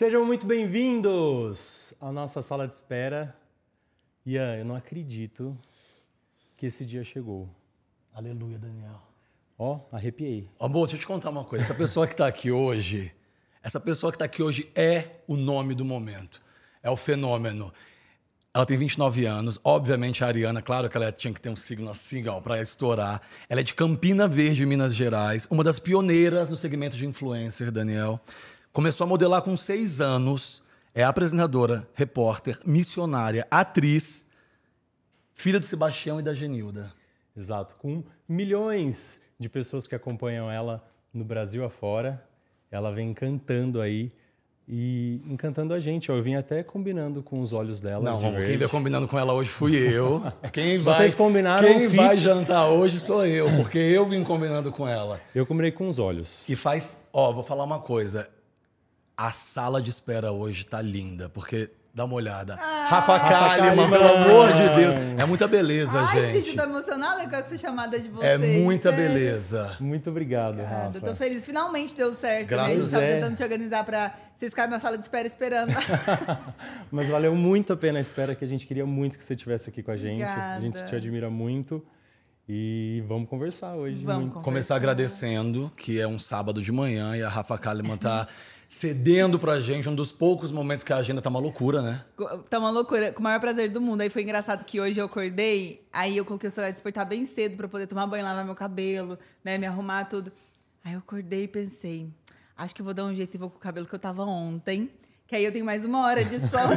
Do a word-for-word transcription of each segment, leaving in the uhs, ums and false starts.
Sejam muito bem-vindos à nossa sala de espera. Ian, eu não acredito que esse dia chegou. Aleluia, Daniel. Ó, arrepiei. Amor, deixa eu te contar uma coisa. Essa pessoa que está aqui hoje, essa pessoa que está aqui hoje é o nome do momento. É o fenômeno. Ela tem vinte e nove anos. Obviamente, a Ariana, claro que ela tinha que ter um signo assim, para estourar. Ela é de Campina Verde, Minas Gerais. Uma das pioneiras no segmento de influencer, Daniel. Começou a modelar com seis anos. É apresentadora, repórter, missionária, atriz, filha de Sebastião e da Genilda. Exato. Com milhões de pessoas que acompanham ela no Brasil afora. Ela vem cantando aí e encantando a gente. Eu vim até combinando com os olhos dela. Não, de quem verde. veio combinando com ela hoje fui eu. Quem vai, Vocês combinaram Quem um vai feat. jantar hoje sou eu, porque eu vim combinando com ela. Eu combinei com os olhos. E faz... Ó, vou falar uma coisa. A sala de espera hoje tá linda, porque... Dá uma olhada. Ah, Rafa Kalimann, pelo amor de Deus. É muita beleza, Ai, gente. Ai, gente, tô emocionada com essa chamada de vocês. É muita sério. beleza. Muito obrigado, Obrigada, Rafa. tô feliz. Finalmente deu certo, Graças né? A gente tava é. tentando se organizar pra vocês ficarem na sala de espera esperando. Mas valeu muito a pena a espera, que a gente queria muito que você estivesse aqui com a gente. Obrigada. A gente te admira muito. E vamos conversar hoje. Vamos muito. conversar. Começar agradecendo, que é um sábado de manhã e a Rafa Kalimann tá cedendo pra gente um dos poucos momentos que a agenda tá uma loucura, né? Tá uma loucura, com o maior prazer do mundo. Aí foi engraçado que hoje eu acordei, aí eu coloquei o celular despertar bem cedo pra poder tomar banho, lavar meu cabelo, né, me arrumar tudo. Aí eu acordei e pensei, acho que eu vou dar um jeito e vou com o cabelo que eu tava ontem, que aí eu tenho mais uma hora de sono.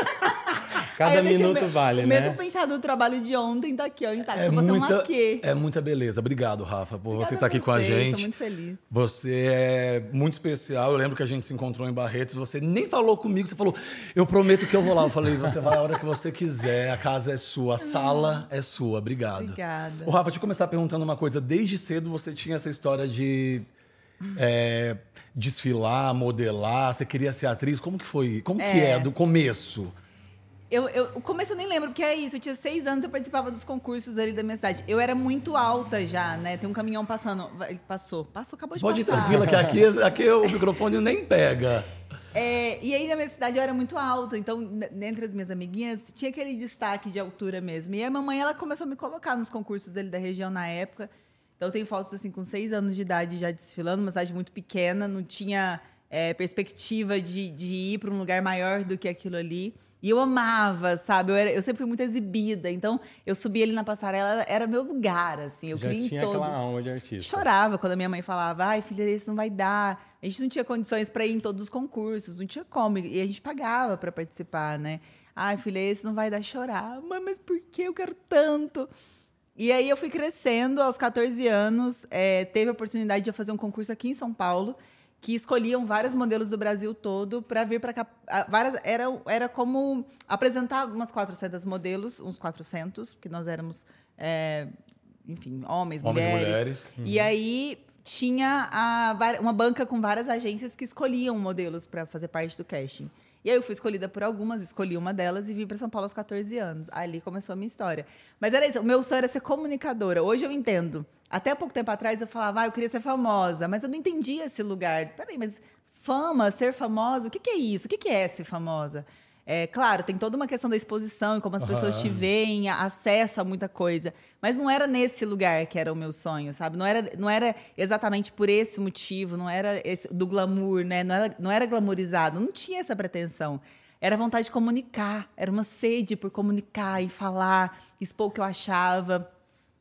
Cada minuto vale, o né? O mesmo penteado do trabalho de ontem tá aqui, ó, intacto. É Só passou um muita, laque. é muita beleza. Obrigado, Rafa, por Obrigada você estar aqui a com a vocês, gente. Tô muito feliz. Você é muito especial. Eu lembro que a gente se encontrou em Barretos. Você nem falou comigo. Você falou, eu prometo que eu vou lá. Eu falei, você vai a hora que você quiser. A casa é sua, a sala é sua. Obrigado. Obrigada. Ô, Rafa, deixa eu começar perguntando uma coisa. Desde cedo você tinha essa história de é, desfilar, modelar. Você queria ser atriz. Como que foi? Como É. que é do começo? Eu, eu, o começo eu nem lembro, porque é isso. Eu tinha seis anos, eu participava dos concursos ali da minha cidade. Eu era muito alta já, né? Tem um caminhão passando. Ele passou. Passou, acabou de Pode ir passar. tranquila, que aqui, aqui o microfone nem pega. É, e aí, na minha cidade, eu era muito alta. Então, n- entre as minhas amiguinhas, tinha aquele destaque de altura mesmo. E a mamãe, ela começou a me colocar nos concursos ali da região na época. Então, eu tenho fotos, assim, com seis anos de idade já desfilando. Uma cidade muito pequena. Não tinha é, perspectiva de, de ir para um lugar maior do que aquilo ali. E eu amava, sabe? Eu, era, eu sempre fui muito exibida. Então, eu subia ali na passarela, era, era meu lugar, assim. Eu Já queria tinha em todos. aquela alma de artista. Chorava quando a minha mãe falava, ai, filha, esse não vai dar. A gente não tinha condições para ir em todos os concursos, não tinha como. E a gente pagava para participar, né? Ai, filha, esse não vai dar. Chorar. Mãe, mas por que eu quero tanto? E aí eu fui crescendo, aos catorze anos, é, teve a oportunidade de eu fazer um concurso aqui em São Paulo, que escolhiam vários modelos do Brasil todo para vir para cá. Várias, era, era como apresentar umas quatrocentos modelos, uns quatrocentos, porque nós éramos, é, enfim, homens, Homens mulheres. e mulheres. E aí tinha a, uma banca com várias agências que escolhiam modelos para fazer parte do casting. E aí eu fui escolhida por algumas, escolhi uma delas e vim para São Paulo aos catorze anos. Ali começou a minha história. Mas era isso, o meu sonho era ser comunicadora. Hoje eu entendo. Até pouco tempo atrás eu falava, ah, eu queria ser famosa, mas eu não entendia esse lugar. Peraí, mas fama, ser famosa, o que, que é isso? O que, que é ser famosa? É, claro, tem toda uma questão da exposição e como as pessoas Aham. te veem, a- acesso a muita coisa. Mas não era nesse lugar que era o meu sonho, sabe? Não era, não era exatamente por esse motivo, não era esse, do glamour, né? Não era, não era glamourizado, não tinha essa pretensão. Era vontade de comunicar, era uma sede por comunicar e falar, expor o que eu achava.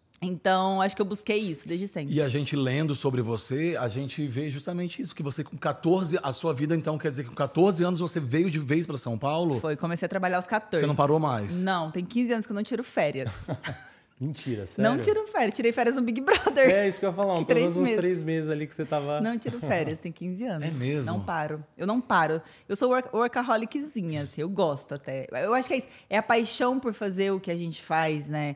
Então, acho que eu busquei isso desde sempre. E a gente lendo sobre você, a gente vê justamente isso, que você com catorze, a sua vida então quer dizer que com catorze anos você veio de vez para São Paulo? Foi, comecei a trabalhar aos catorze. Você não parou mais? Não, tem quinze anos que eu não tiro férias. Mentira, sério? Não tiro férias, tirei férias no Big Brother. É isso que eu ia falar, Que um, pelo três menos uns meses. três meses ali que você tava... Não tiro férias, tem quinze anos. É mesmo? Não paro. Eu não paro. Eu sou work- workaholiczinha, assim, eu gosto até. Eu acho que é isso. É a paixão por fazer o que a gente faz, né?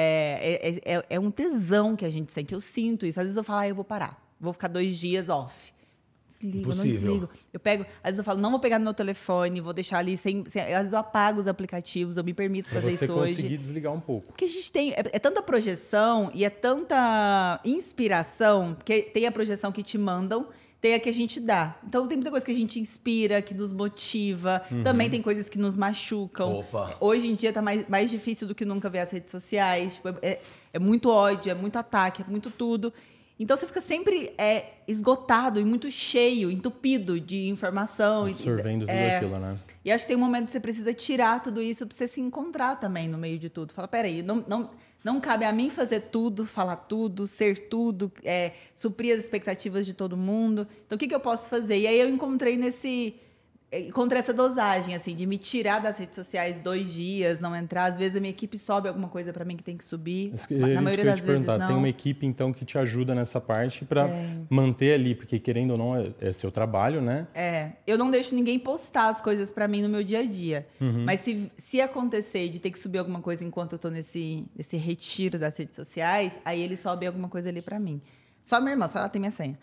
É, é, é, é um tesão que a gente sente. Eu sinto isso. Às vezes eu falo, ah, eu vou parar. Vou ficar dois dias off. Desligo, não Impossível. desligo. Eu pego, às vezes eu falo, não vou pegar no meu telefone, vou deixar ali sem, sem. Às vezes eu apago os aplicativos, eu me permito Pra fazer você isso hoje. conseguir desligar um pouco. Porque a gente tem. É, é tanta projeção e é tanta inspiração, porque tem a projeção que te mandam, tem a que a gente dá. Então, tem muita coisa que a gente inspira, que nos motiva. Uhum. Também tem coisas que nos machucam. Opa. Hoje em dia tá mais, mais difícil do que nunca ver as redes sociais. Tipo, é, é muito ódio, é muito ataque, é muito tudo. Então, você fica sempre é, esgotado e muito cheio, entupido de informação. Absorvendo e, tudo é, aquilo, né? E acho que tem um momento que você precisa tirar tudo isso pra você se encontrar também no meio de tudo. Fala, peraí, não... não Não cabe a mim fazer tudo, falar tudo, ser tudo, é, suprir as expectativas de todo mundo. Então, o que, que eu posso fazer? E aí eu encontrei nesse... Encontrei essa dosagem, assim, de me tirar das redes sociais dois dias, não entrar. Às vezes a minha equipe sobe alguma coisa para mim que tem que subir. Isso, Na maioria das vezes, não. Tem uma equipe, então, que te ajuda nessa parte para é. manter ali, porque querendo ou não, é, é seu trabalho, né? É. Eu não deixo ninguém postar as coisas para mim no meu dia a dia. Uhum. Mas se, se acontecer de ter que subir alguma coisa enquanto eu tô nesse, nesse retiro das redes sociais, aí ele sobe alguma coisa ali para mim. Só minha irmã, só ela tem minha senha.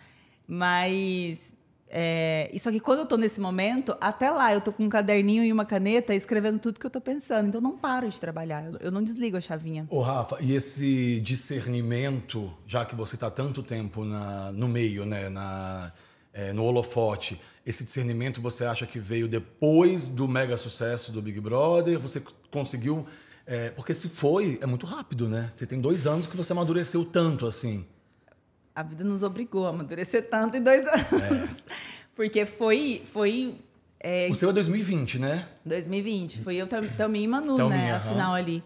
Mas... É, só que quando eu tô nesse momento, até lá eu tô com um caderninho e uma caneta escrevendo tudo que eu tô pensando. Então eu não paro de trabalhar, eu, eu não desligo a chavinha. Ô, Rafa, e esse discernimento, já que você tá tanto tempo na, no meio, né, na, é, no holofote, esse discernimento você acha que veio depois do mega sucesso do Big Brother? Você conseguiu... É, porque se foi, é muito rápido, né? Você tem dois anos que você amadureceu tanto assim. A vida nos obrigou a amadurecer tanto em dois anos. É. Porque foi... foi é, o seu é dois mil e vinte, né? dois mil e vinte. Foi eu, Thelminha e Manu, Thelminha, né? Uhum. Afinal, ali.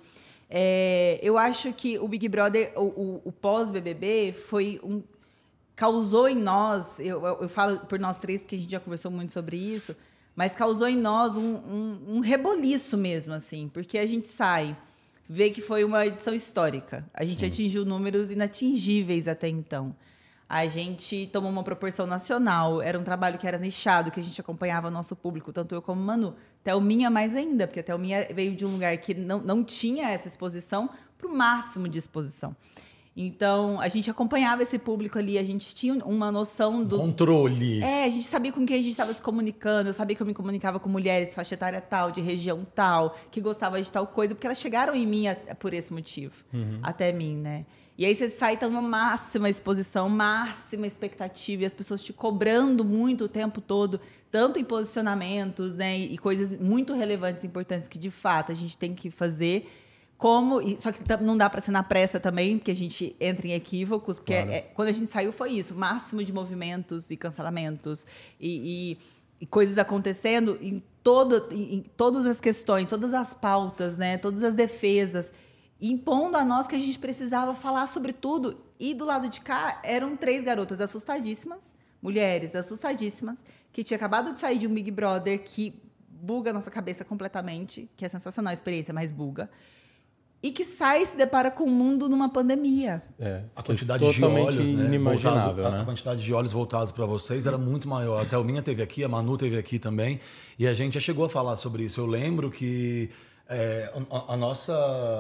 É, eu acho que o Big Brother, o, o, o pós-B B B, foi um... Causou em nós... Eu, eu, eu falo por nós três, porque a gente já conversou muito sobre isso, mas causou em nós um, um, um reboliço mesmo, assim. Porque a gente sai... Vê que foi uma edição histórica. A gente hum. atingiu números inatingíveis até então. A gente tomou uma proporção nacional. Era um trabalho que era nichado, que a gente acompanhava nosso público, tanto eu como Manu. Thelminha mais ainda, porque a Thelminha veio de um lugar que não, não tinha essa exposição para o máximo de exposição. Então, a gente acompanhava esse público ali, a gente tinha uma noção do... Controle. É, a gente sabia com quem a gente estava se comunicando, eu sabia que eu me comunicava com mulheres, faixa etária tal, de região tal, que gostavam de tal coisa, porque elas chegaram em mim a, por esse motivo, uhum. até mim, né? E aí você sai, tá numa máxima exposição, máxima expectativa, e as pessoas te cobrando muito o tempo todo, tanto em posicionamentos, né, e coisas muito relevantes e importantes que, de fato, a gente tem que fazer... Como, só que não dá para ser na pressa também, porque a gente entra em equívocos, porque claro. é, quando a gente saiu foi isso, máximo de movimentos e cancelamentos e, e, e coisas acontecendo em, todo, em, em todas as questões, todas as pautas, né, todas as defesas, impondo a nós que a gente precisava falar sobre tudo. E do lado de cá eram três garotas assustadíssimas, mulheres assustadíssimas, que tinha acabado de sair de um Big Brother que buga a nossa cabeça completamente, que é sensacional a experiência, mas buga. E que sai e se depara com o mundo numa pandemia. É, a quantidade de olhos, né, inimaginável, voltados, né? A quantidade de olhos voltados para vocês era muito maior. A Thelminha teve aqui, a Manu teve aqui também. E a gente já chegou a falar sobre isso. Eu lembro que é, a, a nossa...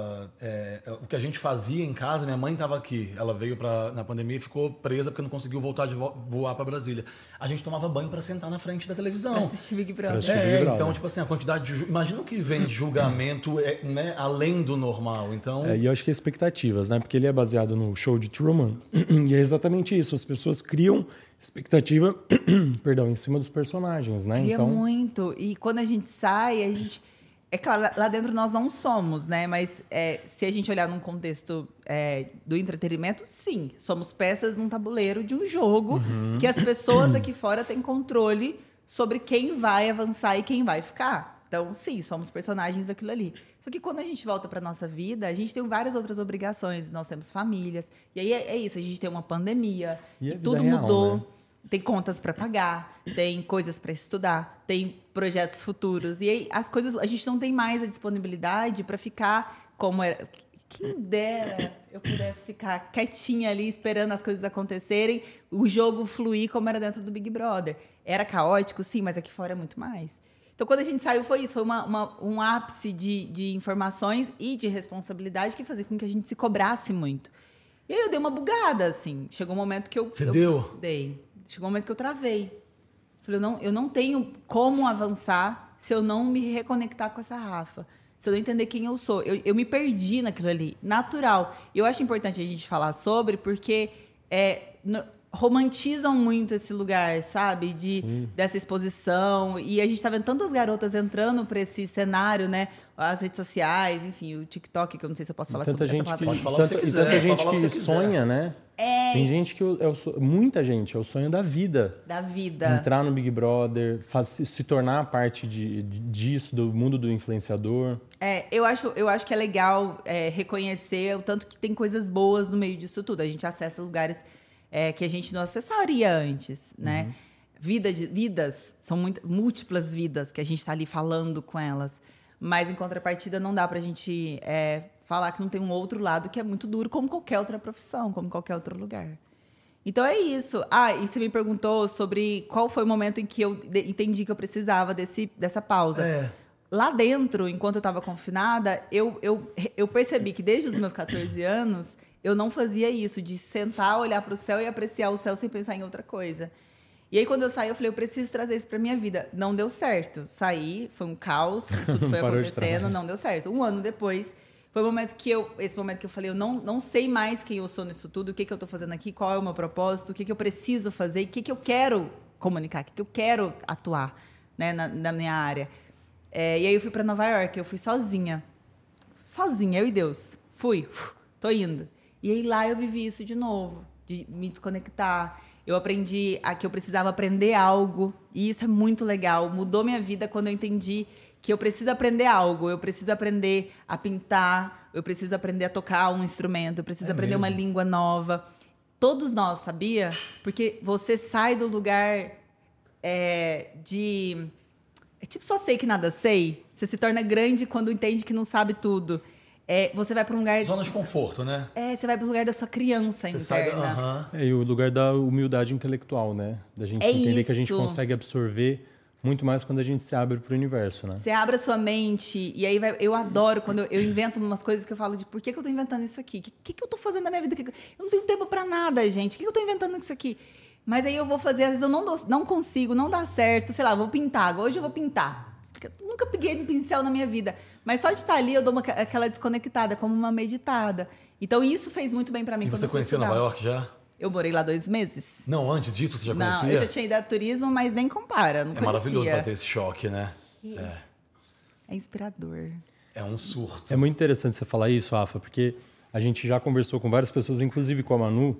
É, o que a gente fazia em casa, minha mãe estava aqui. Ela veio pra, na pandemia e ficou presa porque não conseguiu voltar de vo- voar para Brasília. A gente tomava banho para sentar na frente da televisão. Para assistir Big Brother. Assistir é, Big Brother. Então, tipo assim, a quantidade de... Imagina o que vem de julgamento é, né, além do normal. Então... É, e eu acho que é expectativas, né? Porque ele é baseado no show de Truman. E é exatamente isso. As pessoas criam expectativa perdão, em cima dos personagens, né? Cria então... muito. E quando a gente sai, a gente... É claro, lá dentro nós não somos, né? Mas é, se a gente olhar num contexto é, do entretenimento, sim. Somos peças num tabuleiro de um jogo uhum. que as pessoas aqui fora têm controle sobre quem vai avançar e quem vai ficar. Então, sim, somos personagens daquilo ali. Só que quando a gente volta para nossa vida, a gente tem várias outras obrigações. Nós temos famílias. E aí é, é isso, a gente tem uma pandemia. E, e tudo real, mudou. Né? Tem contas para pagar, tem coisas para estudar, tem projetos futuros. E aí as coisas, a gente não tem mais a disponibilidade para ficar como era. Quem dera eu pudesse ficar quietinha ali esperando as coisas acontecerem, o jogo fluir como era dentro do Big Brother. Era caótico, sim, mas aqui fora é muito mais. Então, quando a gente saiu, foi isso. Foi uma, uma, um ápice de, de informações e de responsabilidade que fazia com que a gente se cobrasse muito. E aí eu dei uma bugada, assim. Chegou um momento que eu... Você eu deu? Dei. Chegou um momento que eu travei. Falei, eu não, eu não tenho como avançar se eu não me reconectar com essa Rafa. Se eu não entender quem eu sou. Eu, eu me perdi naquilo ali. Natural. E eu acho importante a gente falar sobre, porque é, no, romantizam muito esse lugar, sabe? De, hum. Dessa exposição. E a gente tá vendo tantas garotas entrando para esse cenário, né? As redes sociais, enfim, o TikTok, que eu não sei se eu posso falar sobre gente essa que, palavra. Pode falar tanta, quiser, tanta gente que, que sonha, né? É. Tem gente que... É o, muita gente, é o sonho da vida. Da vida. Entrar no Big Brother, faz, se tornar parte de, de, disso, do mundo do influenciador. É, eu acho, eu acho que é legal é, reconhecer o tanto que tem coisas boas no meio disso tudo. A gente acessa lugares... É, que a gente não acessaria antes, né? Uhum. Vida de, vidas, são muito, múltiplas vidas que a gente está ali falando com elas. Mas, em contrapartida, não dá para a gente é, falar que não tem um outro lado que é muito duro, como qualquer outra profissão, como qualquer outro lugar. Então, é isso. Ah, e você me perguntou sobre qual foi o momento em que eu entendi que eu precisava desse, dessa pausa. É. Lá dentro, enquanto eu estava confinada, eu, eu, eu percebi que desde os meus catorze anos... eu não fazia isso, de sentar, olhar para o céu e apreciar o céu sem pensar em outra coisa. E aí, quando eu saí, eu falei, eu preciso trazer isso para minha vida. Não deu certo. Saí, foi um caos, tudo foi acontecendo, não deu certo. Um ano depois, foi o momento que eu, esse momento que eu falei, eu não, não sei mais quem eu sou nisso tudo, o que, que eu estou fazendo aqui, qual é o meu propósito, o que, que eu preciso fazer, o que, que eu quero comunicar, o que, que eu quero atuar, né, na, na minha área. É, e aí, eu fui para Nova York, eu fui sozinha. Sozinha, eu e Deus. Fui, tô indo. E aí lá eu vivi isso de novo, de me desconectar. Eu aprendi a que eu precisava aprender algo, e isso é muito legal. Mudou minha vida quando eu entendi que eu preciso aprender algo. Eu preciso aprender a pintar, eu preciso aprender a tocar um instrumento, eu preciso é aprender mesmo? Uma língua nova. Todos nós, sabia? Porque você sai do lugar é, de... É tipo, só sei que nada sei. Você se torna grande quando entende que não sabe tudo. É, você vai para um lugar... Zona de conforto, né? É, você vai para o lugar da sua criança você interna. Sai da... uhum. É, e o lugar da humildade intelectual, né? Da gente é entender isso. Que a gente consegue absorver muito mais quando a gente se abre para o universo, né? Você abre a sua mente e aí vai, eu adoro quando eu, eu invento umas coisas que eu falo de por que, que eu tô inventando isso aqui? O que, que, que eu tô fazendo na minha vida? Eu não tenho tempo para nada, gente. O que, que eu tô inventando isso aqui? Mas aí eu vou fazer, às vezes eu não, dou, não consigo, não dá certo. Sei lá, vou pintar. Hoje eu vou pintar. Eu nunca peguei um pincel na minha vida. Mas só de estar ali eu dou uma, aquela desconectada, como uma meditada. Então isso fez muito bem para mim. E você conheceu Nova York já? Eu morei lá dois meses. Não, antes disso você já não, conhecia? Não, eu já tinha ido a turismo, mas nem compara, não É conhecia. maravilhoso para ter esse choque, né? É. É. É inspirador. É um surto. É muito interessante você falar isso, Rafa, porque a gente já conversou com várias pessoas, inclusive com a Manu,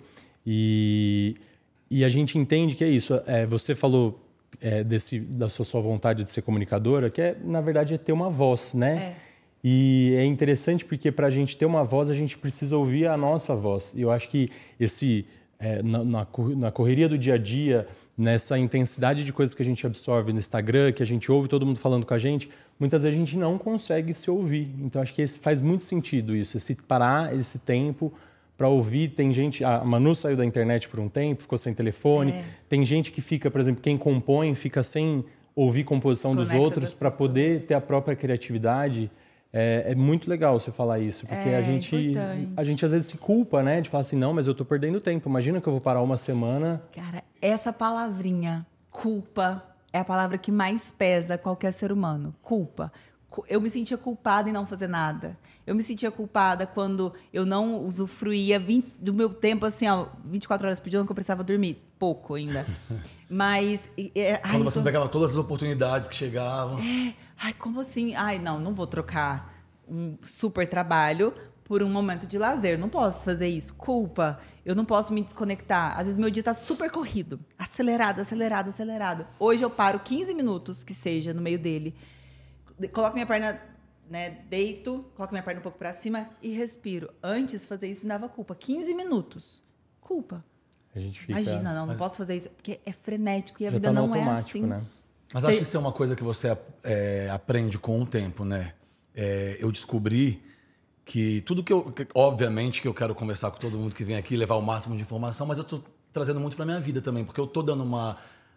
e, e a gente entende que é isso. É, você falou é, desse, da sua, sua vontade de ser comunicadora, que é, na verdade é ter uma voz, né? É. E é interessante porque para a gente ter uma voz, a gente precisa ouvir a nossa voz. E eu acho que esse, é, na, na, na correria do dia a dia, nessa intensidade de coisas que a gente absorve no Instagram, que a gente ouve todo mundo falando com a gente, muitas vezes a gente não consegue se ouvir. Então acho que esse, faz muito sentido isso, esse parar esse tempo para ouvir. Tem gente, a Manu saiu da internet por um tempo, ficou sem telefone. É. Tem gente que fica, por exemplo, quem compõe, fica sem ouvir composição dos outros para poder ter a própria criatividade. É, é muito legal você falar isso, porque é, a gente a gente às vezes se culpa, né? De falar assim, não, mas eu tô perdendo tempo. Imagina que eu vou parar uma semana. Cara, essa palavrinha, culpa, é a palavra que mais pesa qualquer ser humano. Culpa. Eu me sentia culpada em não fazer nada. Eu me sentia culpada quando eu não usufruía vinte do meu tempo, assim, ó, vinte e quatro horas por dia, que eu precisava dormir. Pouco ainda. Mas... É, quando ai, você tô... pegava todas as oportunidades que chegavam. É, ai, como assim? Ai, não, não vou trocar um super trabalho por um momento de lazer. Não posso fazer isso. Culpa. Eu não posso me desconectar. Às vezes meu dia tá super corrido. Acelerado, acelerado, acelerado. Hoje eu paro quinze minutos, que seja, no meio dele. Coloco minha perna, né, deito, coloco minha perna um pouco para cima e respiro. Antes, fazer isso me dava culpa. quinze minutos. Culpa. A gente fica... Imagina, não, não Mas... posso fazer isso, porque é frenético e a Já vida tá não é automático, assim. Né? Mas acho que isso é uma coisa que você é, aprende com o tempo, né? É, eu descobri que tudo que eu... Que, obviamente que eu quero conversar com todo mundo que vem aqui, levar o máximo de informação, mas eu tô trazendo muito para minha vida também, porque eu tô dando uma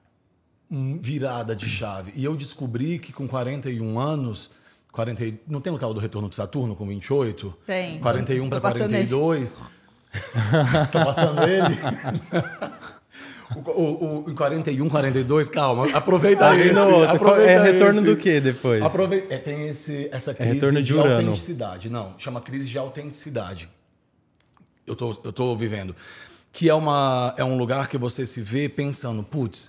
virada de chave. E eu descobri que com quarenta e um anos... quarenta, não tem o tal do retorno de Saturno com vinte e oito? Tem. quarenta e um para quarenta e dois. Está passando ele? o, o, o, em quarenta e um, quarenta e dois, calma, aproveita ah, esse. Não, aproveita é retorno esse. Do que depois? Aproveita, é, tem esse, essa crise é retorno de, de Urano. Autenticidade. Não, chama crise de autenticidade. Eu tô, eu tô vivendo. que é, uma, é um lugar que você se vê pensando, putz,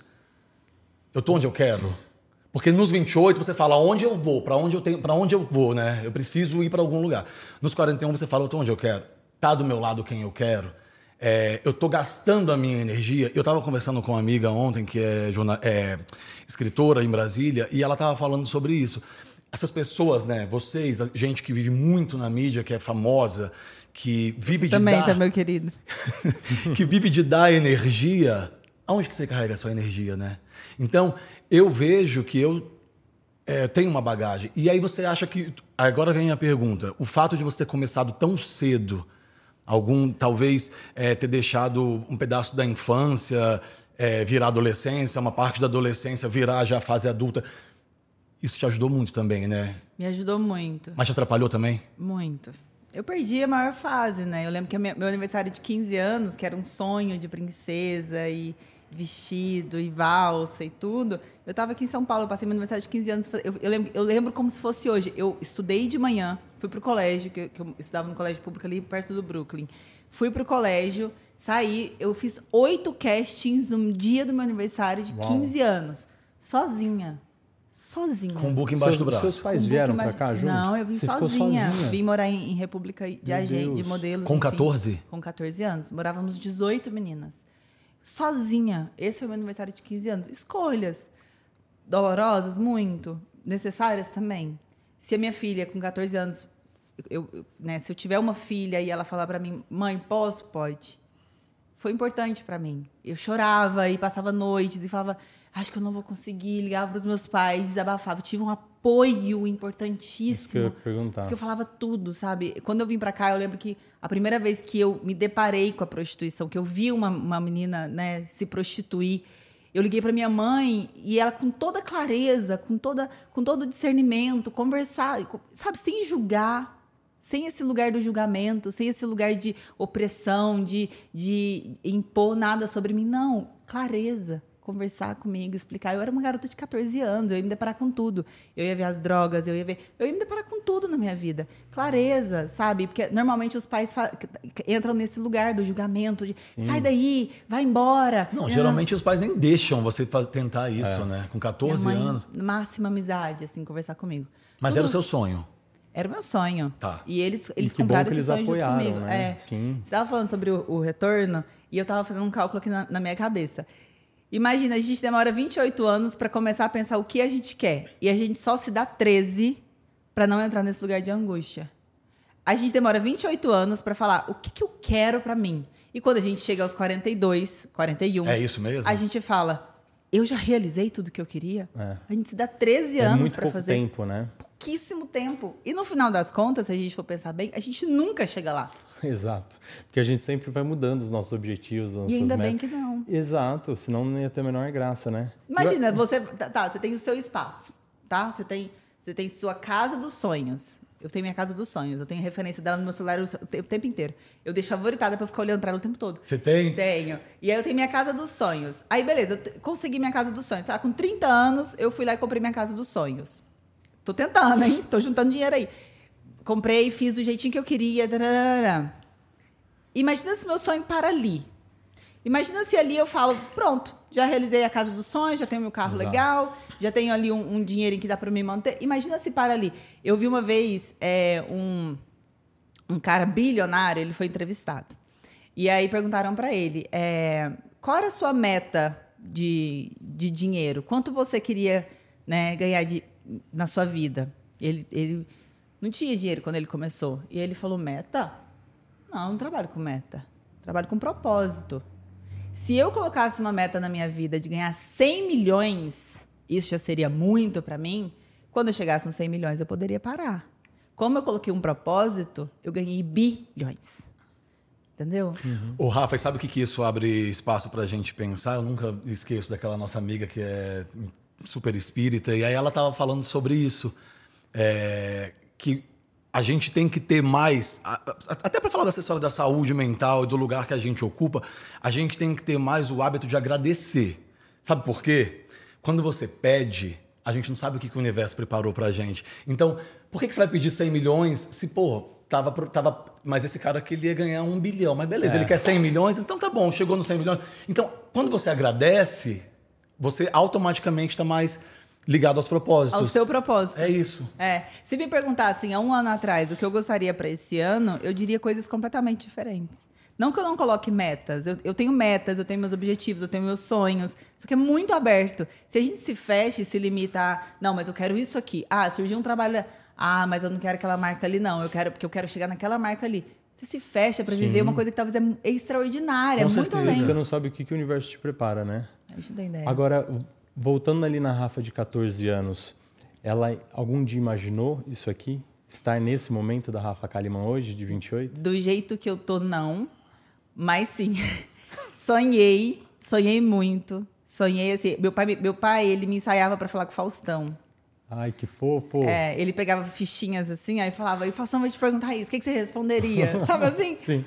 eu tô onde eu quero? Porque nos vinte e oito você fala onde eu vou, para onde eu tenho, para onde eu vou, né? Eu preciso ir para algum lugar. Nos quarenta e um você fala, eu tô onde eu quero. Tá do meu lado quem eu quero. É, eu tô gastando a minha energia. Eu tava conversando com uma amiga ontem que é, jornal, é escritora em Brasília e ela tava falando sobre isso. Essas pessoas, né? Vocês, a gente que vive muito na mídia, que é famosa, que vive Você de também, dar... tá, meu querido. que vive de dar energia. Aonde que você carrega a sua energia, né? Então, eu vejo que eu é, tenho uma bagagem. E aí você acha que... Agora vem a pergunta. O fato de você ter começado tão cedo, algum talvez é, ter deixado um pedaço da infância é, virar adolescência, uma parte da adolescência virar já a fase adulta, isso te ajudou muito também, né? Me ajudou muito. Mas te atrapalhou também? Muito. Eu perdi a maior fase, né? Eu lembro que a minha, meu aniversário de quinze anos, que era um sonho de princesa e vestido e valsa e tudo, eu estava aqui em São Paulo, eu passei meu aniversário de quinze anos, eu, eu, lembro, eu lembro como se fosse hoje. Eu estudei de manhã, fui pro colégio, que, que eu estudava no colégio público ali perto do Brooklyn. Fui pro colégio, saí, eu fiz oito castings no dia do meu aniversário de Uau. quinze anos, sozinha. Sozinha. Com o book embaixo Seus, do braço. seus pais Com vieram book para imagi- cá junto? Não, eu vim Você ficou sozinha. sozinha. Vim morar em, em República de Meu Agente, de Deus. modelos. Com enfim. quatorze? Com quatorze anos. Morávamos dezoito meninas. Sozinha. Esse foi meu aniversário de quinze anos. Escolhas. Dolorosas, muito. Necessárias também. Se a minha filha, com quatorze anos, eu, eu, né, se eu tiver uma filha e ela falar para mim, mãe, posso? Pode. Foi importante para mim. Eu chorava e passava noites e falava, acho que eu não vou conseguir, ligava para os meus pais, desabafava. Eu tive um apoio importantíssimo. Isso que eu ia perguntar. Porque eu falava tudo, sabe? Quando eu vim para cá, eu lembro que a primeira vez que eu me deparei com a prostituição, que eu vi uma, uma menina, né, se prostituir, eu liguei para minha mãe e ela, com toda clareza, com, toda, com todo discernimento, conversar, sabe, sem julgar. Sem esse lugar do julgamento, sem esse lugar de opressão, de, de impor nada sobre mim. Não, clareza. Conversar comigo, explicar. Eu era uma garota de quatorze anos, eu ia me deparar com tudo. Eu ia ver as drogas, eu ia ver... Eu ia me deparar com tudo na minha vida. Clareza, sabe? Porque normalmente os pais fa... entram nesse lugar do julgamento, de Sim. sai daí, vai embora. Não, geralmente os pais nem deixam você fa- tentar isso, É. né? Com Minha quatorze mãe, anos. máxima amizade, assim, conversar comigo. Mas Tudo- era o seu sonho. Era o meu sonho. Tá. E eles, eles E que bom compraram que esse eles sonho junto apoiaram, comigo. né? É. Sim. Você estava falando sobre o, o retorno e eu estava fazendo um cálculo aqui na, na minha cabeça. Imagina, a gente demora vinte e oito anos para começar a pensar o que a gente quer. E a gente só se dá treze para não entrar nesse lugar de angústia. A gente demora vinte e oito anos para falar o que, que eu quero para mim. E quando a gente chega aos quarenta e dois, quarenta e um, É isso mesmo? a gente fala, eu já realizei tudo que eu queria? É. A gente se dá treze É anos muito para pouco fazer tempo, né? pouquíssimo tempo. E no final das contas, se a gente for pensar bem, a gente nunca chega lá. Exato. Porque a gente sempre vai mudando os nossos objetivos, as nossas E ainda metas. bem que não. Exato, senão não ia ter a menor graça, né? Imagina, você, tá, tá, você tem o seu espaço, tá? Você tem, você tem sua casa dos sonhos. Eu tenho minha casa dos sonhos. Eu tenho referência dela no meu celular o te- o tempo inteiro. Eu deixo favoritada pra eu ficar olhando pra ela o tempo todo. Você tem? Tenho. E aí eu tenho minha casa dos sonhos. Aí, beleza, eu te- consegui minha casa dos sonhos. Ah, com trinta anos, eu fui lá e comprei minha casa dos sonhos. Tô tentando, hein? Tô juntando dinheiro aí. Comprei, fiz do jeitinho que eu queria. Tararara. Imagina se meu sonho para ali. Imagina se ali eu falo, pronto, já realizei a casa dos sonhos, já tenho meu carro Exato. legal, já tenho ali um, um dinheirinho que dá para me manter. Imagina se para ali. Eu vi uma vez é, um, um cara bilionário, ele foi entrevistado. E aí perguntaram para ele, é, qual era a sua meta de, de dinheiro? Quanto você queria, né, ganhar de, na sua vida? Ele, ele não tinha dinheiro quando ele começou. E ele falou, meta? Não, eu não trabalho com meta. Trabalho com propósito. Se eu colocasse uma meta na minha vida de ganhar cem milhões, isso já seria muito para mim. Quando eu chegasse nos cem milhões, eu poderia parar. Como eu coloquei um propósito, eu ganhei bilhões. Entendeu? Ô, Rafa, e sabe o que, que isso abre espaço pra gente pensar? Eu nunca esqueço daquela nossa amiga que é super espírita, e aí ela tava falando sobre isso. É, que a gente tem que ter mais, até para falar dessa história da saúde mental e do lugar que a gente ocupa, a gente tem que ter mais o hábito de agradecer. Sabe por quê? Quando você pede, a gente não sabe o que, que o universo preparou pra gente. Então, por que, que você vai pedir cem milhões se, pô, tava, pro- tava... Mas esse cara aqui ele ia ganhar um bilhão. Mas beleza, É. ele quer cem milhões, então tá bom, chegou nos cem milhões. Então, quando você agradece, você automaticamente está mais ligado aos propósitos. Ao seu propósito. É isso. É. Se me perguntassem há um ano atrás o que eu gostaria para esse ano, eu diria coisas completamente diferentes. Não que eu não coloque metas. Eu, eu tenho metas, eu tenho meus objetivos, eu tenho meus sonhos. Isso que é muito aberto. Se a gente se fecha e se limita a... Não, mas eu quero isso aqui. Ah, surgiu um trabalho... Ah, mas eu não quero aquela marca ali, não. Eu quero porque eu quero chegar naquela marca ali. Você se fecha para viver uma coisa que talvez é extraordinária, Com é muito certeza. além. Você não sabe o que, que o universo te prepara, né? A gente tem ideia. Agora, voltando ali na Rafa de catorze anos, ela algum dia imaginou isso aqui? Estar nesse momento da Rafa Kalimann hoje, de vinte e oito? Do jeito que eu tô, não. Mas sim, sonhei, sonhei muito. Sonhei assim, meu pai, meu pai, ele me ensaiava para falar com o Faustão. Ai, que fofo! É, ele pegava fichinhas assim, aí falava, e o Faustão vai te perguntar isso, o que, que você responderia? Sabe assim? Sim.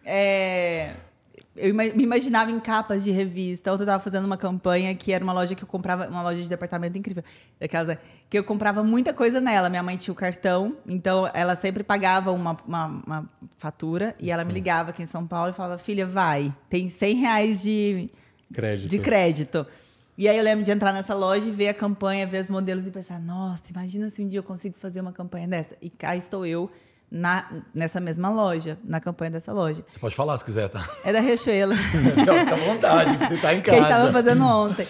É, eu ima- me imaginava em capas de revista. Ontem eu estava fazendo uma campanha que era uma loja que eu comprava, uma loja de departamento incrível, daquelas que eu comprava muita coisa nela. Minha mãe tinha o cartão, então ela sempre pagava uma, uma, uma fatura e ela me ligava aqui em São Paulo e falava, filha, vai, tem cem reais de, Crédito. de crédito. E aí eu lembro de entrar nessa loja e ver a campanha, ver os modelos e pensar, nossa, imagina se um dia eu consigo fazer uma campanha dessa. E cá estou eu na, nessa mesma loja, na campanha dessa loja. Você pode falar se quiser, tá? É da Riachuelo, Fica à vontade, você tá em que a gente casa. estava fazendo ontem.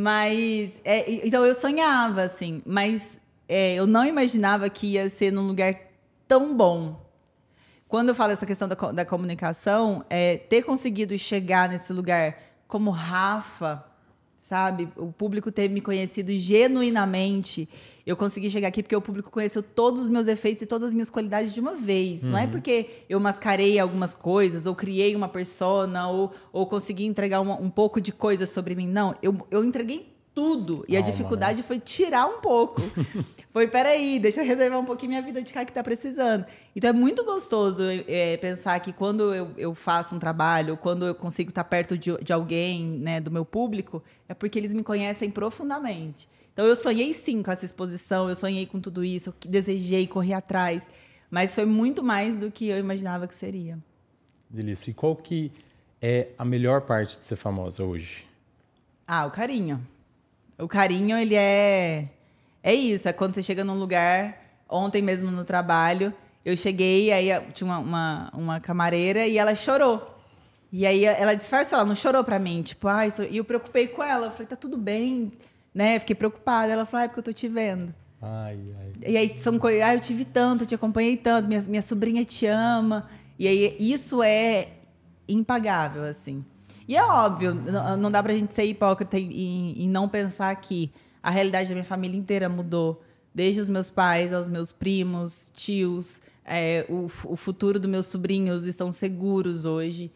Mas, é, e- então eu sonhava, assim, mas é, eu não imaginava que ia ser num lugar tão bom. Quando eu falo essa questão da, co- da comunicação, é, ter conseguido chegar nesse lugar como Rafa, sabe? O público ter me conhecido genuinamente. Eu consegui chegar aqui porque o público conheceu todos os meus efeitos e todas as minhas qualidades de uma vez. Não é porque eu mascarei algumas coisas, ou criei uma persona, ou, ou consegui entregar uma- um pouco de coisas sobre mim. Não, eu, eu entreguei tudo. E a Calma, dificuldade foi tirar um pouco. Foi, peraí, deixa eu reservar um pouquinho minha vida de cá que tá precisando. Então é muito gostoso é, pensar que quando eu, eu faço um trabalho, quando eu consigo estar perto de, de alguém, né, do meu público, é porque eles me conhecem profundamente. Então eu sonhei sim com essa exposição, eu sonhei com tudo isso, eu desejei, corri atrás. Mas foi muito mais do que eu imaginava que seria. Delícia. E qual que é a melhor parte de ser famosa hoje? Ah, o carinho. O carinho, ele é... É isso, é quando você chega num lugar... Ontem mesmo no trabalho, eu cheguei, aí tinha uma, uma, uma camareira e ela chorou. E aí ela disfarçou, ela não chorou pra mim. Tipo, ah, e eu preocupei com ela. Eu falei, tá tudo bem, né? Fiquei preocupada. Ela falou, ah, é porque eu tô te vendo. Ai, ai. E aí são coisas, ah, eu te vi tanto, eu te acompanhei tanto, minha, minha sobrinha te ama. E aí isso é impagável, assim. E é óbvio, não, não dá pra gente ser hipócrita e, e, e não pensar que a realidade da minha família inteira mudou. Desde os meus pais aos meus primos, tios, é, o, o futuro dos meus sobrinhos estão seguros hoje.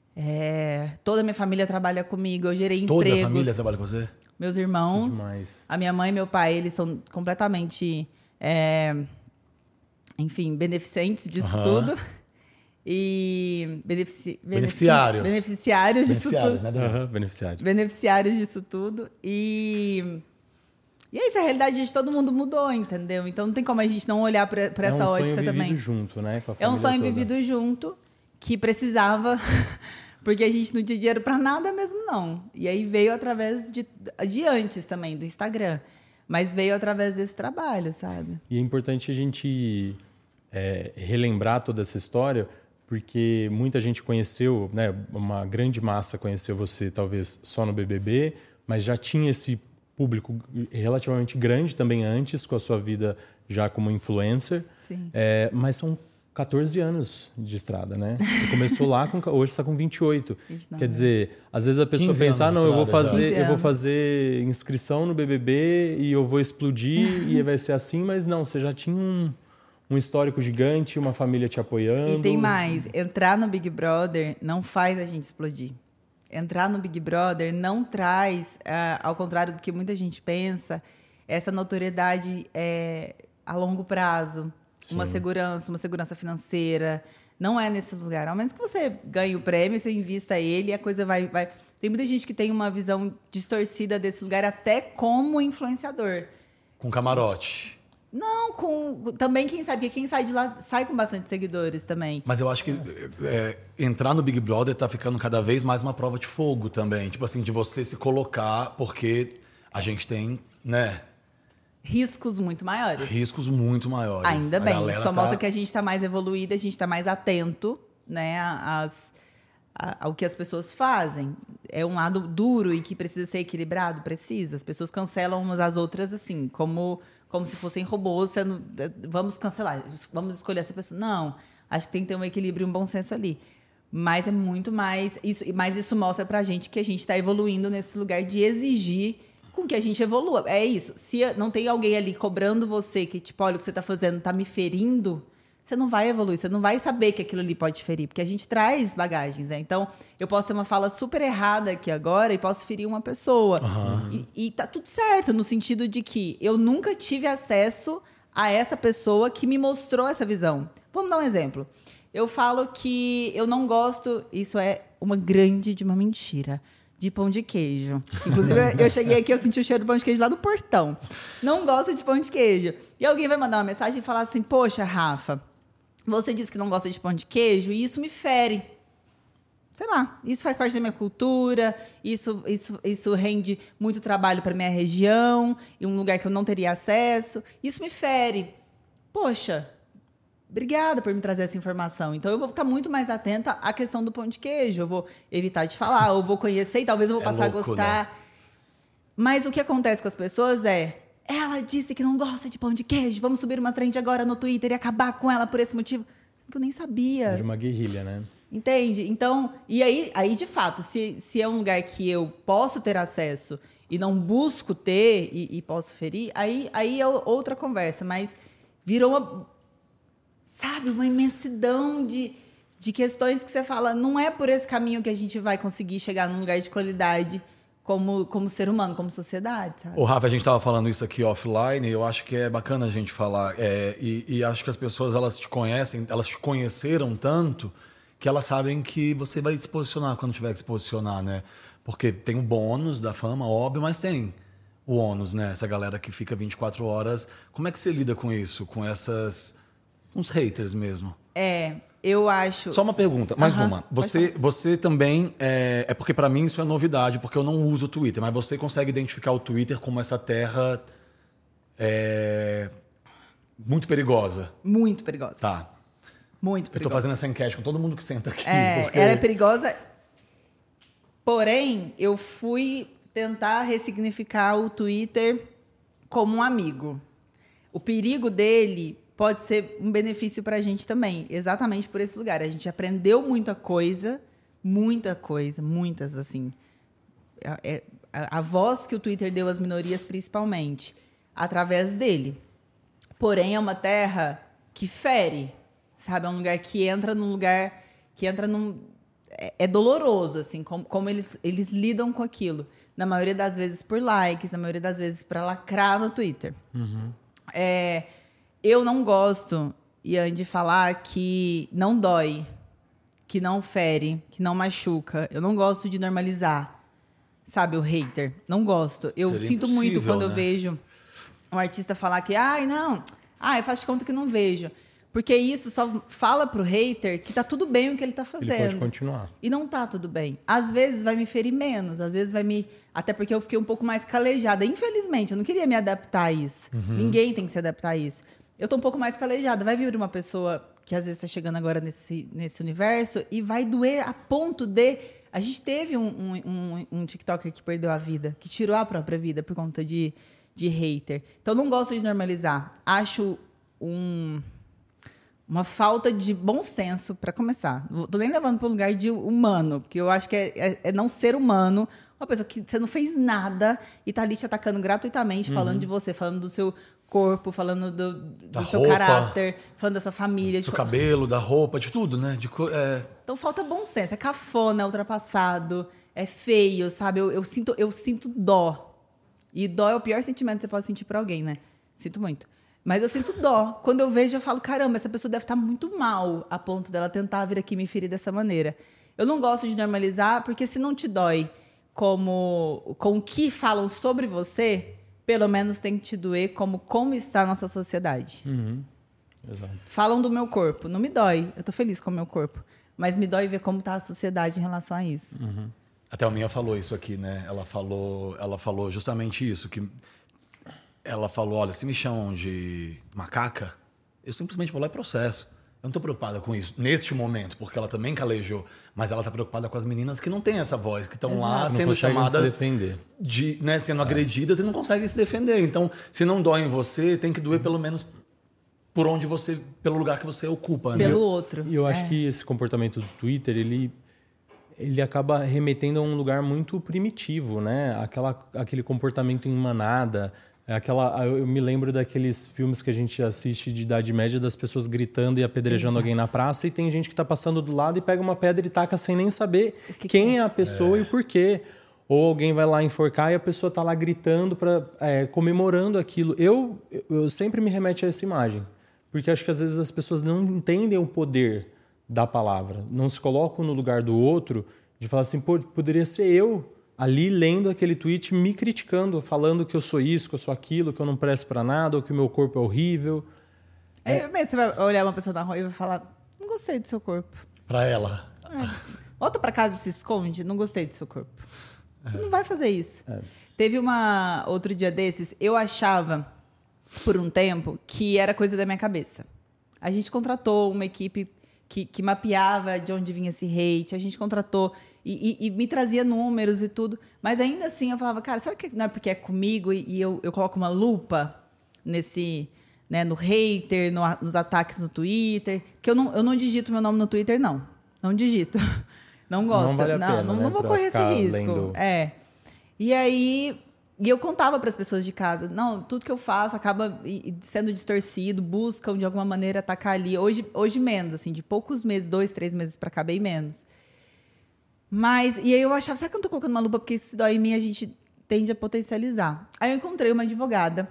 É, toda a minha família trabalha comigo, eu gerei Toda empregos. a família trabalha com você? Meus irmãos, Demais. a minha mãe e meu pai, eles são completamente, é, enfim, beneficentes disso Aham. tudo. E benefici- benefici- Beneficiários. beneficiários disso Beneficiários, tudo. né? Daniel? Aham, beneficiário. Beneficiários disso tudo. E, e é isso, a realidade de todo mundo mudou, entendeu? Então não tem como a gente não olhar para essa é um sonho ótica vivido também. junto, né? Com a É um família sonho toda. vivido junto, que precisava, porque a gente não tinha dinheiro para nada mesmo, não. E aí veio através de, de antes também, do Instagram. Mas veio através desse trabalho, sabe? E é importante a gente é, relembrar toda essa história, porque muita gente conheceu, né, uma grande massa conheceu você talvez só no B B B, mas já tinha esse público relativamente grande também antes, com a sua vida já como influencer. Sim. É, mas são catorze anos de estrada, né? Você começou lá, com, hoje você está com vinte e oito. vinte e nove. Quer dizer, às vezes a pessoa quinze pensa, ah, anos não, de eu vou estrada já. fazer, quinze eu vou anos. fazer inscrição no B B B e eu vou explodir e vai ser assim, mas não, você já tinha um, um histórico gigante, uma família te apoiando. E tem mais, entrar no Big Brother não faz a gente explodir. Entrar no Big Brother não traz, ah, ao contrário do que muita gente pensa, essa notoriedade é, a longo prazo, uma Sim. segurança, uma segurança financeira. Não é nesse lugar. Ao menos que você ganhe o prêmio, você invista ele e a coisa vai, vai... Tem muita gente que tem uma visão distorcida desse lugar até como influenciador. Com camarote. Não, com também quem sabe, porque quem sai de lá sai com bastante seguidores também. Mas eu acho que é, entrar no Big Brother tá ficando cada vez mais uma prova de fogo também. Tipo assim, de você se colocar, porque a gente tem, né? Riscos muito maiores. Riscos muito maiores. Ainda A bem, galera só tá- mostra que a gente está mais evoluída, a gente está mais atento, né, às, a- ao que as pessoas fazem. É um lado duro e que precisa ser equilibrado, precisa. As pessoas cancelam umas às outras assim, como, como se fossem robôs, sendo, vamos cancelar, vamos escolher essa pessoa. Não, acho que tem que ter um equilíbrio e um bom senso ali. Mas é muito mais... Isso, mas isso mostra pra gente que a gente está evoluindo nesse lugar de exigir com que a gente evolua. É isso. Se não tem alguém ali cobrando você que, tipo, olha, o que você está fazendo está me ferindo, você não vai evoluir, você não vai saber que aquilo ali pode ferir, porque a gente traz bagagens, né? Então, eu posso ter uma fala super errada aqui agora e posso ferir uma pessoa. Uhum. E, e tá tudo certo, no sentido de que eu nunca tive acesso a essa pessoa que me mostrou essa visão. Vamos dar um exemplo. Eu falo que eu não gosto, isso é uma grande de uma mentira, de pão de queijo. Inclusive, eu cheguei aqui, eu senti o cheiro do pão de queijo lá do portão. Não gosto de pão de queijo. E alguém vai mandar uma mensagem e falar assim, poxa, Rafa, você disse que não gosta de pão de queijo e isso me fere. Sei lá, isso faz parte da minha cultura, isso, isso, isso rende muito trabalho para minha região, em um lugar que eu não teria acesso. Isso me fere. Poxa, obrigada por me trazer essa informação. Então, eu vou estar muito mais atenta à questão do pão de queijo. Eu vou evitar de falar, eu vou conhecer e talvez eu vou É passar louco, a gostar. né? Mas o que acontece com as pessoas é... Ela disse que não gosta de pão de queijo. Vamos subir uma trend agora no Twitter e acabar com ela por esse motivo. Que eu nem sabia. De uma guerrilha, né? Entende? Então, e aí, aí de fato, se, se é um lugar que eu posso ter acesso e não busco ter e, e posso ferir, aí, aí é outra conversa. Mas virou uma, sabe, uma imensidão de, de questões que você fala, não é por esse caminho que a gente vai conseguir chegar num lugar de qualidade como, como ser humano, como sociedade, sabe? Ô, Rafa, a gente estava falando isso aqui offline, eu acho que é bacana a gente falar. É, e, e acho que as pessoas, elas te conhecem, elas te conheceram tanto que elas sabem que você vai se posicionar quando tiver que se posicionar, né? Porque tem o bônus da fama, óbvio, mas tem o ônus, né? Essa galera que fica vinte e quatro horas. Como é que você lida com isso? Com essas... uns haters mesmo? É, eu acho... Só uma pergunta, mais Aham, uma. pode Você, falar. você também... É, é porque para mim isso é novidade, porque eu não uso o Twitter, mas você consegue identificar o Twitter como essa terra é, muito perigosa. Muito perigosa. Tá. Muito Eu tô perigosa. fazendo essa enquete com todo mundo que senta aqui. É, porque... ela é perigosa. Porém, eu fui tentar ressignificar o Twitter como um amigo. O perigo dele pode ser um benefício para a gente também, exatamente por esse lugar. A gente aprendeu muita coisa, muita coisa, muitas, assim. É, é, a, a voz que o Twitter deu às minorias, principalmente, através dele. Porém, é uma terra que fere, sabe? É um lugar que entra num lugar... que entra num... É, é doloroso, assim, como, como eles, eles lidam com aquilo. Na maioria das vezes por likes, na maioria das vezes para lacrar no Twitter. Uhum. É, eu não gosto, Ian, de falar que não dói, que não fere, que não machuca. Eu não gosto de normalizar, sabe, o hater. Não gosto. Eu Seria sinto muito impossível, quando né? eu vejo um artista falar que, ai, não, ai, faz de conta que não vejo. Porque isso só fala pro hater que tá tudo bem o que ele tá fazendo. Ele pode continuar. E não tá tudo bem. Às vezes vai me ferir menos, às vezes vai me... Até porque eu fiquei um pouco mais calejada. Infelizmente, eu não queria me adaptar a isso. Uhum. Ninguém tem que se adaptar a isso. Eu tô um pouco mais calejada. Vai vir uma pessoa que às vezes tá chegando agora nesse, nesse universo e vai doer a ponto de... A gente teve um, um, um, um TikToker que perdeu a vida, que tirou a própria vida por conta de, de hater. Então, não gosto de normalizar. Acho um... uma falta de bom senso, para começar. Não tô nem levando para um lugar de humano, porque eu acho que é, é, é não ser humano. Uma pessoa que você não fez nada e tá ali te atacando gratuitamente, uhum. falando de você, falando do seu corpo, falando do, do seu roupa, caráter, falando da sua família. Do de... cabelo, da roupa, de tudo, né? De, é... Então falta bom senso. É cafona, é ultrapassado, é feio, sabe? Eu, eu, sinto, eu sinto dó. E dó é o pior sentimento que você pode sentir por alguém, né? Sinto muito. Mas eu sinto dó. Quando eu vejo, eu falo, caramba, essa pessoa deve estar muito mal a ponto dela tentar vir aqui me ferir dessa maneira. Eu não gosto de normalizar, porque se não te dói como com o que falam sobre você, pelo menos tem que te doer como, como está a nossa sociedade. Uhum. Exato. Falam do meu corpo. Não me dói. Eu tô feliz com o meu corpo. Mas me dói ver como está a sociedade em relação a isso. Uhum. A Thelminha falou isso aqui, né? Ela falou, ela falou justamente isso. Que ela falou, olha, se me chamam de macaca, eu simplesmente vou lá e processo. Eu não estou preocupada com isso neste momento, porque ela também calejou. Mas ela está preocupada com as meninas que não têm essa voz, que estão lá não sendo chamadas... se defender. De, né, sendo é. agredidas e não conseguem se defender. Então, se não dói em você, tem que doer pelo menos por onde você... Pelo lugar que você ocupa. Pelo né? outro. E eu acho é. que esse comportamento do Twitter, ele... ele acaba remetendo a um lugar muito primitivo, né? Aquela, aquele comportamento em manada, aquela, eu me lembro daqueles filmes que a gente assiste de Idade Média, das pessoas gritando e apedrejando Exato. alguém na praça, e tem gente que está passando do lado e pega uma pedra e taca sem nem saber que quem que é? é a pessoa é. e o porquê. Ou alguém vai lá enforcar e a pessoa está lá gritando, pra, é, comemorando aquilo. Eu, eu sempre me remete a essa imagem, porque acho que às vezes as pessoas não entendem o poder da palavra, não se colocam no lugar do outro, de falar assim, pô, poderia ser eu ali lendo aquele tweet, me criticando, falando que eu sou isso, que eu sou aquilo, que eu não presto para nada, ou que o meu corpo é horrível. É, é. Mas você vai olhar uma pessoa na rua e vai falar, não gostei do seu corpo. Para ela. É. Volta para casa e se esconde, não gostei do seu corpo. É. Não vai fazer isso. É. Teve uma outro dia desses, eu achava, por um tempo, que era coisa da minha cabeça. A gente contratou uma equipe que, que mapeava de onde vinha esse hate, a gente contratou e, e, e me trazia números e tudo, mas ainda assim eu falava, cara, será que não é porque é comigo e, e eu, eu coloco uma lupa nesse, né, no hater, no, nos ataques no Twitter, que eu não, eu não digito meu nome no Twitter, não. Não digito. Não gosto. Não vale a não, pena, não, né, não vou correr esse risco. Lendo... É. E aí... E eu contava para as pessoas de casa, não, tudo que eu faço acaba sendo distorcido, buscam de alguma maneira atacar ali. Hoje, hoje menos, assim, de poucos meses, dois, três meses para cá, bem menos. Mas, e aí eu achava, será que eu não estou colocando uma lupa? Porque se dói em mim, a gente tende a potencializar. Aí eu encontrei uma advogada,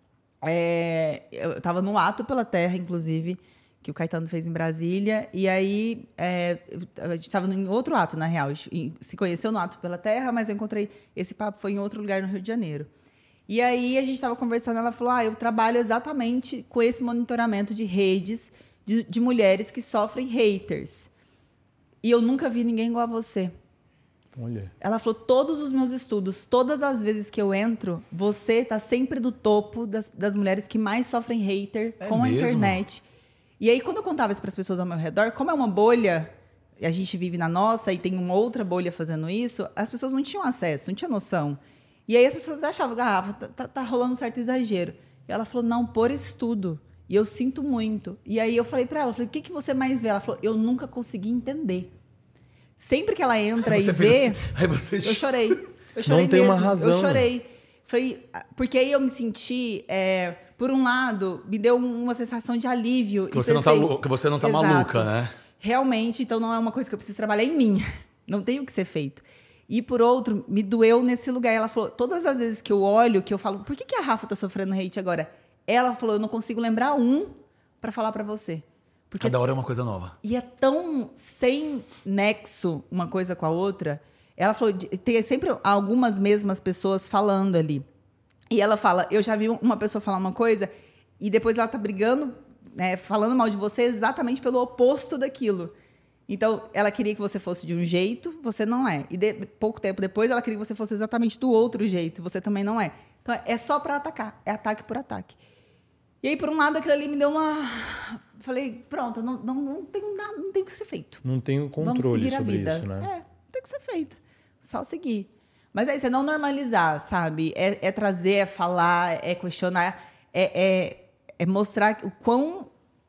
é, eu estava no Ato pela Terra, inclusive, que o Caetano fez em Brasília, e aí é, a gente estava em outro ato, na real, se conheceu no Ato pela Terra, mas eu encontrei, esse papo foi em outro lugar no Rio de Janeiro. E aí a gente estava conversando, ela falou, ah, eu trabalho exatamente com esse monitoramento de redes de, de mulheres que sofrem haters. E eu nunca vi ninguém igual a você. Olha. Ela falou, todos os meus estudos, todas as vezes que eu entro, você está sempre do topo das, das mulheres que mais sofrem hater é com mesmo? a internet. E aí, quando eu contava isso para as pessoas ao meu redor, como é uma bolha, a gente vive na nossa e tem uma outra bolha fazendo isso, as pessoas não tinham acesso, não tinham noção. E aí as pessoas achavam, garrafa, tá, tá, tá rolando um certo exagero. E ela falou, não, por estudo. E eu sinto muito. E aí eu falei para ela, falei, o que, que você mais vê? Ela falou, eu nunca consegui entender. Sempre que ela entra e vê, assim, aí você... eu chorei. Eu chorei não tem mesmo. uma razão. Eu chorei. Falei, porque aí eu me senti... É, por um lado, me deu uma sensação de alívio. Que, você, pensei, não tá, que você não tá exato, maluca, né? Realmente, então não é uma coisa que eu preciso trabalhar em mim. Não tem o que ser feito. E, por outro, me doeu nesse lugar. Ela falou, todas as vezes que eu olho, que eu falo, por que, que a Rafa tá sofrendo hate agora? Ela falou, eu não consigo lembrar um para falar para você. Porque cada hora é uma coisa nova. E é tão sem nexo uma coisa com a outra. Ela falou, tem sempre algumas mesmas pessoas falando ali. E ela fala, eu já vi uma pessoa falar uma coisa e depois ela tá brigando, né, falando mal de você exatamente pelo oposto daquilo. Então, ela queria que você fosse de um jeito, você não é. E de, pouco tempo depois, ela queria que você fosse exatamente do outro jeito, você também não é. Então, é só para atacar, é ataque por ataque. E aí, por um lado, aquilo ali me deu uma... Falei, pronto, não, não, não, tem, nada, não tem o que ser feito. Não tem o controle Vamos seguir sobre a vida. isso, né? É, não tem o que ser feito. Só seguir. Mas é isso, é não normalizar, sabe? É, é trazer, é falar, é questionar, é, é, é mostrar o quão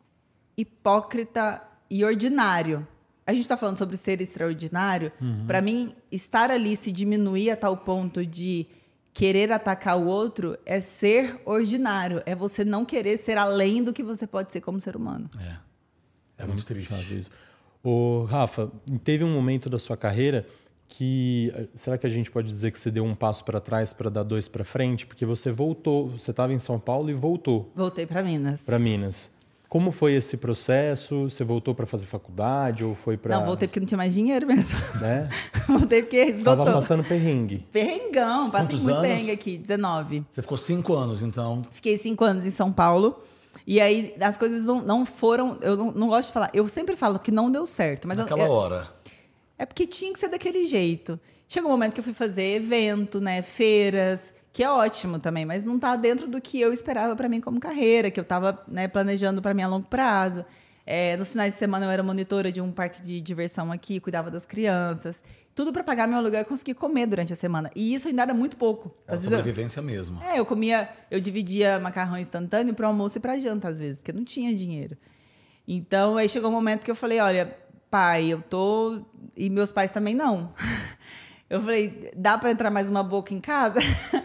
hipócrita e ordinário. A gente está falando sobre ser extraordinário. Uhum. Para mim, estar ali, se diminuir a tal ponto de querer atacar o outro, é ser ordinário. É você não querer ser além do que você pode ser como ser humano. É, é muito triste. Ô, Rafa, teve um momento da sua carreira que... Será que a gente pode dizer que você deu um passo para trás para dar dois para frente? Porque você voltou, você estava em São Paulo e voltou. Voltei para Minas. Para Minas. Como foi esse processo? Você voltou para fazer faculdade ou foi para... Não, voltei porque não tinha mais dinheiro mesmo. Né? Voltei porque esgotou. Tava passando perrengue. Perrengão, passei Quantos muito anos? perrengue aqui, dezenove. Você ficou cinco anos, então. Fiquei cinco anos em São Paulo. E aí as coisas não, não foram... Eu não, não gosto de falar. Eu sempre falo que não deu certo. Mas Naquela eu, hora. É porque tinha que ser daquele jeito. Chegou um momento que eu fui fazer evento, né, feiras, que é ótimo também, mas não está dentro do que eu esperava para mim como carreira, que eu estava, né, planejando para mim a longo prazo. É, nos finais de semana eu era monitora de um parque de diversão aqui, cuidava das crianças. Tudo para pagar meu aluguel e conseguir comer durante a semana. E isso ainda era muito pouco. É a Às vezes eu- sobrevivência mesmo. É, eu comia, eu dividia macarrão instantâneo para almoço e para janta, às vezes, porque não tinha dinheiro. Então, aí chegou um momento que eu falei, olha, pai, eu tô... E meus pais também não. Eu falei, dá para entrar mais uma boca em casa?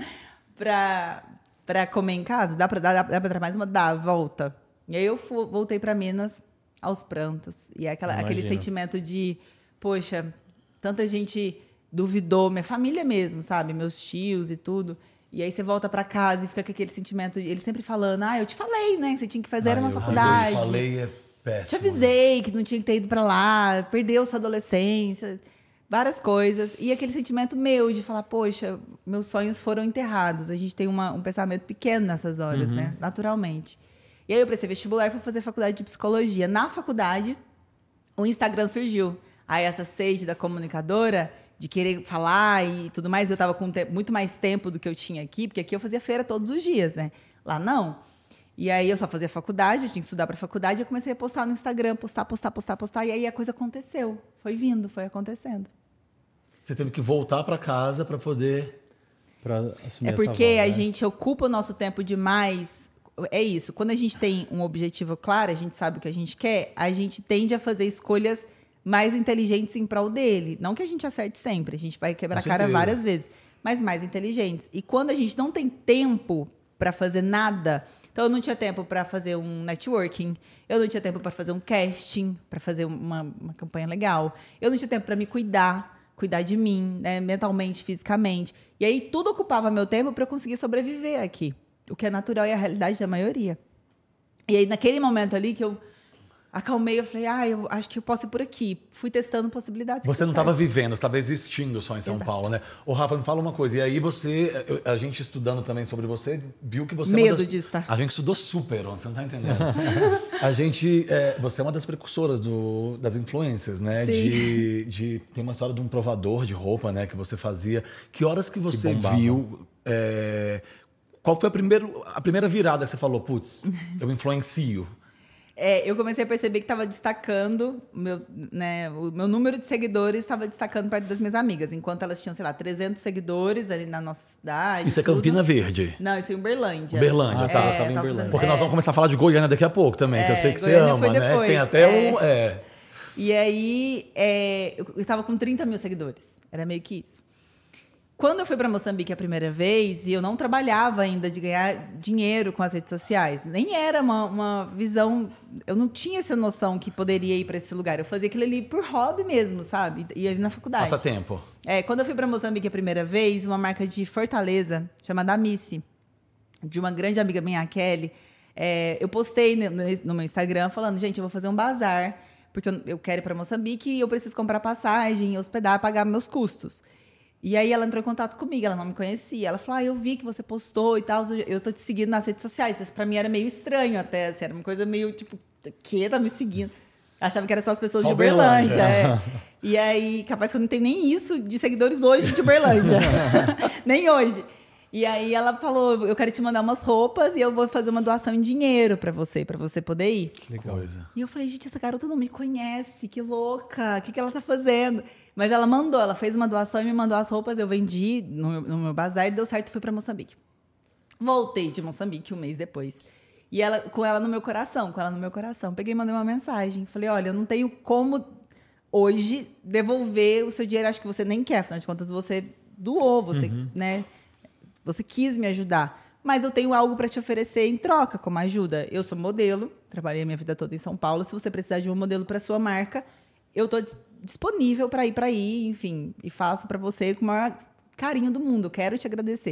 para para comer em casa? Dá para dá, dá pra entrar mais uma? Dá, volta. E aí eu fu- voltei para Minas aos prantos. E é aquela, aquele Imagino. sentimento de, poxa, tanta gente duvidou, minha família mesmo, sabe? Meus tios e tudo. E aí você volta para casa e fica com aquele sentimento, ele sempre falando, ah, eu te falei, né? Que você tinha que fazer era Ah, uma eu- faculdade. Eu falei é Te péssimo. avisei que não tinha que ter ido pra lá, perdeu sua adolescência, várias coisas. E aquele sentimento meu de falar, poxa, meus sonhos foram enterrados. A gente tem uma- um pensamento pequeno nessas horas, né? Naturalmente. E aí eu prestei vestibular e fui fazer faculdade de psicologia. Na faculdade, o Instagram surgiu. Aí essa sede da comunicadora, de querer falar e tudo mais, eu estava com te- muito mais tempo do que eu tinha aqui, porque aqui eu fazia feira todos os dias, né? Lá não. E aí eu só fazia faculdade, eu tinha que estudar para faculdade, e eu comecei a postar no Instagram, postar, postar, postar, postar, e aí a coisa aconteceu. Foi vindo, foi acontecendo. Você teve que voltar para casa para poder... Para assumir É essa porque vaga, a né? gente ocupa o nosso tempo demais. É isso. Quando a gente tem um objetivo claro, a gente sabe o que a gente quer, a gente tende a fazer escolhas mais inteligentes em prol dele. Não que a gente acerte sempre, a gente vai quebrar a Com cara certeza. várias vezes, mas mais inteligentes. E quando a gente não tem tempo para fazer nada, então eu não tinha tempo para fazer um networking, eu não tinha tempo para fazer um casting, para fazer uma, uma campanha legal, eu não tinha tempo para me cuidar, cuidar de mim, né, mentalmente, fisicamente. E aí tudo ocupava meu tempo para eu conseguir sobreviver aqui, o que é natural e a realidade da maioria. E aí naquele momento ali que eu acalmei, eu falei, ah, eu acho que eu posso ir por aqui. Fui testando possibilidades. Você que não deu estava certo. vivendo, você estava existindo só em São Exato. Paulo, né? Ô, Rafa, me fala uma coisa. E aí você, eu- a gente estudando também sobre você, viu que você é uma Medo das- disso, tá? A gente estudou super ontem, você não tá entendendo. A gente, é, você é uma das precursoras do, das influências, né? Sim. De, de, tem uma história de um provador de roupa, né? Que você fazia. Que horas que você bombava. viu... é, qual foi a, primeiro, a primeira virada que você falou, putz, eu influencio? É, eu comecei a perceber que estava destacando, o meu, né, o meu número de seguidores estava destacando perto das minhas amigas, enquanto elas tinham, sei lá, trezentos seguidos ali na nossa cidade. Isso é tudo. Campina Verde. Não, isso é Uberlândia. Uberlândia, Ah, tá. tá, É, tava em tava Uberlândia. fazendo- Porque é. nós vamos começar a falar de Goiânia daqui a pouco também, que eu É, sei que Goiânia você foi ama, né? depois, Tem até é. um... É. E aí, é, eu estava com trinta mil seguidores. Era meio que isso. Quando eu fui para Moçambique a primeira vez, e eu não trabalhava ainda de ganhar dinheiro com as redes sociais, nem era uma, uma visão... Eu não tinha essa noção que poderia ir para esse lugar. Eu fazia aquilo ali por hobby mesmo, sabe? E ali na faculdade. Passa tempo. É, quando eu fui para Moçambique a primeira vez, uma marca de Fortaleza, chamada Missy, de uma grande amiga minha, a Kelly, é, eu postei no, no meu Instagram falando, gente, eu vou fazer um bazar, porque eu, eu quero ir para Moçambique e eu preciso comprar passagem, hospedar, pagar meus custos. E aí ela entrou em contato comigo, ela não me conhecia. Ela falou, ah, eu vi que você postou e tal, eu tô te seguindo nas redes sociais. Isso pra mim era meio estranho até, assim, era uma coisa meio, tipo, que tá me seguindo? Achava que eram só as pessoas Só de Uberlândia. Uberlândia. É. E aí, capaz que eu não tenho nem isso de seguidores hoje de Uberlândia. Nem hoje. E aí ela falou, eu quero te mandar umas roupas e eu vou fazer uma doação em dinheiro pra você, pra você poder ir. Que coisa. E eu falei, gente, essa garota não me conhece, que louca, o que, que ela tá fazendo? Mas ela mandou, ela fez uma doação e me mandou as roupas, eu vendi no meu, no meu bazar e deu certo e fui pra Moçambique. Voltei de Moçambique um mês depois. E ela, com ela no meu coração, com ela no meu coração. Peguei e mandei uma mensagem. Falei, olha, eu não tenho como hoje devolver o seu dinheiro, acho que você nem quer, afinal de contas você doou, você, Uhum. né, você quis me ajudar. Mas eu tenho algo para te oferecer em troca, como ajuda. Eu sou modelo, trabalhei a minha vida toda em São Paulo. Se você precisar de um modelo para sua marca, eu estou disponível para ir para aí, enfim, e faço para você com o maior carinho do mundo. Quero te agradecer.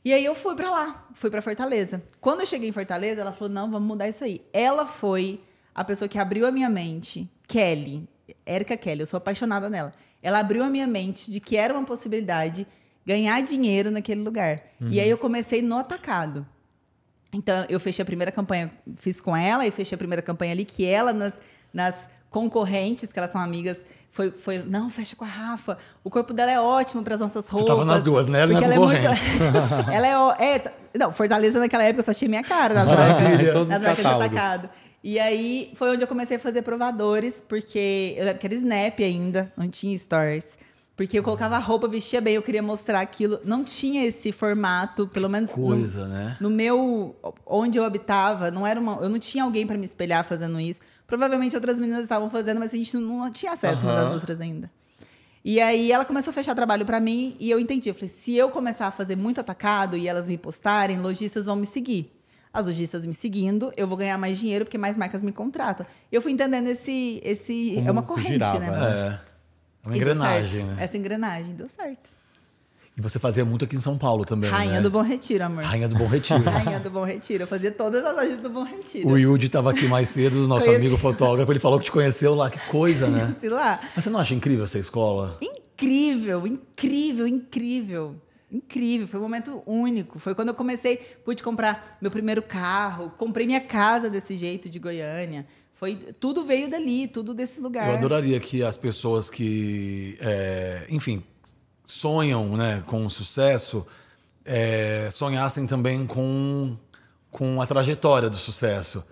E aí eu fui pra lá, fui pra Fortaleza. Quando eu cheguei em Fortaleza, ela falou, não, vamos mudar isso aí. Ela foi a pessoa que abriu a minha mente, Kelly, Érica Kelly, eu sou apaixonada nela. Ela abriu a minha mente de que era uma possibilidade ganhar dinheiro naquele lugar. Uhum. E aí eu comecei no atacado. Então, eu fechei a primeira campanha, fiz com ela, e fechei a primeira campanha ali, que ela, nas, nas concorrentes, que elas são amigas, foi, foi, não, fecha com a Rafa, o corpo dela é ótimo para as nossas roupas. Você tava nas duas, né? Ela, ela é muito... ela é, é... Não, Fortaleza naquela época eu só tinha minha cara nas marcas, nas marcas de atacado. E aí, foi onde eu comecei a fazer provadores, porque eu lembro que era Snap ainda, não tinha Stories. Porque eu colocava a roupa, vestia bem, eu queria mostrar aquilo. Não tinha esse formato, pelo menos coisa, no, né? no meu... Onde eu habitava, não era uma, eu não tinha alguém para me espelhar fazendo isso. Provavelmente outras meninas estavam fazendo, mas a gente não, não tinha acesso uhum. umas das outras ainda. E aí ela começou a fechar trabalho para mim e eu entendi. Eu falei, se eu começar a fazer muito atacado e elas me postarem, lojistas vão me seguir. As lojistas me seguindo, eu vou ganhar mais dinheiro porque mais marcas me contratam. Eu fui entendendo esse... esse é uma corrente, girava, né? É. Uma engrenagem, né? Essa engrenagem deu certo. E você fazia muito aqui em São Paulo também, Rainha né? do Bom Retiro, amor. Rainha do Bom Retiro. Rainha do Bom Retiro. Eu fazia todas as lojas do Bom Retiro. O Yudi estava aqui mais cedo, nosso Conheci. amigo fotógrafo. Ele falou que te conheceu lá. Que coisa, né? Conheci lá. Mas você não acha incrível essa escola? Incrível, incrível, incrível. Incrível. Foi um momento único. Foi quando eu comecei, pude comprar meu primeiro carro, comprei minha casa desse jeito de Goiânia. Foi, tudo veio dali, tudo desse lugar. Eu adoraria que as pessoas que, é, enfim, sonham, né, com o sucesso, é, sonhassem também com, com a trajetória do sucesso.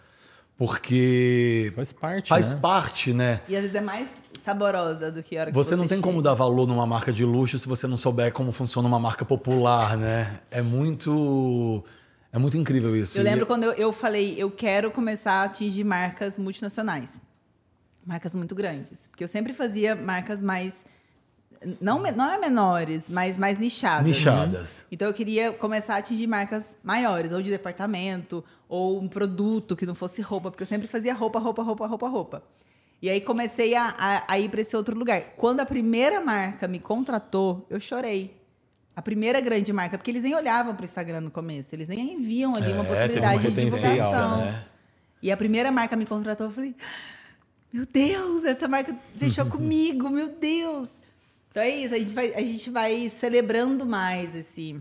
Porque faz parte, faz né? parte, né? E às vezes é mais saborosa do que a hora que você você não tem chega. como dar valor numa marca de luxo se você não souber como funciona uma marca popular, né? É muito... É muito incrível isso. Eu lembro quando eu, eu falei, eu quero começar a atingir marcas multinacionais. Marcas muito grandes. Porque eu sempre fazia marcas mais... Não, não é menores, mas mais nichadas. Nichadas. Então, eu queria começar a atingir marcas maiores. Ou de departamento, ou um produto que não fosse roupa. Porque eu sempre fazia roupa, roupa, roupa, roupa, roupa. E aí, comecei a, a, a ir para esse outro lugar. Quando a primeira marca me contratou, eu chorei. A primeira grande marca, porque eles nem olhavam para o Instagram no começo, eles nem enviam ali uma É, possibilidade tem uma de divulgação. né? E a primeira marca me contratou, eu falei, meu Deus, essa marca fechou comigo, meu Deus. Então é isso, a gente vai, a gente vai celebrando mais esse...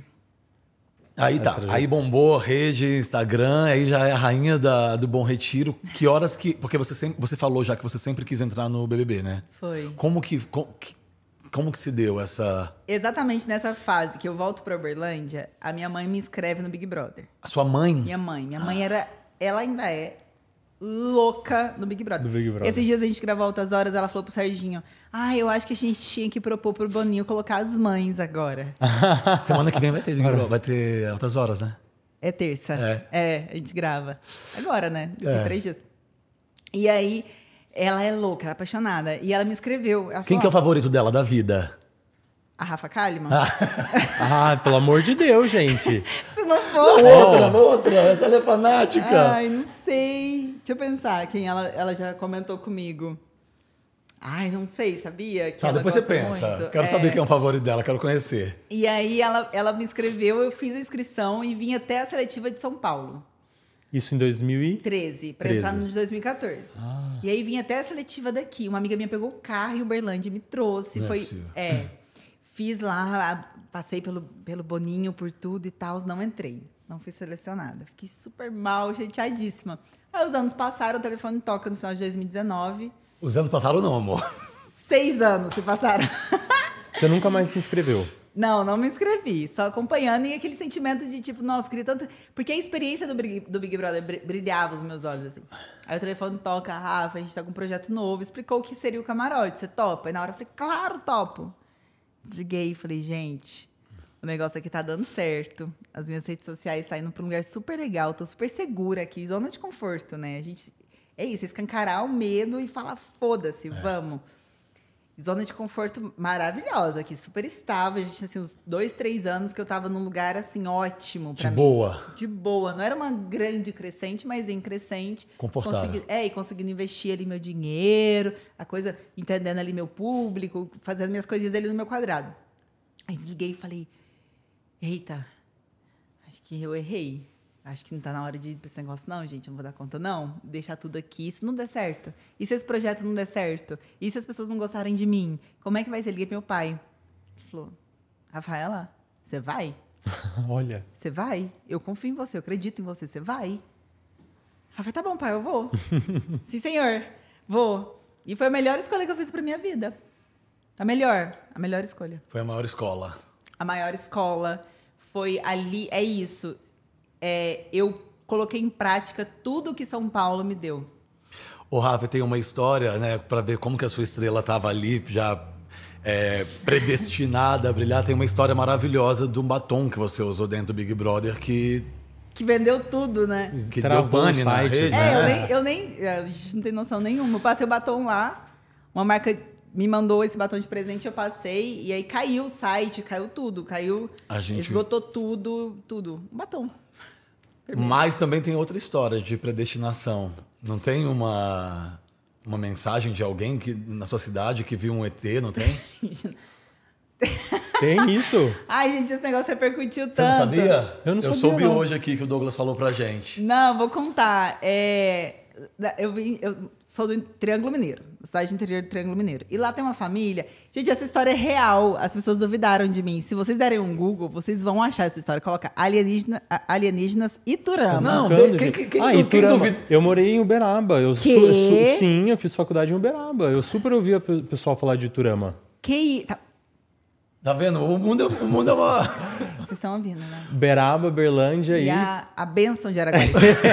Aí tá, aí bombou rede, Instagram, aí já é a rainha da, do Bom Retiro. Que horas que... Porque você, sempre, você falou já que você sempre quis entrar no B B B, né? Foi. Como que... Como que Como que se deu essa... Exatamente nessa fase que eu volto para Uberlândia, a minha mãe me inscreve no Big Brother. A sua mãe? Minha mãe. Minha mãe era... Ela ainda é louca no Big Brother. Do Big Brother. Esses dias a gente gravou Altas Horas, ela falou pro Serginho, ah, eu acho que a gente tinha que propor pro Boninho colocar as mães agora. Semana que vem vai ter Big Brother, vai ter Altas Horas, né? É terça. É. É, a gente grava. Agora, né? Tem É. três dias. E aí, ela é louca, ela é apaixonada. E ela me escreveu. Ela Quem falou, que é o favorito dela, da vida? a Rafa Kalimann? Ah, pelo amor de Deus, gente. Se não for... Outra, outra, essa ela é fanática. Ai, não sei. Deixa eu pensar quem ela, ela já comentou comigo. Ai, não sei, sabia? Que Tá, ela depois você gosta pensa. muito. Quero É. saber quem é o favorito dela, quero conhecer. E aí, ela, ela me escreveu, eu fiz a inscrição e vim até a seletiva de São Paulo. Isso em dois mil e treze, para treze. entrar no de dois mil e quatorze. Ah. E aí vim até a seletiva daqui. Uma amiga minha pegou o carro em Uberlândia e me trouxe. Não é foi, possível. é, fiz lá, passei pelo, pelo Boninho, por tudo e tal, não entrei. Não fui selecionada. Fiquei super mal, chateadíssima. Aí os anos passaram, o telefone toca no final de dois mil e dezenove. Os anos passaram não, amor. Seis anos se passaram. Você nunca mais se inscreveu? Não, não me inscrevi. Só acompanhando e aquele sentimento de tipo, nossa, queria tanto... Porque a experiência do Big, do Big Brother br- brilhava os meus olhos, assim. Aí o telefone toca, Rafa, a gente tá com um projeto novo. Explicou o que seria o camarote, você topa? E na hora eu falei, claro, topo. Desliguei e falei, gente, o negócio aqui tá dando certo. As minhas redes sociais saindo pra um lugar super legal, tô super segura aqui, zona de conforto, né? A gente... É isso, escancarar o medo e falar, foda-se, vamos. Zona de conforto maravilhosa aqui, super estável. A gente tinha assim, uns dois, três anos que eu tava num lugar assim ótimo pra De mim. boa. De boa. Não era uma grande crescente, mas em crescente. Confortável. Consegui, é, e conseguindo investir ali meu dinheiro, a coisa, entendendo ali meu público, fazendo minhas coisinhas ali no meu quadrado. Aí desliguei e falei, eita, Acho que eu errei. Acho que não tá na hora de ir pra esse negócio, não, gente. Eu não vou dar conta, não. Deixar tudo aqui. E se não der certo? E se esse projeto não der certo? E se as pessoas não gostarem de mim? Como é que vai ser? Liguei pro meu pai. Ele falou, Rafaela, você vai? Olha. Você vai? Eu confio em você, eu acredito em você. Você vai? Rafael, tá bom, pai, eu vou. Sim, senhor. Vou. E foi a melhor escolha que eu fiz pra minha vida. A melhor. A melhor escolha. Foi a maior escola. A maior escola. Foi ali... É isso. É, eu coloquei em prática tudo que São Paulo me deu. O Rafa tem uma história, né, para ver como que a sua estrela estava ali, já é, predestinada a brilhar. Tem uma história maravilhosa de um batom que você usou dentro do Big Brother que... Que vendeu tudo, né? Que Travou deu pane o na site, rede, É, né? eu nem, eu nem... A gente não tem noção nenhuma. Eu passei o batom lá, uma marca me mandou esse batom de presente, eu passei, e aí caiu o site, caiu tudo, caiu... A gente... Esgotou tudo, tudo. Um batom. Mas também tem outra história de predestinação. Não tem uma, uma mensagem de alguém que, na sua cidade que viu um E T, não tem? Tem isso? Ai, gente, esse negócio repercutiu tanto. Você não sabia? Eu não Eu sabia, soube não. hoje aqui que o Douglas falou pra gente. Não, vou contar. É, eu, vim, eu sou do Triângulo Mineiro, cidade interior do Triângulo Mineiro. E lá tem uma família... Gente, essa história é real. As pessoas duvidaram de mim. Se vocês derem um Google, vocês vão achar essa história. Coloca alienígena, alienígenas Iturama. Não, Brincando, quem- gente. quem- quem- ah, quem Iturama. duvida? Eu morei em Uberaba. Eu Quê? su- eu su- sim, eu fiz faculdade em Uberaba. Eu super ouvia o pessoal falar de Iturama. Que... Tá, Tá vendo? O mundo, é- o mundo é uma... vocês estão ouvindo, né? Uberaba, Berlândia E e a, a bênção de Araguari.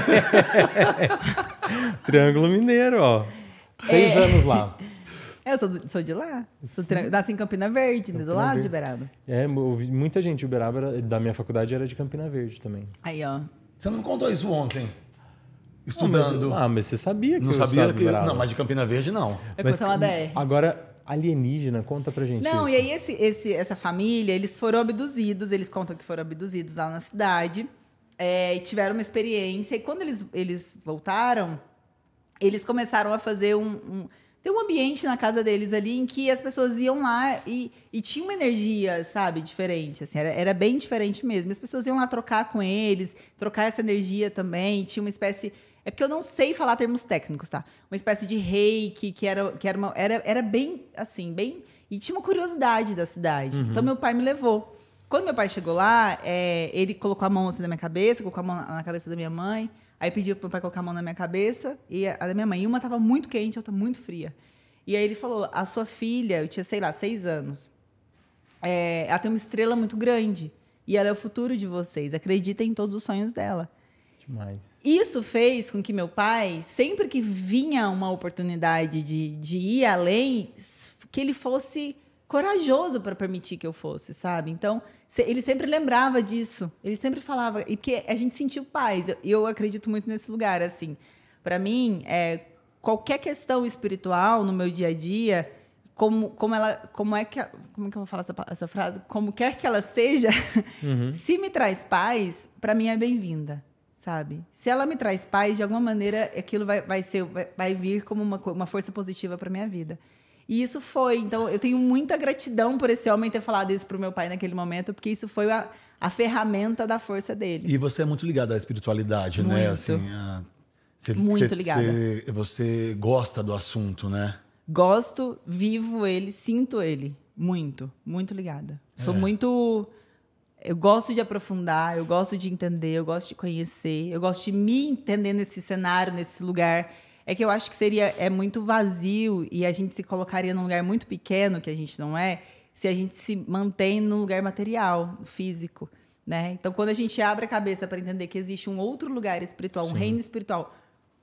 Triângulo Mineiro, ó. Seis É. anos lá. Eu sou, do- sou de lá. Sou do Triângulo- nasci em Campina Verde, do lado Verde. de Uberaba. É, eu ouvi- muita gente de Uberaba, era- da minha faculdade, era de Campina Verde também. Aí, ó. Você não me contou isso ontem? Não, Estudando. mas, ah, mas você sabia que não eu sabia estudava em que... Uberaba. Não, mas de Campina Verde, não. Vai Mas começar uma D R. Agora, alienígena, conta pra gente Não, isso. e aí esse, esse, essa família, eles foram abduzidos, eles contam que foram abduzidos lá na cidade, é, e tiveram uma experiência, e quando eles, eles voltaram, eles começaram a fazer um, um... Tem um ambiente na casa deles ali em que as pessoas iam lá e, e tinha uma energia, sabe, diferente, assim, era, era bem diferente mesmo. As pessoas iam lá trocar com eles, trocar essa energia também, tinha uma espécie... É porque eu não sei falar termos técnicos, tá? Uma espécie de reiki, que era, que era, uma, era, era bem, assim, bem... E tinha uma curiosidade da cidade. Então, meu pai me levou. Quando meu pai chegou lá, é, ele colocou a mão assim na minha cabeça, colocou a mão na cabeça da minha mãe, aí pediu pro meu pai colocar a mão na minha cabeça e a, a da minha mãe. E uma tava muito quente, a outra muito fria. E aí ele falou, a sua filha, eu tinha, sei lá, seis anos, é, ela tem uma estrela muito grande e ela é o futuro de vocês. Acreditem em todos os sonhos dela. Demais. Isso fez com que meu pai, sempre que vinha uma oportunidade de, de ir além, que ele fosse corajoso para permitir que eu fosse, sabe? Então, se- ele sempre lembrava disso. Ele sempre falava... E porque a gente sentiu paz. Eu, eu acredito muito nesse lugar, assim. Para mim, é, qualquer questão espiritual no meu dia a dia, como, como, ela, como é que... a- Como é que eu vou falar essa, pa- essa frase? Como quer que ela seja, se me traz paz, para mim é bem-vinda. Sabe? Se ela me traz paz, de alguma maneira, aquilo vai, vai, ser, vai, vai vir como uma, co- uma força positiva para minha vida. E isso foi. Então, eu tenho muita gratidão por esse homem ter falado isso para o meu pai naquele momento, porque isso foi a, a ferramenta da força dele. E você é muito ligado à espiritualidade, né? Muito. Assim, a... Cê, Muito cê- ligada. cê- você gosta do assunto, né? Gosto, vivo ele, sinto ele. Muito, muito ligada. Sou É. muito... Eu gosto de aprofundar, eu gosto de entender, eu gosto de conhecer, eu gosto de me entender nesse cenário, nesse lugar. É que eu acho que seria é muito vazio e a gente se colocaria num lugar muito pequeno, que a gente não é, se a gente se mantém num lugar material, físico, né? Então, quando a gente abre a cabeça para entender que existe um outro lugar espiritual, um reino espiritual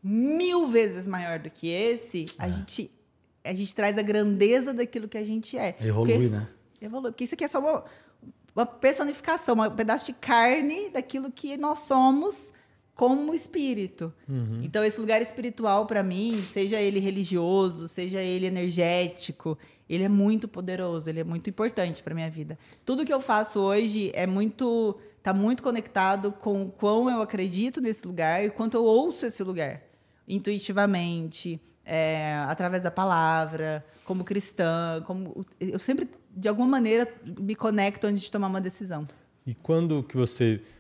mil vezes maior do que esse, a gente a gente traz a grandeza daquilo que a gente é. Evolui, Porque- né? Evolui, porque isso aqui é só uma, uma personificação, um pedaço de carne daquilo que nós somos como espírito. Então, esse lugar espiritual, para mim, seja ele religioso, seja ele energético, ele é muito poderoso, ele é muito importante para minha vida. Tudo que eu faço hoje é muito, tá muito conectado com o quão eu acredito nesse lugar e quanto eu ouço esse lugar, intuitivamente, é, através da palavra, como cristã, como eu sempre de alguma maneira me conecto antes de tomar uma decisão. E quando que você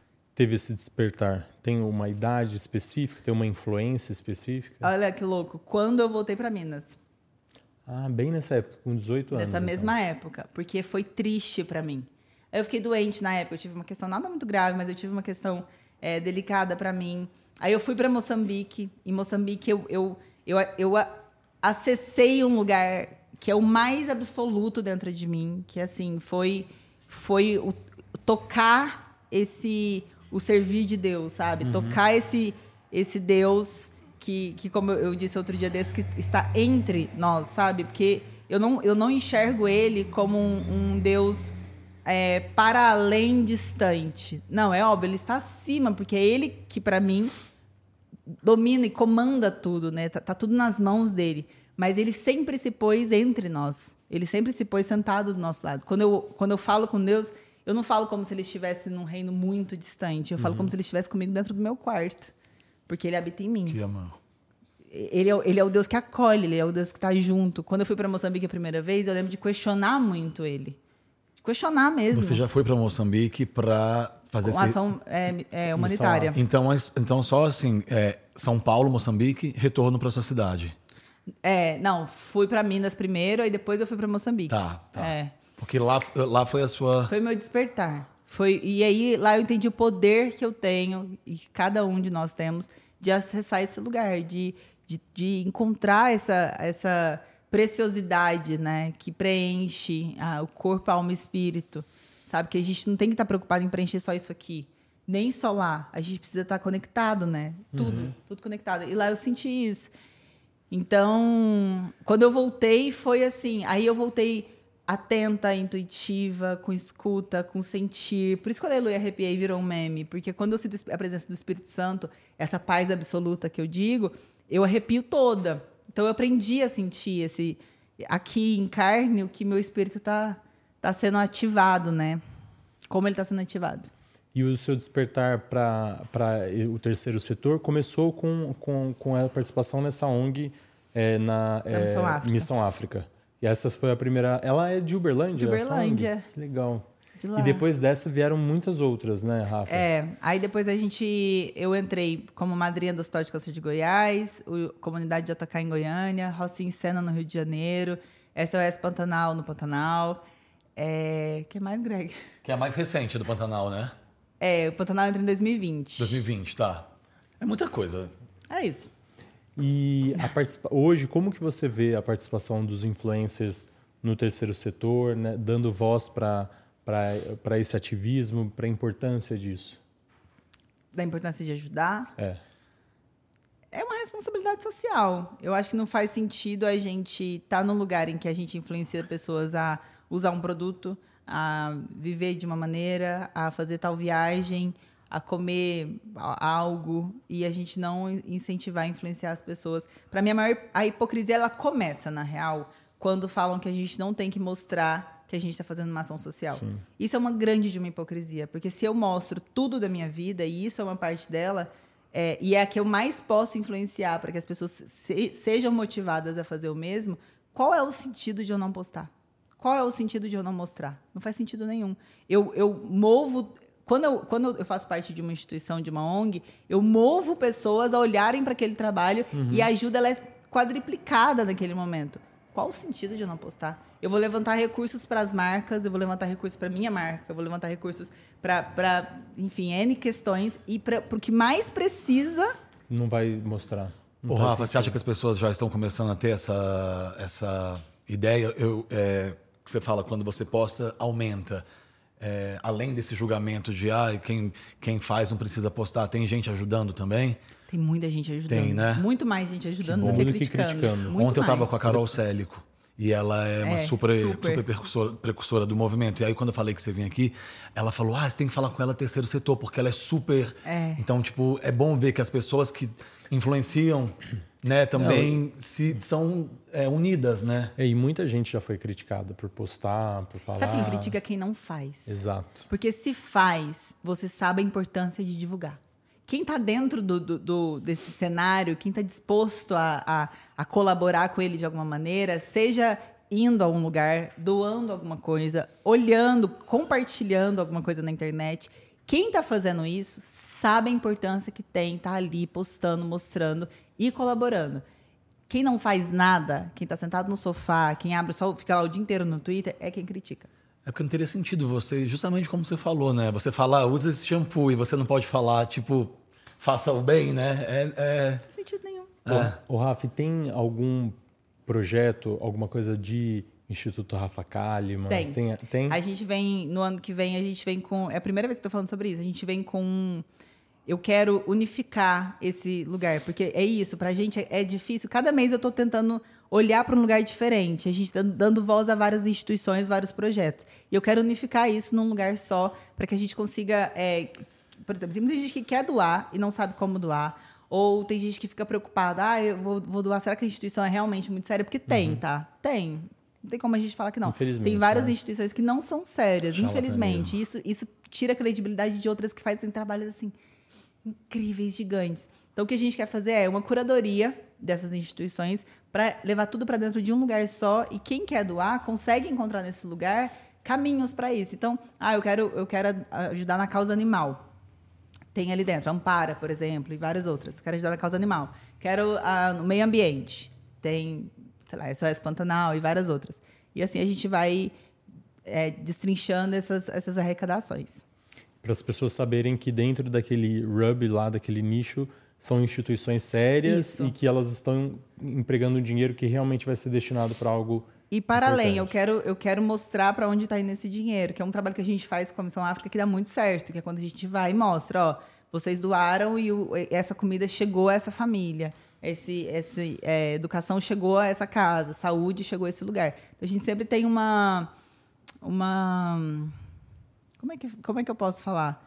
teve esse despertar? Tem uma idade específica? Tem uma influência específica? Olha que louco. Quando eu voltei para Minas. Ah, bem nessa época, com dezoito anos. Nessa mesma então. época, porque foi triste para mim. Eu fiquei doente na época, eu tive uma questão nada muito grave, mas eu tive uma questão é, delicada para mim. Aí eu fui para Moçambique. Em Moçambique eu, eu, eu, eu acessei um lugar que é o mais absoluto dentro de mim, que assim foi foi o, tocar esse o servir de Deus, sabe? Uhum. Tocar esse esse Deus que, que como eu disse outro dia desse, que está entre nós, sabe? Porque eu não eu não enxergo ele como um, um Deus é, para além distante. Não, é óbvio, ele está acima, porque é ele que para mim domina e comanda tudo, né? Tá, tá tudo nas mãos dele. Mas ele sempre se pôs entre nós. Ele sempre se pôs sentado do nosso lado. Quando eu, quando eu falo com Deus, eu não falo como se ele estivesse num reino muito distante. Eu falo uhum. como se ele estivesse comigo dentro do meu quarto. Porque ele habita em mim. Que amor. Ele é, ele é o Deus que acolhe, ele é o Deus que está junto. Quando eu fui para Moçambique a primeira vez, eu lembro de questionar muito ele. De questionar mesmo. Você já foi para Moçambique para fazer uma ação é, é, humanitária. Então, então, só assim, é, São Paulo, Moçambique, retorno para sua cidade. É, não, fui para Minas primeiro, aí depois eu fui para Moçambique. Tá, tá. É. Porque lá, lá foi a sua... Foi o meu despertar. Foi, e aí, lá eu entendi o poder que eu tenho, e que cada um de nós temos, de acessar esse lugar, de, de, de encontrar essa, essa preciosidade, né, que preenche ah, o corpo, a alma e o espírito. Sabe? Que a gente não tem que estar preocupado em preencher só isso aqui. Nem só lá. A gente precisa estar conectado, né? Tudo, uhum. tudo conectado. E lá eu senti isso. Então, quando eu voltei, foi assim. Aí eu voltei atenta, intuitiva, com escuta, com sentir. Por isso que o Aleluia Arrepiei virou um meme. Porque quando eu sinto a presença do Espírito Santo, essa paz absoluta que eu digo, eu arrepio toda. Então, eu aprendi a sentir esse, aqui em carne o que meu espírito está tá sendo ativado, né? Como ele está sendo ativado. E o seu despertar para o terceiro setor começou com, com, com a participação nessa O N G é, na, na é, Missão, África. Missão África. E essa foi a primeira... Ela é de Uberlândia? De Uberlândia. Que legal. De lá. E depois dessa vieram muitas outras, né, Rafa? É. Aí depois a gente... Eu entrei como madrinha do Hospital de Câncer de Goiás, o, Comunidade de Atacá em Goiânia, Rocinha em Sena no Rio de Janeiro, S O S Pantanal no Pantanal. É... O que mais, Greg? Que é a mais recente do Pantanal, né? É, o Pantanal entra em dois mil e vinte. dois mil e vinte, tá. É muita coisa. É isso. E a participa... hoje, como que você vê a participação dos influencers no terceiro setor, né, dando voz para para esse ativismo, para a importância disso? Da importância de ajudar? É. É uma responsabilidade social. Eu acho que não faz sentido a gente estar tá num lugar em que a gente influencia pessoas a usar um produto, a viver de uma maneira, a fazer tal viagem, a comer algo, e a gente não incentivar, influenciar as pessoas. Para mim, a, maior, a hipocrisia ela começa, na real, quando falam que a gente não tem que mostrar que a gente está fazendo uma ação social. Sim. Isso é uma grande de uma hipocrisia, porque se eu mostro tudo da minha vida, e isso é uma parte dela, é, e é a que eu mais posso influenciar para que as pessoas se, sejam motivadas a fazer o mesmo, qual é o sentido de eu não postar? Qual é o sentido de eu não mostrar? Não faz sentido nenhum. Eu, eu movo... Quando eu, quando eu faço parte de uma instituição, de uma O N G, eu movo pessoas a olharem para aquele trabalho uhum. e a ajuda ela é quadriplicada naquele momento. Qual o sentido de eu não postar? Eu vou levantar recursos para as marcas, eu vou levantar recursos para a minha marca, eu vou levantar recursos para, enfim, N questões, e para o que mais precisa... Não vai mostrar. Não Ô, Rafa, sentido. Você acha que as pessoas já estão começando a ter essa, essa ideia? Eu, é, que você fala, quando você posta, aumenta. É, além desse julgamento de ah, quem, quem faz não precisa postar, tem gente ajudando também? Tem muita gente ajudando. Tem, né? Muito mais gente ajudando que do que criticando. Que criticando. Ontem mais. Eu estava com a Carol Célico. E ela é uma é, super, super. super precursora, precursora do movimento. E aí, quando eu falei que você vinha aqui, ela falou, ah, você tem que falar com ela terceiro setor, porque ela é super... É. Então, tipo, é bom ver que as pessoas que influenciam, né, também Não, se, são é, unidas, né? É, e muita gente já foi criticada por postar, por falar... Sabe quem critica? Quem não faz. Exato. Porque se faz, você sabe a importância de divulgar. Quem está dentro do, do, do, desse cenário, quem está disposto a, a, a colaborar com ele de alguma maneira, seja indo a um lugar, doando alguma coisa, olhando, compartilhando alguma coisa na internet, Quem está fazendo isso sabe a importância que tem estar tá ali postando, mostrando e colaborando. Quem não faz nada, quem está sentado no sofá, quem abre só, fica lá o dia inteiro no Twitter, é quem critica. É porque não teria sentido você, justamente como você falou, né? Você falar, usa esse shampoo e você não pode falar, tipo, faça o bem, né? É, é... Não faz sentido nenhum. É. Ô, Rafa, tem algum projeto, alguma coisa de Instituto Rafa Kalimann? Tem. tem. Tem? A gente vem, no ano que vem, a gente vem com... É a primeira vez que eu tô falando sobre isso. A gente vem com... Eu quero unificar esse lugar, porque é isso, pra gente é, é difícil. Cada mês eu tô tentando olhar para um lugar diferente. A gente está dando voz a várias instituições, vários projetos. E eu quero unificar isso num lugar só, para que a gente consiga... É, por exemplo, tem muita gente que quer doar e não sabe como doar. Ou tem gente que fica preocupada. Ah, eu vou, vou doar. Será que a instituição é realmente muito séria? Porque tem, uhum. tá? Tem. Não tem como a gente falar que não. Tem várias né? instituições que não são sérias, infelizmente. Isso, isso tira a credibilidade de outras que fazem trabalhos assim incríveis, gigantes. Então, o que a gente quer fazer é uma curadoria dessas instituições para levar tudo para dentro de um lugar só. E quem quer doar consegue encontrar nesse lugar caminhos para isso. Então, ah, eu quero, eu quero ajudar na causa animal. Tem ali dentro, Ampara, por exemplo, e várias outras. Quero ajudar na causa animal. Quero ah, no meio ambiente. Tem, sei lá, S O S Pantanal e várias outras. E assim a gente vai é, destrinchando essas, essas arrecadações. Para as pessoas saberem que dentro daquele rub lá, daquele nicho, são instituições sérias Isso. e que elas estão empregando dinheiro que realmente vai ser destinado para algo E para importante. além, eu quero, eu quero mostrar para onde está indo esse dinheiro, que é um trabalho que a gente faz com a Missão África que dá muito certo, que é quando a gente vai e mostra, ó, vocês doaram e o, essa comida chegou a essa família, esse, esse, é, educação chegou a essa casa, saúde chegou a esse lugar. Então, a gente sempre tem uma... uma como, é que, como é que eu posso falar?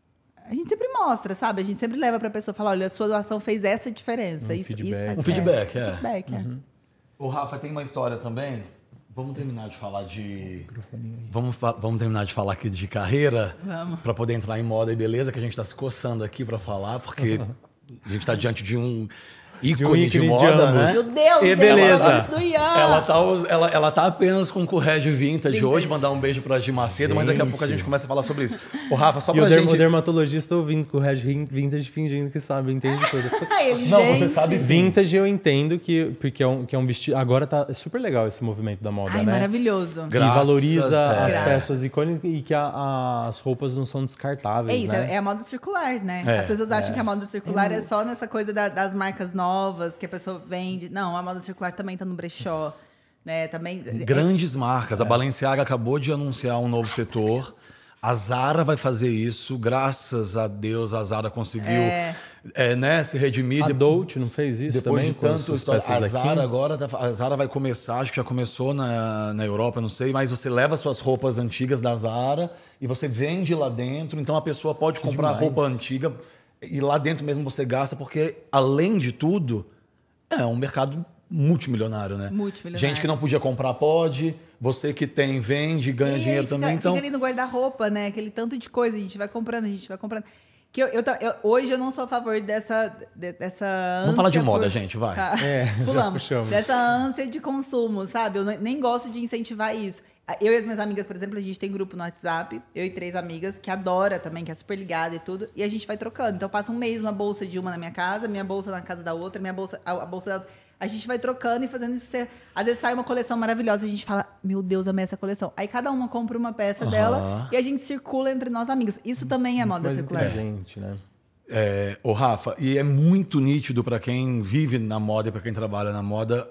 A gente sempre mostra, sabe? A gente sempre leva para a pessoa falar, olha, a sua doação fez essa diferença. Um isso, feedback. isso faz Um feedback, é. Um feedback, uhum. é. Ô, Rafa, tem uma história também. Vamos terminar de falar de... Vamos, vamos terminar de falar aqui de carreira? Vamos. Para poder entrar em moda e beleza, que a gente está se coçando aqui para falar, porque a gente está diante de um... ícone de, um ícone de moda, de né? Meu Deus, e beleza. Ela tá, ela, ela tá apenas com o Correge Vintage, Vintage hoje, mandar um beijo pra Gi Macedo, gente. Mas daqui a pouco a gente começa a falar sobre isso. O Rafa, só e pra o gente... o dermatologista ouvindo Correge Vintage fingindo que sabe, entende tudo. Ele, Não, gente. você sabe sim. Vintage eu entendo que, porque é um, que é um vestido... Agora tá super legal esse movimento da moda, Ai, né? maravilhoso. Que valoriza é. as Graças. peças icônicas e que a, as roupas não são descartáveis, É isso, né? é a moda circular, né? É, As pessoas acham é. que a moda circular é, é só nessa coisa da, das marcas novas, que a pessoa vende. Não, a moda circular também está no brechó, né? Também grandes é... marcas. A Balenciaga acabou de anunciar um novo setor. A Zara vai fazer isso. Graças a Deus, a Zara conseguiu é... É, né, se redimir. A Dolce não fez isso depois também? De tanto história. A Zara agora, a Zara vai começar, acho que já começou na, na Europa, não sei, mas você leva suas roupas antigas da Zara e você vende lá dentro. Então a pessoa pode comprar Demais. roupa antiga e lá dentro mesmo você gasta, porque além de tudo é um mercado multimilionário, né? Multimilionário. Gente que não podia comprar pode, você que tem, vende, ganha e dinheiro fica, também. Então... fica ali no guarda-roupa, né? Aquele tanto de coisa, a gente vai comprando, a gente vai comprando. Que eu, eu, eu, hoje eu não sou a favor dessa, de, dessa ânsia... Vamos falar de moda, por... gente, vai. Tá. É, Pulamos. Dessa ânsia de consumo, sabe? Eu nem gosto de incentivar isso. Eu e as minhas amigas, por exemplo, a gente tem grupo no WhatsApp, eu e três amigas, que adora também, que é super ligada e tudo, e a gente vai trocando. Então, passa um mês uma bolsa de uma na minha casa, minha bolsa na casa da outra, minha bolsa, a, a bolsa da outra. A gente vai trocando e fazendo isso ser... Às vezes sai uma coleção maravilhosa e a gente fala, meu Deus, amei essa coleção. Aí cada uma compra uma peça uhum. dela e a gente circula entre nós amigas. Isso também é moda circular. Gente, né? É, ô Rafa, e é muito nítido para quem vive na moda e para quem trabalha na moda.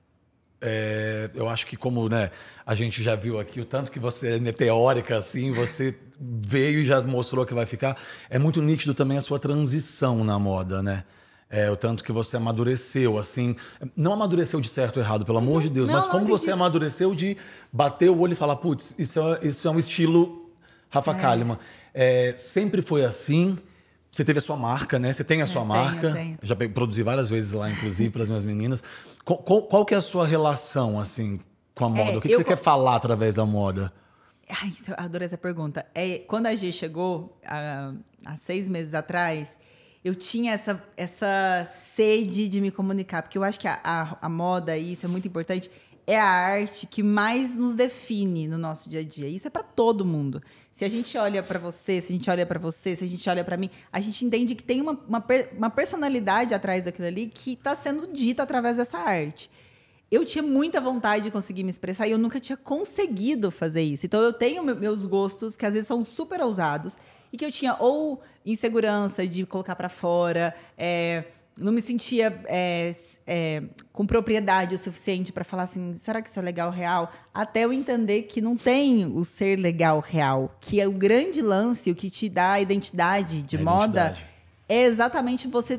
É, eu acho que como né, a gente já viu aqui, o tanto que você é meteórica, assim, você veio e já mostrou que vai ficar. É muito nítido também a sua transição na moda, né? É, o tanto que você amadureceu, assim. Não amadureceu de certo ou errado, pelo amor de Deus, não, mas como não, você que... amadureceu de bater o olho e falar, putz, isso é, isso é um estilo Rafa é. Kalimann. É, sempre foi assim. Você teve a sua marca, né? Você tem a sua eu marca. Tenho, tenho. Já produzi várias vezes lá, inclusive, para as minhas meninas. Qual, qual, qual que é a sua relação, assim, com a moda? É, o que, que eu... você quer falar através da moda? Ai, eu adorei essa pergunta. É, quando a G chegou, há, há seis meses atrás, eu tinha essa, essa sede de me comunicar. Porque eu acho que a, a, a moda, e isso é muito importante, é a arte que mais nos define no nosso dia a dia. Isso é para todo mundo. Se a gente olha para você, se a gente olha para você, se a gente olha para mim, a gente entende que tem uma, uma, uma personalidade atrás daquilo ali que está sendo dita através dessa arte. Eu tinha muita vontade de conseguir me expressar e eu nunca tinha conseguido fazer isso. Então, eu tenho meus gostos, que às vezes são super ousados, e que eu tinha ou insegurança de colocar para fora, é, não me sentia é, é, com propriedade o suficiente para falar assim, será que isso é legal real? Até eu entender que não tem o ser legal real, que é o grande lance, o que te dá a identidade de a moda, identidade. é exatamente você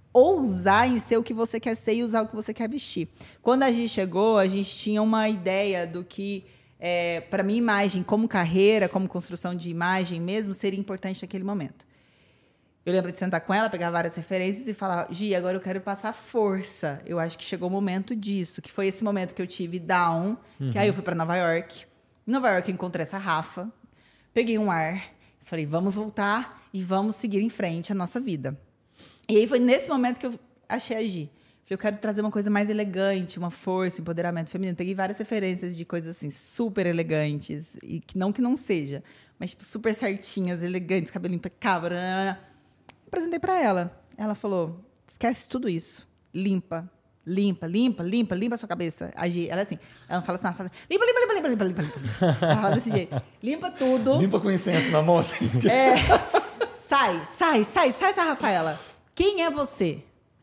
ousar em ser o que você quer ser e usar o que você quer vestir. Quando a Gi chegou, a gente tinha uma ideia do que, é, para minha imagem, como carreira, como construção de imagem mesmo, seria importante naquele momento. Eu lembro de sentar com ela, pegar várias referências e falar, Gi, agora eu quero passar força. Eu acho que chegou o momento disso, que foi esse momento que eu tive down, uhum. que aí eu fui para Nova York. Em Nova York eu encontrei essa Rafa, peguei um ar, falei, vamos voltar e vamos seguir em frente a nossa vida. E aí foi nesse momento que eu achei a Gi. Falei, eu quero trazer uma coisa mais elegante, uma força, um empoderamento feminino. Peguei várias referências de coisas assim, super elegantes, e que não que não seja, mas tipo, super certinhas, elegantes, cabelo impecável. Nanana. Apresentei pra ela. Ela falou, esquece tudo isso. Limpa, limpa, limpa, limpa, limpa a sua cabeça. A Gi, ela é assim, ela não fala assim, ela fala, limpa, limpa, limpa, limpa, limpa, limpa. Ela fala desse jeito. Limpa tudo. Limpa com incenso na mão, assim. É. Sai, sai, sai, sai essa Rafaela. Quem é você?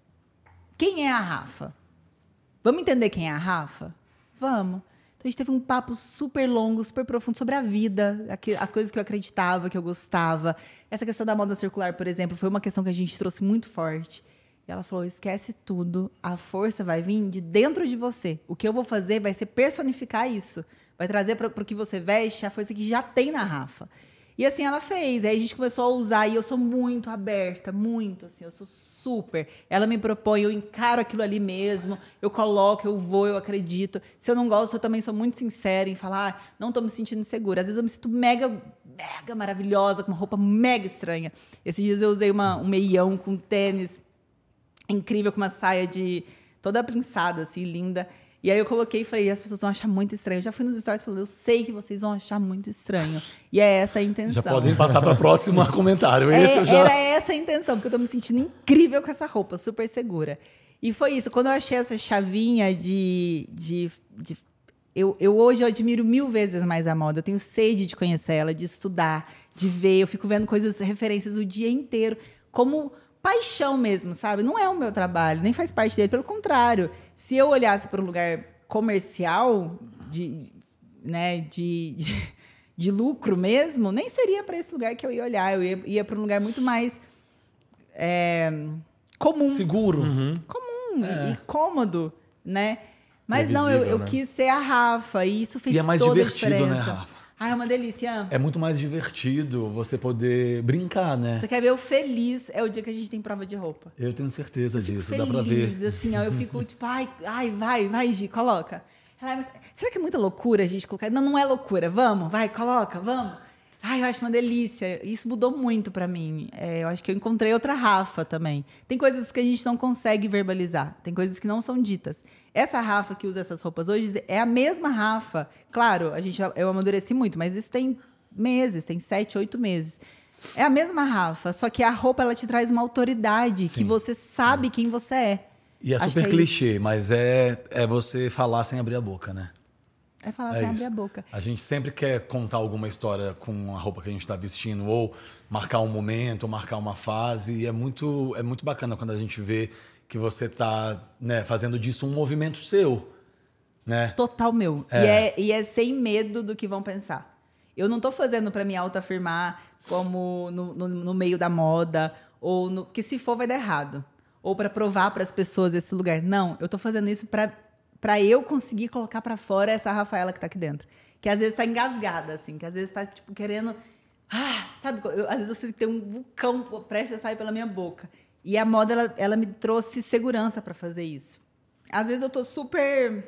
Quem é a Rafa? Vamos entender quem é a Rafa? Vamos. Então, a gente teve um papo super longo, super profundo sobre a vida, as coisas que eu acreditava, que eu gostava. Essa questão da moda circular, por exemplo, foi uma questão que a gente trouxe muito forte. E ela falou, esquece tudo, a força vai vir de dentro de você. O que eu vou fazer vai ser personificar isso. Vai trazer para o que você veste a força que já tem na Rafa. E assim ela fez, aí a gente começou a usar, e eu sou muito aberta, muito, assim, eu sou super. Ela me propõe, eu encaro aquilo ali mesmo, eu coloco, eu vou, eu acredito. Se eu não gosto, eu também sou muito sincera em falar, ah, não tô me sentindo segura. Às vezes eu me sinto mega, mega maravilhosa, com uma roupa mega estranha. Esses dias eu usei uma, um meião com tênis incrível, com uma saia de toda prinçada, assim, linda. E aí eu coloquei e falei, as pessoas vão achar muito estranho. Eu já fui nos stories falando, eu sei que vocês vão achar muito estranho. E é essa a intenção. Já podem passar para o próximo comentário. Esse é, eu já... Era essa a intenção, porque eu tô me sentindo incrível com essa roupa, super segura. E foi isso. Quando eu achei essa chavinha de... de, de eu, eu hoje eu admiro mil vezes mais a moda. Eu tenho sede de conhecer ela, de estudar, de ver. Eu fico vendo coisas, referências o dia inteiro. Como... paixão mesmo, sabe? Não é o meu trabalho, nem faz parte dele. Pelo contrário, se eu olhasse para um lugar comercial, de, né, de, de, de lucro mesmo, nem seria para esse lugar que eu ia olhar. Eu ia, ia para um lugar muito mais é, comum. Seguro. Uhum. Comum é. e, e cômodo, né? Mas é não, visível, eu, eu né? quis ser a Rafa, e isso fez e é mais toda a divertido, diferença. né, Rafa? Ah, é uma delícia. É muito mais divertido você poder brincar, né? Você quer ver o feliz? É o dia que a gente tem prova de roupa. Eu tenho certeza disso, feliz, dá pra ver. Assim, ó, eu fico tipo, ai, ai, vai, vai, Gi, coloca. Ela, mas será que é muita loucura a gente colocar? Não, não é loucura, vamos, vai, coloca, vamos. Ai, eu acho uma delícia. Isso mudou muito pra mim. É, eu acho que eu encontrei outra Rafa também. Tem coisas que a gente não consegue verbalizar, tem coisas que não são ditas. Essa Rafa que usa essas roupas hoje é a mesma Rafa. Claro, a gente, eu amadureci muito, mas isso tem meses, tem sete, oito meses. É a mesma Rafa, só que a roupa ela te traz uma autoridade, Sim. que você sabe quem você é. E é Acho super é clichê, isso. mas é, é você falar sem abrir a boca, né? É falar é sem isso. abrir a boca. A gente sempre quer contar alguma história com a roupa que a gente está vestindo, ou marcar um momento, ou marcar uma fase. E é muito, é muito bacana quando a gente vê que você está, né, fazendo disso um movimento seu. Né? Total meu. É. E, é, e é sem medo do que vão pensar. Eu não estou fazendo para me autoafirmar como no, no, no meio da moda, ou no, que se for vai dar errado. Ou para provar para as pessoas esse lugar. Não, eu estou fazendo isso para para eu conseguir colocar para fora essa Rafaela que está aqui dentro. Que às vezes está engasgada, assim. Que às vezes está tipo, querendo... Ah, sabe? Eu, às vezes eu sinto que tem um vulcão prestes a sair pela minha boca. E a moda, ela, ela me trouxe segurança para fazer isso. Às vezes eu tô super...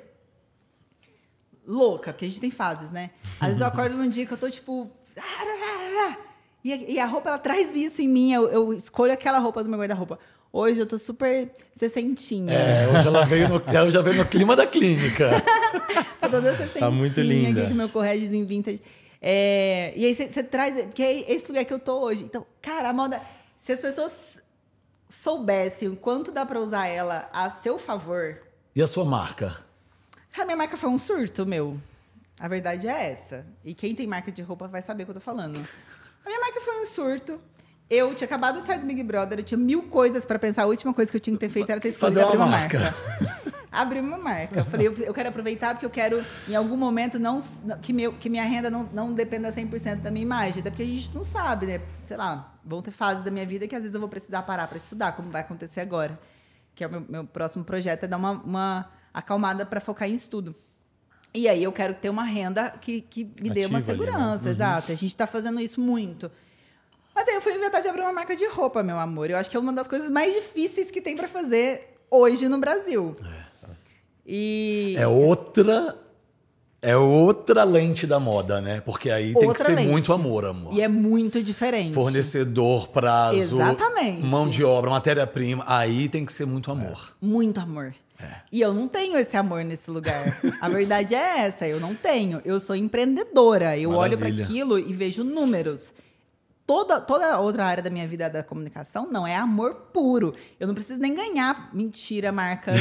louca, porque a gente tem fases, né? Às vezes eu acordo num dia que eu tô, tipo... E a, e a roupa, ela traz isso em mim. Eu, eu escolho aquela roupa do meu guarda-roupa. Hoje eu tô super sessentinha. É, hoje ela veio no, ela já veio no clima da clínica. Tô toda sessentinha. Tá muito linda. Aqui com meu corregezinho vintage. É, e aí você traz... Porque é esse lugar que eu tô hoje. Então, cara, a moda... Se as pessoas soubessem o quanto dá pra usar ela a seu favor... E a sua marca? A minha marca foi um surto, meu. A verdade é essa. E quem tem marca de roupa vai saber o que eu tô falando. A minha marca foi um surto. Eu tinha acabado de sair do Big Brother, eu tinha mil coisas pra pensar. A última coisa que eu tinha que ter feito era ter escolhido abrir uma marca. marca. Abrir uma marca. Eu falei, eu, eu quero aproveitar porque eu quero, em algum momento, não, que, meu, que minha renda não, não dependa cem por cento da minha imagem. Até porque a gente não sabe, né? Sei lá, vão ter fases da minha vida que às vezes eu vou precisar parar pra estudar, como vai acontecer agora. Que é o meu, meu próximo projeto, é dar uma, uma acalmada pra focar em estudo. E aí eu quero ter uma renda que, que me dê uma segurança, ali, né? Uhum. Exato. A gente está fazendo isso muito. Mas aí eu fui inventar de abrir uma marca de roupa, meu amor. Eu acho que é uma das coisas mais difíceis que tem para fazer hoje no Brasil. É. E... é outra... É outra lente da moda, né? Porque aí outra tem que ser lente. Muito amor, amor. E é muito diferente. Fornecedor, prazo... Exatamente. Mão de obra, matéria-prima. Aí tem que ser muito amor. É. Muito amor. É. E eu não tenho esse amor nesse lugar. A verdade é essa, eu não tenho. Eu sou empreendedora. Eu Maravilha. Olho para aquilo e vejo números. Toda, toda outra área da minha vida da comunicação não é amor puro. Eu não preciso nem ganhar. Mentira, marcas.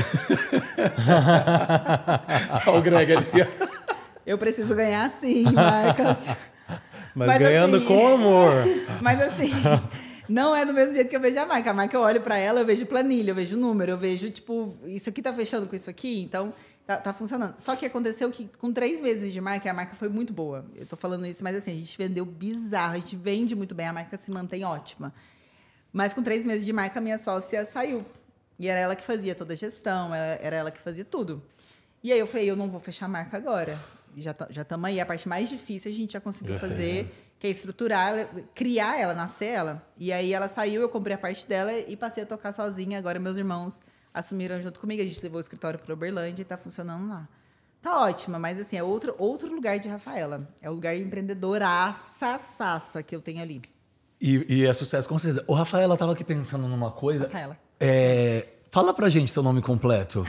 Olha o Greg ali. Eu preciso ganhar sim, marcas. Mas, mas ganhando assim, com amor. Mas assim... Não é do mesmo jeito que eu vejo a marca. A marca, eu olho pra ela, eu vejo planilha, eu vejo número, eu vejo, tipo, isso aqui tá fechando com isso aqui, então tá, tá funcionando. Só que aconteceu que com três meses de marca, a marca foi muito boa. Eu tô falando isso, mas assim, a gente vendeu bizarro, a gente vende muito bem, a marca se mantém ótima. Mas com três meses de marca, a minha sócia saiu. E era ela que fazia toda a gestão, era ela que fazia tudo. E aí eu falei, eu não vou fechar a marca agora. Já já estamos aí, a parte mais difícil a gente já conseguiu fazer... que é estruturar, criar ela, nascer ela. E aí ela saiu, eu comprei a parte dela e passei a tocar sozinha. Agora meus irmãos assumiram junto comigo. A gente levou o escritório para Uberlândia e tá funcionando lá. Tá ótima, mas assim, é outro, outro lugar de Rafaela. É o lugar empreendedoraça, saça que eu tenho ali. E, e é sucesso, com certeza. O Rafaela tava aqui pensando numa coisa. Rafaela. É, fala pra gente seu nome completo.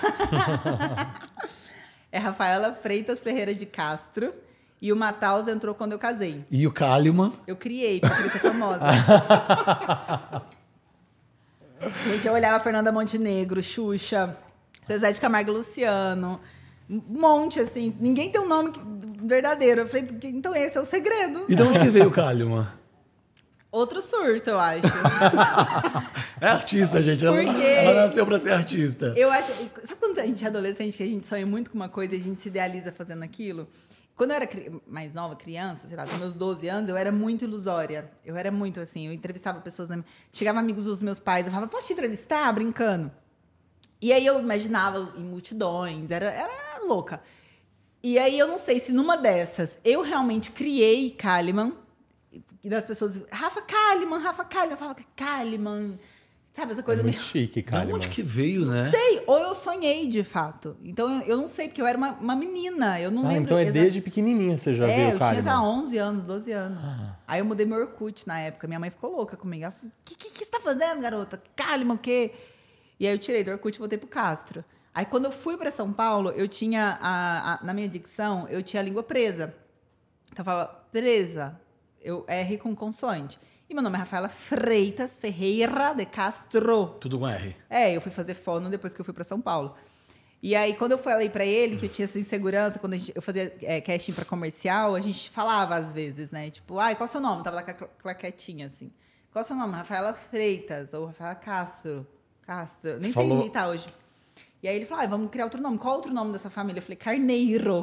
É Rafaela Freitas Ferreira de Castro. E o Mataus entrou quando eu casei. E o Kalimann? Eu criei, pra ser famosa. Gente, eu olhava Fernanda Montenegro, Xuxa, Zezé de Camargo e Luciano. Um monte, assim. Ninguém tem um nome verdadeiro. Eu falei, então esse é o segredo. E de onde que veio o Kalimann? Outro surto, eu acho. É artista, gente. Ela, Porque ela nasceu pra ser artista. Eu acho... Sabe quando a gente é adolescente, que a gente sonha muito com uma coisa e a gente se idealiza fazendo aquilo? Quando eu era mais nova, criança, sei lá, com meus doze anos, eu era muito ilusória. Eu era muito assim, eu entrevistava pessoas... Chegava amigos dos meus pais, eu falava, posso te entrevistar? Brincando. E aí eu imaginava em multidões, era, era louca. E aí eu não sei se numa dessas eu realmente criei Kalimann, e das pessoas, Rafa Kalimann, Rafa Kalimann, eu falava, Kalimann, sabe essa coisa é muito meio... chique, Kalimann. De onde que veio, né? Não sei, ou eu sonhei de fato. Então eu, eu não sei, porque eu era uma, uma menina, eu não ah, lembro. Então é exa... desde pequenininha você já é, viu o eu Kalimann? tinha há onze anos, doze anos. Ah. Aí eu mudei meu Orkut na época, minha mãe ficou louca comigo. Ela falou, o que, que, que você tá fazendo, garota? Kalimann, o quê? E aí eu tirei do Orkut e voltei pro Castro. Aí quando eu fui para São Paulo, eu tinha, a, a, na minha dicção, eu tinha a língua presa. Então eu falava, presa, eu R com consoante. E meu nome é Rafaela Freitas Ferreira de Castro. Tudo com R. É, eu fui fazer fono depois que eu fui para São Paulo. E aí, quando eu falei para ele que eu tinha essa insegurança, quando a gente, eu fazia é, casting para comercial, a gente falava às vezes, né? Tipo, ai, qual é o seu nome? Tava lá com a claquetinha, assim. Qual é o seu nome? Rafaela Freitas ou Rafaela Castro. Castro. Nem sei falou... imitar hoje. E aí ele falou, ah, vamos criar outro nome. Qual outro nome da sua família? Eu falei, Carneiro.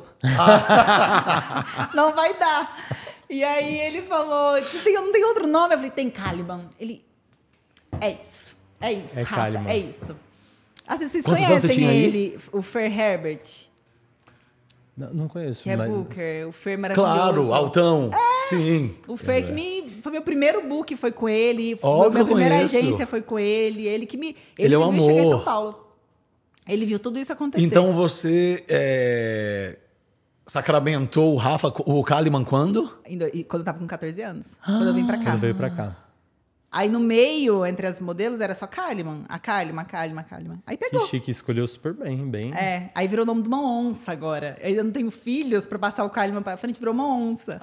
Não vai dar. E aí ele falou, tem, não tem outro nome? Eu falei, tem Kalimann. Ele, é isso. É isso, é Rafa, Kalimann. é isso. Ah, vocês Quantos anos você conhecem tinha ele, aí? o Fer Herbert? Não, não conheço. Que é mas... booker, o Fer maravilhoso. Claro, altão. É. Sim. O Fer que me... Foi meu primeiro book, foi com ele. Óbvio, minha primeira conheço. agência foi com ele. Ele que me... Ele, ele é um me viu chegar em São amor. Paulo. Ele viu tudo isso acontecer. Então você é, sacramentou o Rafa, o Kalimann quando? Ainda- e Quando eu tava com catorze anos. Quando eu vim pra cá. Quando veio pra cá. Aí no meio, entre as modelos, era só Kalimann. A Kalimann, a Kalimann, a Kalimann. Aí Que pegou. chique, escolheu super bem, bem. É, aí virou o nome de uma onça agora. Eu ainda não tenho filhos pra passar o Kalimann pra frente, virou uma onça.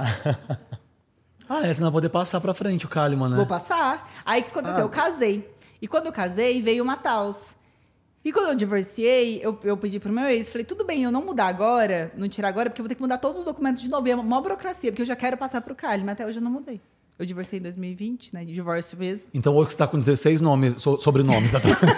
Ah, é, você não vai poder passar pra frente o Kalimann, né? Vou passar. Aí o que aconteceu? Ah. Eu casei. E quando eu casei, veio o Mataus. E quando eu divorciei, eu, eu pedi pro meu ex, falei, tudo bem, eu não mudar agora, não tirar agora, porque eu vou ter que mudar todos os documentos de novo. E é uma burocracia, porque eu já quero passar pro Kalimann, mas até hoje eu não mudei. Eu divorciei em dois mil e vinte, né? De divórcio mesmo. Então hoje você tá com dezesseis nomes, so- sobrenomes.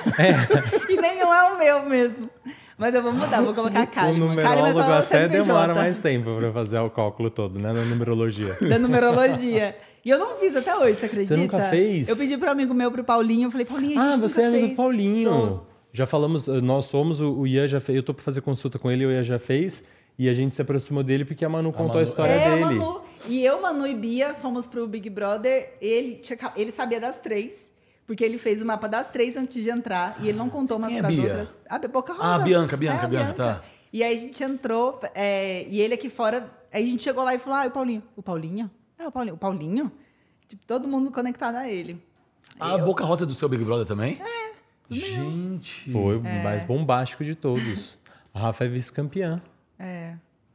E nenhum é o meu mesmo. Mas eu vou mudar, vou colocar O Kalimann. Kalimann é numerólogo só até C N P J. demora mais tempo pra fazer o cálculo todo, né? Na numerologia. Da numerologia. E eu não fiz até hoje, você acredita? Você nunca fez? Eu pedi pro amigo meu, pro Paulinho, eu falei, Paulinho, a gente Ah, nunca você é amigo fez. do Paulinho. Sou. Já falamos, nós somos, o o Ian já fez, eu tô pra fazer consulta com ele, o Ian já fez, e a gente se aproximou dele porque a Manu contou a, Manu- história É, dele. Manu. E eu, Manu e Bia fomos pro Big Brother. Ele, tinha, ca- ele sabia das três, porque ele fez o mapa das três antes de entrar. E ele não contou umas Quem é pras Bia? outras. A Boca Rosa. Ah, Bianca, Bianca, É, a Bianca, tá. E aí a gente entrou, é, e ele aqui fora. Aí a gente chegou lá e falou: ah, o Paulinho. O Paulinho? É, o Paulinho. O Paulinho? Tipo, todo mundo conectado a ele. A Eu- Boca Rosa é do seu Big Brother também? É. Gente. Foi É. o mais bombástico de todos. A Rafa é vice-campeã. É.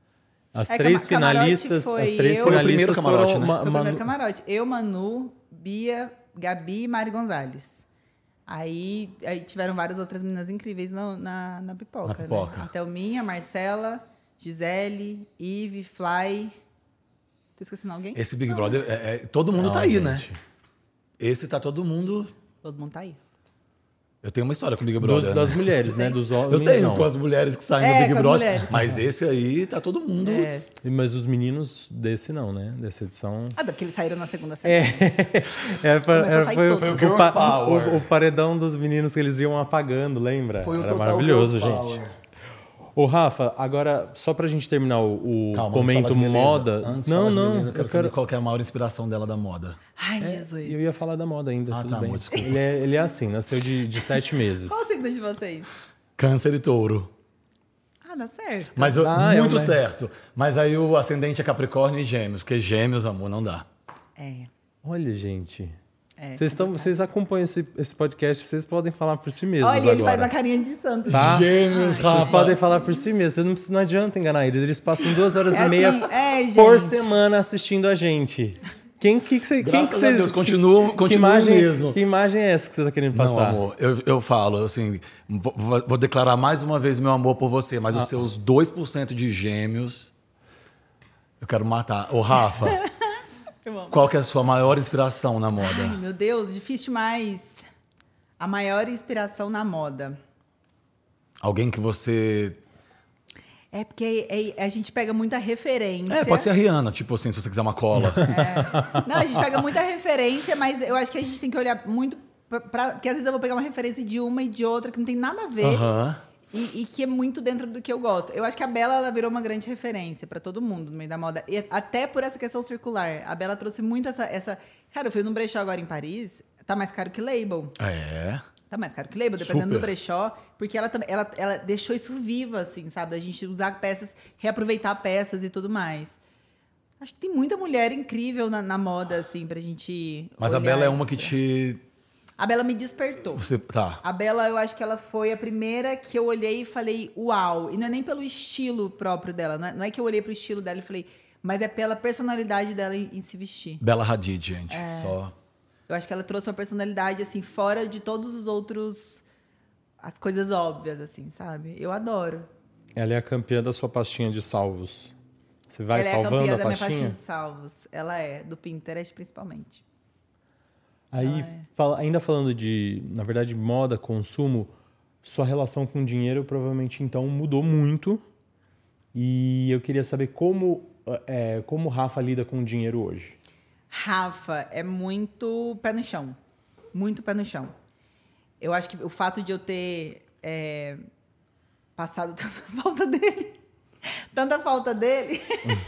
As É, três cama- camarote finalistas, foi as três eu- Foi o primeiro finalistas camarote, foram né? Ma- Foi o primeiro Manu- camarote. Eu, Manu, Bia, Gabi e Mari Gonzalez. Aí, aí tiveram várias outras meninas incríveis no- na, na pipoca. Na pipoca. Né? A Thelminha, Marcela, Gisele, Ive, Fly. Tô esquecendo alguém? Esse Big Brother, é- é- todo mundo Não, tá aí, gente. né? Esse tá todo mundo... Todo mundo tá aí. Eu tenho uma história com o Big Dos, Brother, das né? mulheres, né? Dos homens, Eu tenho não. com as mulheres que saem É, do Big com as Brother. mulheres. Mas esse aí tá todo mundo... É. Mas os meninos desse não, né? Dessa edição... Ah, porque eles saíram na segunda semana. É, foi, Começou a era- sair foi o- todos. o, Girls pa- Power. o- o paredão dos meninos que eles iam apagando, lembra? Foi o Era total maravilhoso, Girls gente. Power. Ô, Rafa, agora, só pra gente terminar o, o Calma, comento antes de falar de beleza. moda... Antes de não, falar de não, beleza, eu eu quero quero... saber qual que é a maior inspiração dela da moda. Ai, Jesus. Eu ia falar da moda ainda, Ah, tudo tá, bem. amor, desculpa. Ele é, ele é assim, nasceu de, de sete meses. Qual o signo de vocês? Câncer e touro. Ah, dá certo. Mas eu- Ah, é muito uma- certo. Mas aí o ascendente é Capricórnio e Gêmeos, porque Gêmeos, amor, não dá. É. Olha, gente... é Vocês, estão, complicado. vocês acompanham esse, esse podcast, vocês podem falar por si mesmos Olha, agora. ele faz a carinha de santo. Tá? Gêmeos, Vocês podem falar por si mesmos. Vocês não, precisam- não adianta enganar eles. Eles passam duas horas É e meia assim, é, por gente. semana assistindo a gente. Quem que, que, cê- quem Graças que a vocês... Deus, continuam- que continuam imagem, mesmo. Que imagem é essa que você está querendo Não, passar? amor, eu, eu falo assim, vou, vou- vou declarar mais uma vez meu amor por você, mas os seus dois por cento de Gêmeos, eu quero matar. Ô, Rafa, Eu amo. qual que é a sua maior inspiração na moda? Ai, meu Deus, difícil demais. A maior inspiração na moda. Alguém que você... É porque é- a gente pega muita referência. É, pode ser a Rihanna, tipo assim, se você quiser uma cola. Não, a gente pega muita referência, mas eu acho que a gente tem que olhar muito pra, pra- porque às vezes eu vou pegar uma referência de uma e de outra que não tem nada a ver. Aham. E, e que é muito dentro do que eu gosto. Eu acho que a Bella ela virou uma grande referência pra todo mundo no meio da moda. E até por essa questão circular. A Bella trouxe muito essa, essa... Cara, eu fui num brechó agora em Paris, tá mais caro que label. É. Tá mais caro que label, dependendo Super. do brechó. Porque ela, também- ela, ela deixou isso viva, assim, sabe? Da gente usar peças, reaproveitar peças e tudo mais. Acho que tem muita mulher incrível na, na moda, assim, pra gente Mas a olhar Bela é isso. uma que te... A Bella me despertou. Você... Tá. A Bella, eu acho que ela foi a primeira que eu olhei e falei, uau. E não é nem pelo estilo próprio dela. Não é, não é que eu olhei pro estilo dela e falei... Mas é pela personalidade dela em, em se vestir. Bela Hadid, gente. Só... Eu acho que ela trouxe uma personalidade, assim, fora de todos os outros... As coisas óbvias, assim, sabe? Eu adoro. Ela é a campeã da sua pastinha de salvos. Você vai ela é a salvando campeã a da minha pastinha? pastinha de salvos. Ela é, do Pinterest, principalmente. Aí, fala- ainda falando de, na verdade, moda, consumo, sua relação com dinheiro provavelmente, então, mudou muito. E eu queria saber como, é, como o Rafa lida com o dinheiro hoje. Rafa é muito pé no chão. Muito pé no chão. Eu acho que o fato de eu ter é, passado tanta falta dele, tanta falta dele,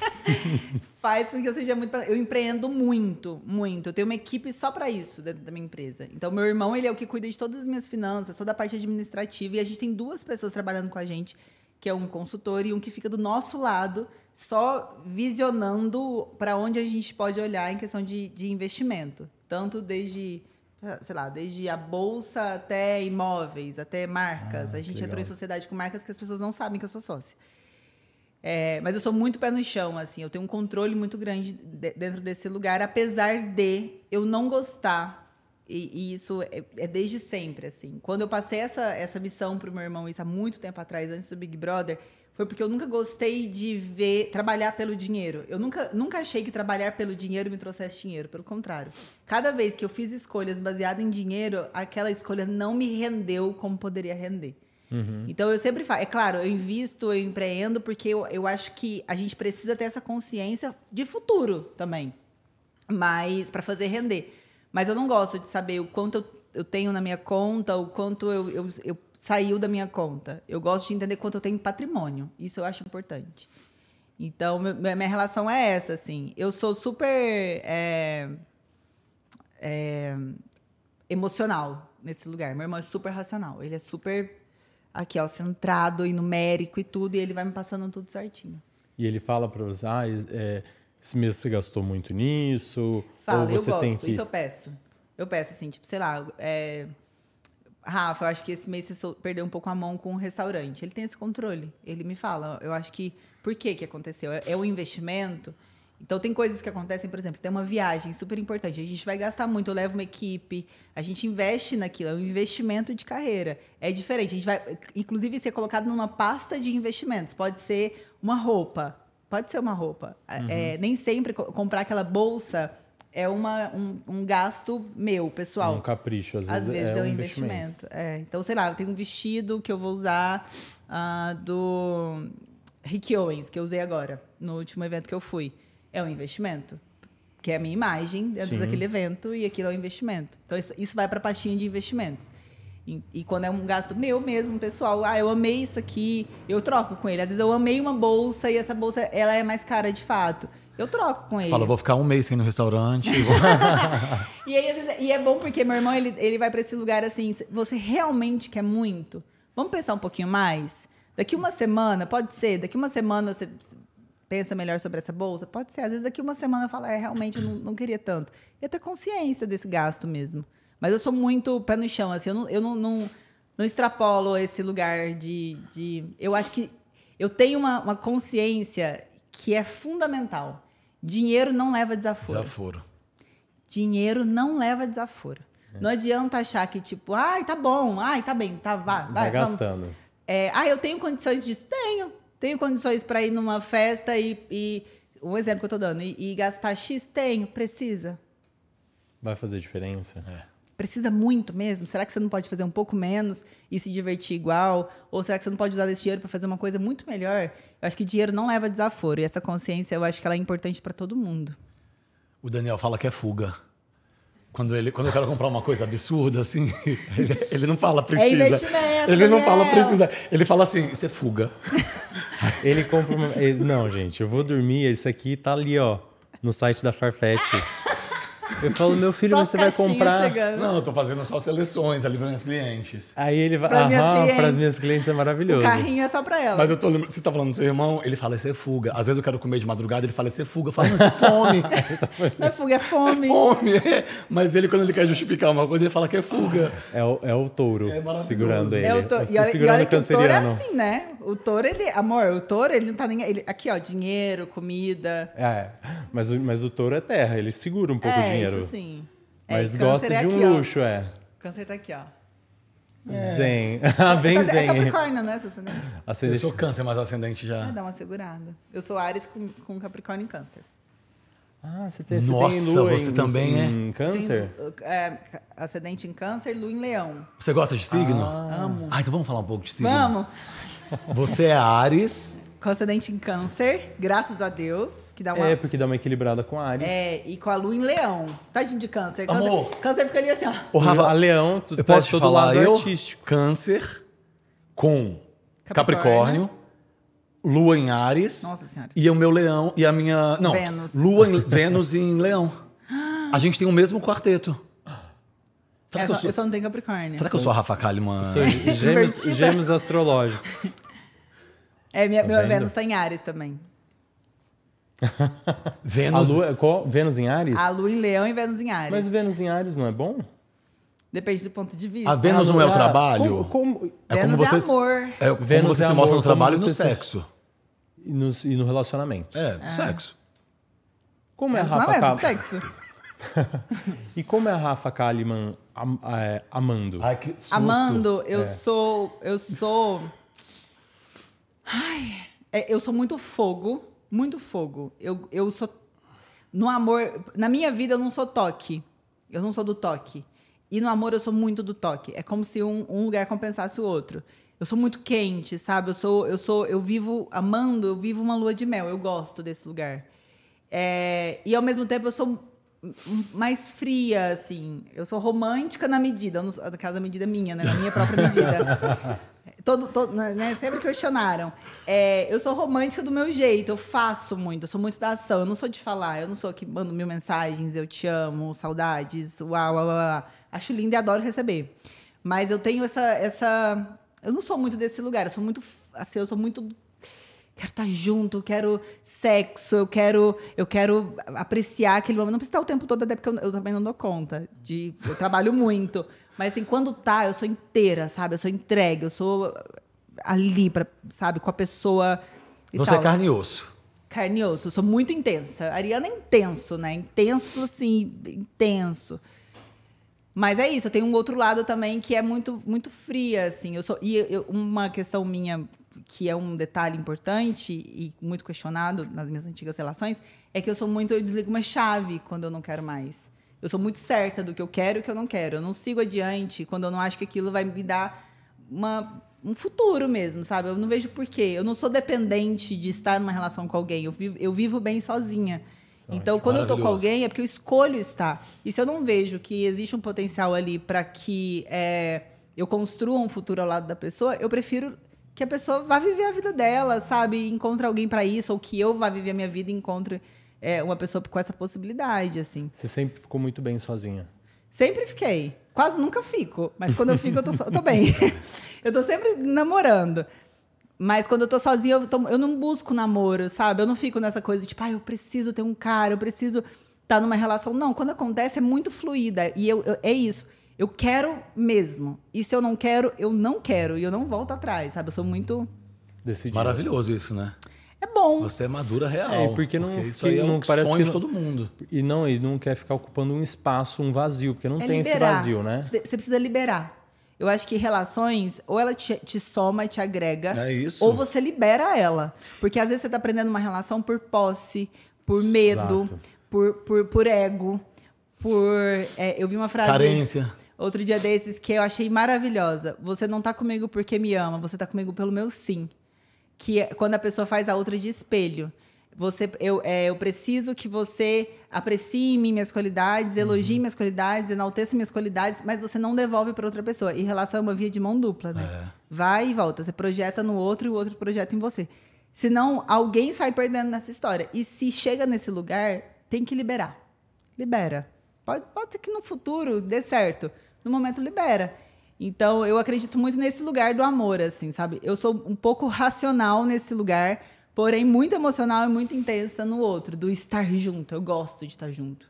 faz com que eu seja muito... pé- Eu empreendo muito, muito. Eu tenho uma equipe só para isso dentro da minha empresa. Então, meu irmão, ele é o que cuida de todas as minhas finanças, toda a parte administrativa. E a gente tem duas pessoas trabalhando com a gente que é um consultor, e um que fica do nosso lado, só visionando para onde a gente pode olhar em questão de, de investimento. Tanto desde, sei lá, desde a bolsa até imóveis, até marcas. Ah, a gente legal. entrou em sociedade com marcas que as pessoas não sabem que eu sou sócia. É, mas eu sou muito pé no chão, assim, eu tenho um controle muito grande de, dentro desse lugar, apesar de eu não gostar, e, e isso é, é desde sempre, assim. Quando eu passei essa, essa missão para o meu irmão, isso há muito tempo atrás, antes do Big Brother, foi porque eu nunca gostei de ver trabalhar pelo dinheiro. Eu nunca, nunca achei que trabalhar pelo dinheiro me trouxesse dinheiro, pelo contrário. Cada vez que eu fiz escolhas baseadas em dinheiro, aquela escolha não me rendeu como poderia render. Uhum. Então, eu sempre falo, é claro, eu invisto, eu empreendo, porque eu, eu acho que a gente precisa ter essa consciência de futuro também, mas para fazer render. Mas eu não gosto de saber o quanto eu, eu tenho na minha conta, o quanto eu, eu, eu saiu da minha conta. Eu gosto de entender quanto eu tenho em patrimônio. Isso eu acho importante. Então, meu, minha relação é essa, assim. Eu sou super é, é, emocional nesse lugar. Meu irmão é super racional. Ele é super... aqui, ó, centrado e numérico e tudo, e ele vai me passando tudo certinho. E ele fala para você, ah, é, esse mês você gastou muito nisso? Fala, ou você eu gosto, tem que... isso eu peço. Eu peço, assim, tipo, sei lá, é... Rafa, eu acho que esse mês você so- perdeu um pouco a mão com o restaurante. Ele tem esse controle, ele me fala, eu acho que, por que que aconteceu? É, é o investimento? Então, tem coisas que acontecem, por exemplo, tem uma viagem super importante. A gente vai gastar muito, eu levo uma equipe, a gente investe naquilo, é um investimento de carreira. É diferente, a gente vai, inclusive, ser colocado numa pasta de investimentos. Pode ser uma roupa, pode ser uma roupa. Uhum. É, nem sempre co- comprar aquela bolsa é uma, um, um gasto meu, pessoal. Um capricho, às vezes, Às vezes é, é um um investimento. investimento. É, então, sei lá, eu tenho um vestido que eu vou usar uh, do Rick Owens, que eu usei agora, no último evento que eu fui. É um investimento, que é a minha imagem dentro Sim. daquele evento, e aquilo é um investimento. Então, isso, isso vai para a pastinha de investimentos. E, e quando é um gasto meu mesmo, pessoal, ah, eu amei isso aqui, eu troco com ele. Às vezes eu amei uma bolsa e essa bolsa ela é mais cara de fato. Eu troco com Você ele. fala, vou ficar um mês sem ir no restaurante. e, aí, às vezes, e é bom porque meu irmão ele, ele vai para esse lugar assim, você realmente quer muito? Vamos pensar um pouquinho mais? Daqui uma semana, pode ser, daqui uma semana você... pensa melhor sobre essa bolsa? Pode ser. Às vezes, daqui uma semana eu falo, é, realmente, eu não, não queria tanto. E ter consciência desse gasto mesmo. Mas eu sou muito pé no chão, assim, eu não, eu não, não, não extrapolo esse lugar de, de... Eu acho que eu tenho uma, uma consciência que é fundamental. Dinheiro não leva desaforo. Desaforo. Dinheiro não leva desaforo. É. Não adianta achar que, tipo, ai, tá bom, ai, tá bem, tá, vai, vai. Vai gastando. É, ah, eu tenho condições disso? Tenho. Tenho condições para ir numa festa e, e... Um exemplo que eu tô dando. E, e gastar X? Tenho. Precisa. Vai fazer diferença? É. Precisa muito mesmo? Será que você não pode fazer um pouco menos e se divertir igual? Ou será que você não pode usar esse dinheiro para fazer uma coisa muito melhor? Eu acho que dinheiro não leva desaforo. E essa consciência, eu acho que ela é importante para todo mundo. O Daniel fala que é fuga. Quando, ele, quando eu quero comprar uma coisa absurda, assim, ele, ele não fala precisa. É investimento, Ele não Daniel. fala precisa. Ele fala assim, isso é fuga. Ele compra uma... ele, não, gente, eu vou dormir, isso aqui tá ali, ó, no site da Farfetch. Eu falo, meu filho, Só mas você vai caixinhas comprar... chegando. Não, eu tô fazendo só seleções ali para minhas clientes. Aí ele vai, Pra minhas aham, clientes. para as minhas clientes é maravilhoso. O carrinho é só para ela. Mas eu tô lembrando, você tá falando do seu irmão, ele fala, isso é fuga. Às vezes eu quero comer de madrugada, ele fala, isso é fuga. Eu falo, não, isso é fome. Não é fuga, é fome. É fome, é. Mas ele, quando ele quer justificar uma coisa, ele fala que é fuga. É o, é o touro É maravilhoso. segurando ele. É o touro. Você E olha, e segurando olha o que o touro é canceriano. assim, né? O touro, ele... Amor, o touro, ele não tá nem... Ele, aqui, ó, dinheiro, comida... É, mas o, mas o touro é terra, ele segura um pouco é, o dinheiro. isso sim. Mas é, gosta câncer de é um aqui, ó. luxo, é. Câncer tá aqui, ó. Zen. Ah, bem Só- É zen. Capricórnio, né? Essa ascendente. Eu Ascendente- sou câncer, mas o ascendente já... Ah, dá uma segurada. Eu sou Ares com, com Capricórnio e Câncer. Ah, você tem, você Nossa, tem lua você em, também em câncer? Tenho, é, ascendente em Câncer, Lua em Leão. Você gosta de signo? Amo. Ah, então vamos falar um pouco de signo. Vamos! Você é Áries. Com ascendente em Câncer, graças a Deus, que dá uma... É, porque dá uma equilibrada com Ares. É, e com a Lua em Leão. Tadinho de Câncer. Câncer, Amor. Câncer fica ali assim, ó. Ô, Rafa, a Leão, tu eu tá posso te todo falar, lado eu, artístico. câncer com Capricórnio. Capricórnio, Lua em Áries. Nossa Senhora. E o meu leão, e a minha... Não, Vênus. Lua em Vênus em Leão. A gente tem o mesmo quarteto. Será, É, que, eu só, sou, eu só não tenho Capricórnio. será que eu sou a Rafa Kalimann? Sou gêmeos, Invertida. gêmeos astrológicos. É, minha, Tá meu vendo? Vênus tá em Áries também. A Vênus. Lua, qual, Vênus em Áries? A Lua em Leão e Vênus em Áries. Mas Vênus em Áries não é bom? Depende do ponto de vista. A Vênus não é o Ah, trabalho? Como, como- É Vênus como é você, amor. É como Vênus você é se amor, mostra no como trabalho e no você se- sexo. e, no, e no relacionamento. É, no sexo. Como é a Rafa Relacionamento, Kalimann? sexo. E como é a Rafa Kalimann am- é, amando? Ai, que susto. Amando, eu É. sou. Eu sou. Ai, é, eu sou muito fogo. Muito fogo. Eu, eu sou. No amor. Na minha vida, eu não sou toque. Eu não sou do toque. E no amor, eu sou muito do toque. É como se um, um lugar compensasse o outro. Eu sou muito quente, sabe? Eu sou. Eu sou. Eu vivo amando, eu vivo uma lua de mel. Eu gosto desse lugar. É, e ao mesmo tempo, eu sou mais fria, assim. Eu sou romântica na medida, eu não sou- cada medida é minha, né? Na minha própria medida. Todo, todo, né? Sempre questionaram. É, eu sou romântica do meu jeito, eu faço muito, eu sou muito da ação, eu não sou de falar, eu não sou que mando mil mensagens, eu te amo, saudades, uau, uau, uau. Acho lindo e adoro receber. Mas eu tenho essa, essa. Eu não sou muito desse lugar, eu sou muito. Assim, eu sou muito. Quero estar junto, eu quero sexo, eu quero, eu quero apreciar aquele momento. Não precisa estar o tempo todo, até porque eu, eu também não dou conta. De, eu trabalho muito. Mas assim, quando tá, eu sou inteira, sabe? Eu sou entregue, eu sou ali, pra, sabe, com a pessoa e Você tal. é carne e osso. Carne e osso, eu sou muito intensa. A Ariana é intenso, né? Intenso, assim, intenso. Mas é isso, eu tenho um outro lado também que é muito, muito fria, assim. Eu sou, e eu- uma questão minha, que é um detalhe importante e muito questionado nas minhas antigas relações, é que eu sou muito, eu desligo uma chave quando eu não quero mais. Eu sou muito certa do que eu quero e o que eu não quero. Eu não sigo adiante quando eu não acho que aquilo vai me dar uma, um futuro mesmo, sabe? Eu não vejo porquê. Eu não sou dependente de estar numa relação com alguém. Eu vivo, eu vivo bem sozinha. Então, quando eu tô com Maravilhoso. alguém, é porque eu escolho estar. E se eu não vejo que existe um potencial ali para que é, eu construa um futuro ao lado da pessoa, eu prefiro que a pessoa vá viver a vida dela, sabe? Encontre alguém para isso, ou que eu vá viver a minha vida e encontre é, uma pessoa com essa possibilidade, assim. Você sempre ficou muito bem sozinha. Sempre fiquei. Quase nunca fico. Mas quando eu fico, eu tô, so- eu tô bem. Eu tô sempre namorando. Mas quando eu tô sozinha, eu, tô- eu não busco namoro, sabe? Eu não fico nessa coisa de, tipo, ah, eu preciso ter um cara, eu preciso estar numa relação. Não, quando acontece é muito fluida. E eu, eu- é isso. Eu quero mesmo. E se eu não quero, eu não quero. E eu não volto atrás, sabe? Eu sou muito... Decidida. Maravilhoso isso, né? É bom. Você é madura real. É, porque não- isso aí é não- um parece sonho que de não- todo mundo. E não, e não quer ficar ocupando um espaço, um vazio, porque não É tem esse liberar. vazio, né? Você você precisa liberar. Eu acho que relações, ou ela te, te soma e te agrega, É isso. ou você libera ela. Porque às vezes você tá aprendendo uma relação por posse, por medo, Exato. por, por, por ego, por... é, eu vi uma frase Carência. outro dia desses que eu achei maravilhosa. Você não tá comigo porque me ama, você tá comigo pelo meu sim. Que é quando a pessoa faz a outra de espelho. Você, eu, é, eu preciso que você aprecie em mim minhas qualidades, elogie minhas qualidades, enalteça minhas qualidades, mas você não devolve para outra pessoa. E relação é uma via de mão dupla, né? É. Vai e volta. Você projeta no outro e o outro projeta em você. Senão, alguém sai perdendo nessa história. E se chega nesse lugar, tem que liberar. Libera. Pode, pode ser que no futuro dê certo. No momento, libera. Então, eu acredito muito nesse lugar do amor, assim, sabe? Eu sou um pouco racional nesse lugar, porém muito emocional e muito intensa no outro, do estar junto. Eu gosto de estar junto.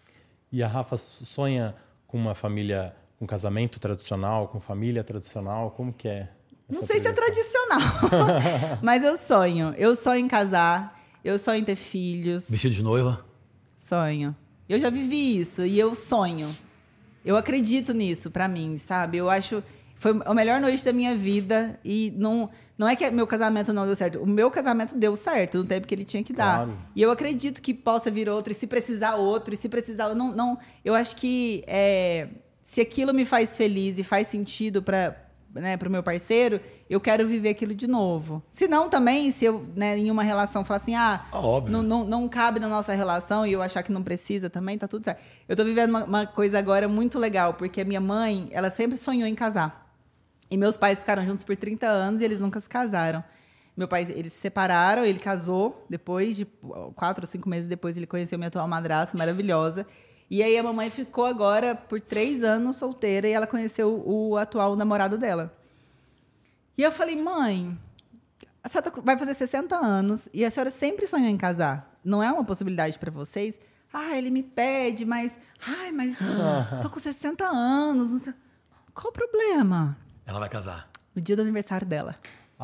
E a Rafa sonha com uma família, com casamento tradicional, com família tradicional? Como que é? Não essa sei se é projeção? tradicional, mas eu sonho. Eu sonho em casar, eu sonho em ter filhos. Vestido de noiva. Sonho. Eu já vivi isso e eu sonho. Eu acredito nisso pra mim, sabe? Eu acho foi a melhor noite da minha vida e não não é que meu casamento não deu certo. O meu casamento deu certo no tempo que ele tinha que dar. Claro. E eu acredito que possa vir outro e se precisar outro e se precisar eu não não eu acho que é, se aquilo me faz feliz e faz sentido para né, para o meu parceiro, eu quero viver aquilo de novo. Se não, também, se eu, né, em uma relação, falar assim, ah, Ah, óbvio. não, não, não cabe na nossa relação e eu achar que não precisa também, tá tudo certo. Eu tô vivendo uma, uma coisa agora muito legal, porque a minha mãe, ela sempre sonhou em casar. E meus pais ficaram juntos por trinta anos e eles nunca se casaram. Meu pai, eles se separaram, ele casou, depois de quatro ou cinco meses depois ele conheceu minha atual madrasta, maravilhosa. E aí a mamãe ficou agora por três anos solteira e ela conheceu o atual namorado dela. E eu falei, mãe, a senhora tá- vai fazer sessenta anos e a senhora sempre sonhou em casar. Não é uma possibilidade para vocês? Ah, ele me pede, mas... Ai, mas tô com sessenta anos. Não sei. Qual o problema? Ela vai casar. No dia do aniversário dela.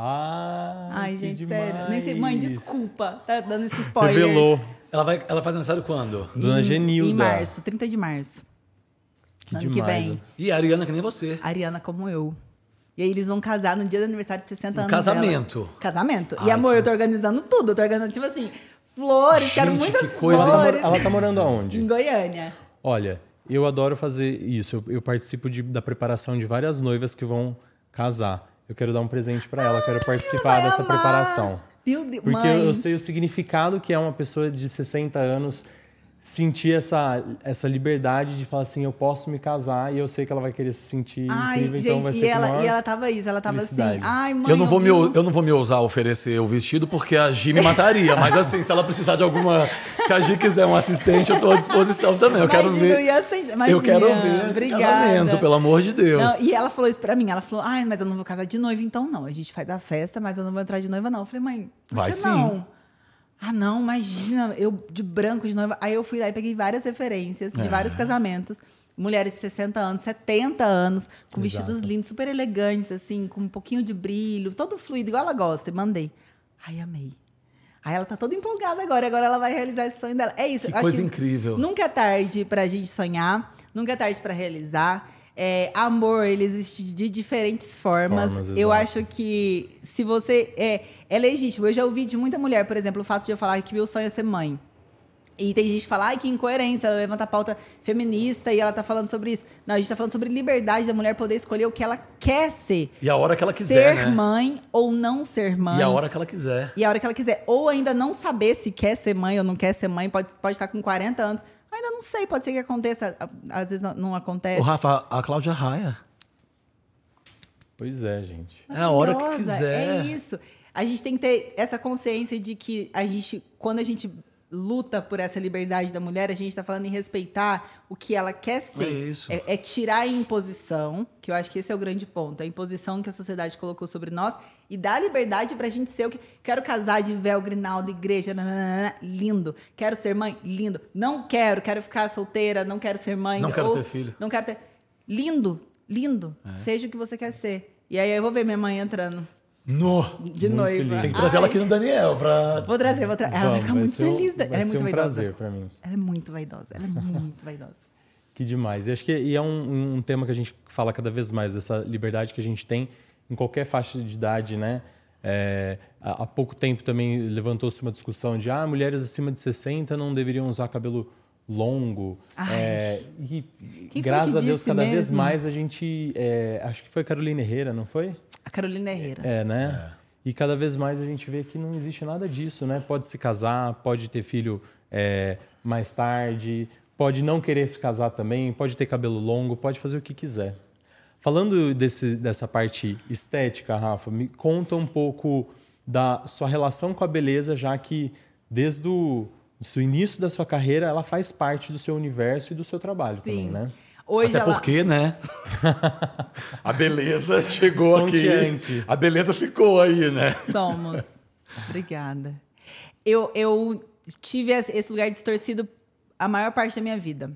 Ah, Ai, que gente, demais. sério. Nem sei, mãe, desculpa. Tá dando esse spoiler. Revelou. Ela, vai, ela faz aniversário quando? Dona Em- Genilda. Em março, trinta de março. Que ano que demais, vem. né? E a Ariana, que nem você. A Ariana como eu. E aí eles vão casar no dia do aniversário de sessenta Um anos casamento. dela. Casamento. Ai, e amor, que- eu tô organizando tudo. Eu tô organizando, tipo assim, flores. quero Gente, muitas que coisa. Ela, flores. ela tá morando aonde? Em Goiânia. Olha, eu adoro fazer isso. Eu, eu participo de- da preparação de várias noivas que vão casar. Eu quero dar um presente pra ela, eu quero participar vai dessa amar. preparação. Meu Deus, Porque mãe. eu, eu sei o significado que é uma pessoa de sessenta anos sentir essa, essa liberdade de falar assim, eu posso me casar e eu sei que ela vai querer se sentir Ai, incrível, gente, então vai ser e com ela, maior e ela tava isso, ela tava felicidade. assim, ai, mãe, Eu não, vou me, vi um- ou- eu não vou me ousar a oferecer o vestido porque a Gi me mataria. Mas assim, se ela precisar de alguma... Se a Gi quiser um assistente, eu tô à disposição também. Eu quero Imagina, ver... ia ser- Eu imagina, quero ver esse obrigada. casamento, pelo amor de Deus. Não, e ela falou isso pra mim, ela falou, ai, mas eu não vou casar de noiva, então não. A gente faz a festa, mas eu não vou entrar de noiva, não. Eu falei, mãe, por Vai que sim. não? Ah, não, imagina, eu de branco de noiva. Aí eu fui lá e peguei várias referências de É. vários casamentos. Mulheres de sessenta anos, setenta anos, com Exato. vestidos lindos, super elegantes, assim, com um pouquinho de brilho, todo fluido, igual ela gosta. E mandei. Ai, amei. Aí ela tá toda empolgada agora, agora ela vai realizar esse sonho dela. É isso. Que eu acho coisa incrível. Nunca é tarde pra gente sonhar, nunca é tarde pra realizar. É, amor, ele existe de diferentes formas. Formas, eu exato. acho que se você... É, é legítimo. Eu já ouvi de muita mulher, por exemplo, o fato de eu falar que meu sonho é ser mãe. E tem gente que fala, ai, que incoerência, ela levanta a pauta feminista e ela tá falando sobre isso. Não, a gente tá falando sobre liberdade da mulher poder escolher o que ela quer ser. E a hora que ela quiser, ser né? mãe ou não ser mãe. E a hora que ela quiser. E a hora que ela quiser. Ou ainda não saber se quer ser mãe ou não quer ser mãe, pode, pode estar com quarenta anos. Ainda não sei, pode ser que aconteça, às vezes não, não acontece. Ô, Rafa, a Cláudia Raia. Pois é, gente. É a hora que Maravilhosa, quiser. É isso. A gente tem que ter essa consciência de que a gente, quando a gente luta por essa liberdade da mulher, a gente está falando em respeitar o que ela quer ser. É isso. É, é tirar a imposição, que eu acho que esse é o grande ponto. A imposição que a sociedade colocou sobre nós e dar liberdade pra gente ser o que... Quero casar de véu, grinalda, igreja, nananana, lindo. Quero ser mãe, lindo. Não quero, quero ficar solteira, não quero ser mãe. Não quero ou ter filho. Não quero ter... Lindo, lindo. É. Seja o que você quer ser. E aí eu vou ver minha mãe entrando No. de Muito noiva. lindo. Tem que trazer ela Ai, aqui no Daniel pra... Vou trazer, vou trazer. Ela vai Vamos, ficar muito ser um- feliz. Vai Ela é ser muito um vaidosa. prazer pra mim. Ela é muito vaidosa. Ela é muito vaidosa. Que demais. E acho que e é um, um tema que a gente fala cada vez mais, dessa liberdade que a gente tem em qualquer faixa de idade, né? É, há há pouco tempo também levantou-se uma discussão de ah, mulheres acima de sessenta não deveriam usar cabelo longo. Ai. É, e Quem foi graças que a Deus, disse cada vez mesmo? mais a gente... é, acho que foi Carolina Herrera, não foi? A Carolina Herrera. É, né? E cada vez mais a gente vê que não existe nada disso, né? Pode se casar, pode ter filho é, mais tarde, pode não querer se casar também, pode ter cabelo longo, pode fazer o que quiser. Falando desse, dessa parte estética, Rafa, me conta um pouco da sua relação com a beleza, já que desde o do início da sua carreira ela faz parte do seu universo e do seu trabalho também, né? Hoje Até ela... porque, né? A beleza chegou Estonteante. aqui. A beleza ficou aí, né? Somos. Obrigada. Eu, eu tive esse lugar distorcido a maior parte da minha vida.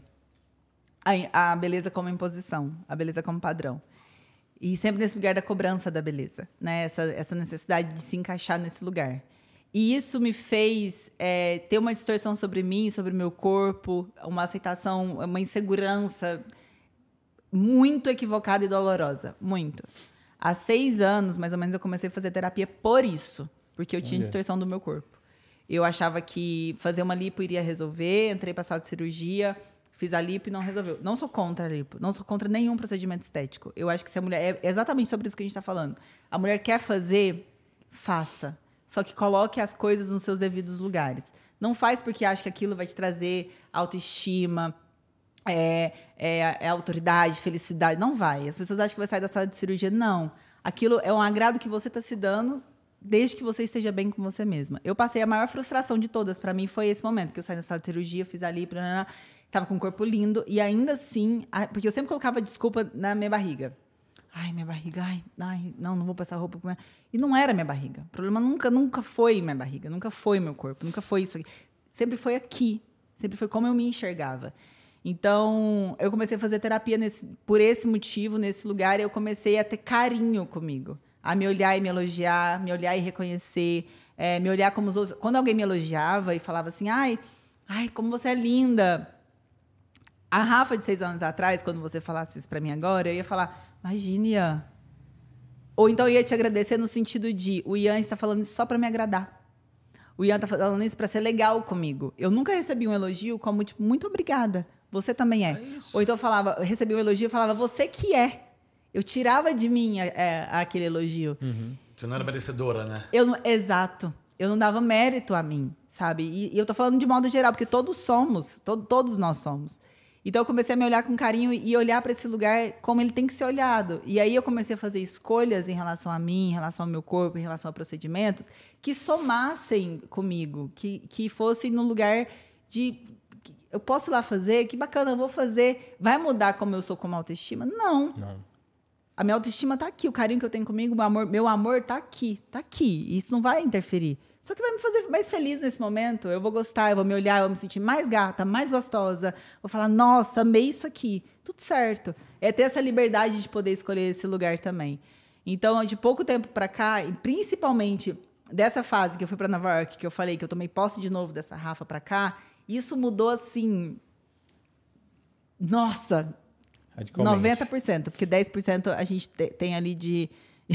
A, a beleza como imposição, a beleza como padrão. E sempre nesse lugar da cobrança da beleza, né? Essa, essa necessidade de se encaixar nesse lugar. E isso me fez é, ter uma distorção sobre mim, sobre o meu corpo, uma aceitação, uma insegurança muito equivocada e dolorosa. Muito. Há seis anos, mais ou menos, eu comecei a fazer terapia por isso. Porque eu tinha Olha. distorção do meu corpo. Eu achava que fazer uma lipo iria resolver. Entrei para a sala de cirurgia, fiz a lipo e não resolveu. Não sou contra a lipo. Não sou contra nenhum procedimento estético. Eu acho que se a mulher... É exatamente sobre isso que a gente está falando. A mulher quer fazer, faça. Só que coloque as coisas nos seus devidos lugares. Não faz porque acha que aquilo vai te trazer autoestima, é, é, é autoridade, felicidade. Não vai. As pessoas acham que vai sair da sala de cirurgia. Não. Aquilo é um agrado que você está se dando desde que você esteja bem com você mesma. Eu passei a maior frustração de todas. Para mim foi esse momento que eu saí da sala de cirurgia, fiz ali, estava com um corpo lindo. E ainda assim... Porque eu sempre colocava desculpa na minha barriga. Ai, minha barriga, ai, ai, não, não vou passar roupa. E não era minha barriga. O problema nunca, nunca foi minha barriga, nunca foi meu corpo, nunca foi isso aqui. Sempre foi aqui, sempre foi como eu me enxergava. Então, eu comecei a fazer terapia nesse, por esse motivo, nesse lugar, e eu comecei a ter carinho comigo. A me olhar e me elogiar, me olhar e reconhecer, é, me olhar como os outros. Quando alguém me elogiava e falava assim, ai, ai, como você é linda. A Rafa, de seis anos atrás, quando você falasse isso pra mim agora, eu ia falar... Imagina, Ian. Ou então eu ia te agradecer no sentido de o Ian está falando isso só para me agradar. O Ian está falando isso para ser legal comigo. Eu nunca recebi um elogio como, tipo, muito obrigada. Você também é. é Ou então eu falava, eu recebi um elogio e falava, você que é. Eu tirava de mim é, aquele elogio. Uhum. Você não era merecedora, né? Eu não, exato. Eu não dava mérito a mim, sabe? E, e eu tô falando de modo geral, porque todos somos, to, todos nós somos. Então, eu comecei a me olhar com carinho e olhar para esse lugar como ele tem que ser olhado. E aí, eu comecei a fazer escolhas em relação a mim, em relação ao meu corpo, em relação a procedimentos, que somassem comigo, que, que fossem no lugar de... Eu posso ir lá fazer? Que bacana, eu vou fazer. Vai mudar como eu sou como autoestima? Não. Não. A minha autoestima está aqui, o carinho que eu tenho comigo, meu amor, meu amor está aqui, está aqui. E isso não vai interferir. Só que vai me fazer mais feliz nesse momento. Eu vou gostar, eu vou me olhar, eu vou me sentir mais gata, mais gostosa. Vou falar, nossa, amei isso aqui. Tudo certo. É ter essa liberdade de poder escolher esse lugar também. Então, de pouco tempo para cá, e principalmente dessa fase que eu fui para Nova York, que eu falei que eu tomei posse de novo dessa Rafa para cá, isso mudou assim... Nossa... noventa por cento, porque dez por cento a gente te, tem ali de...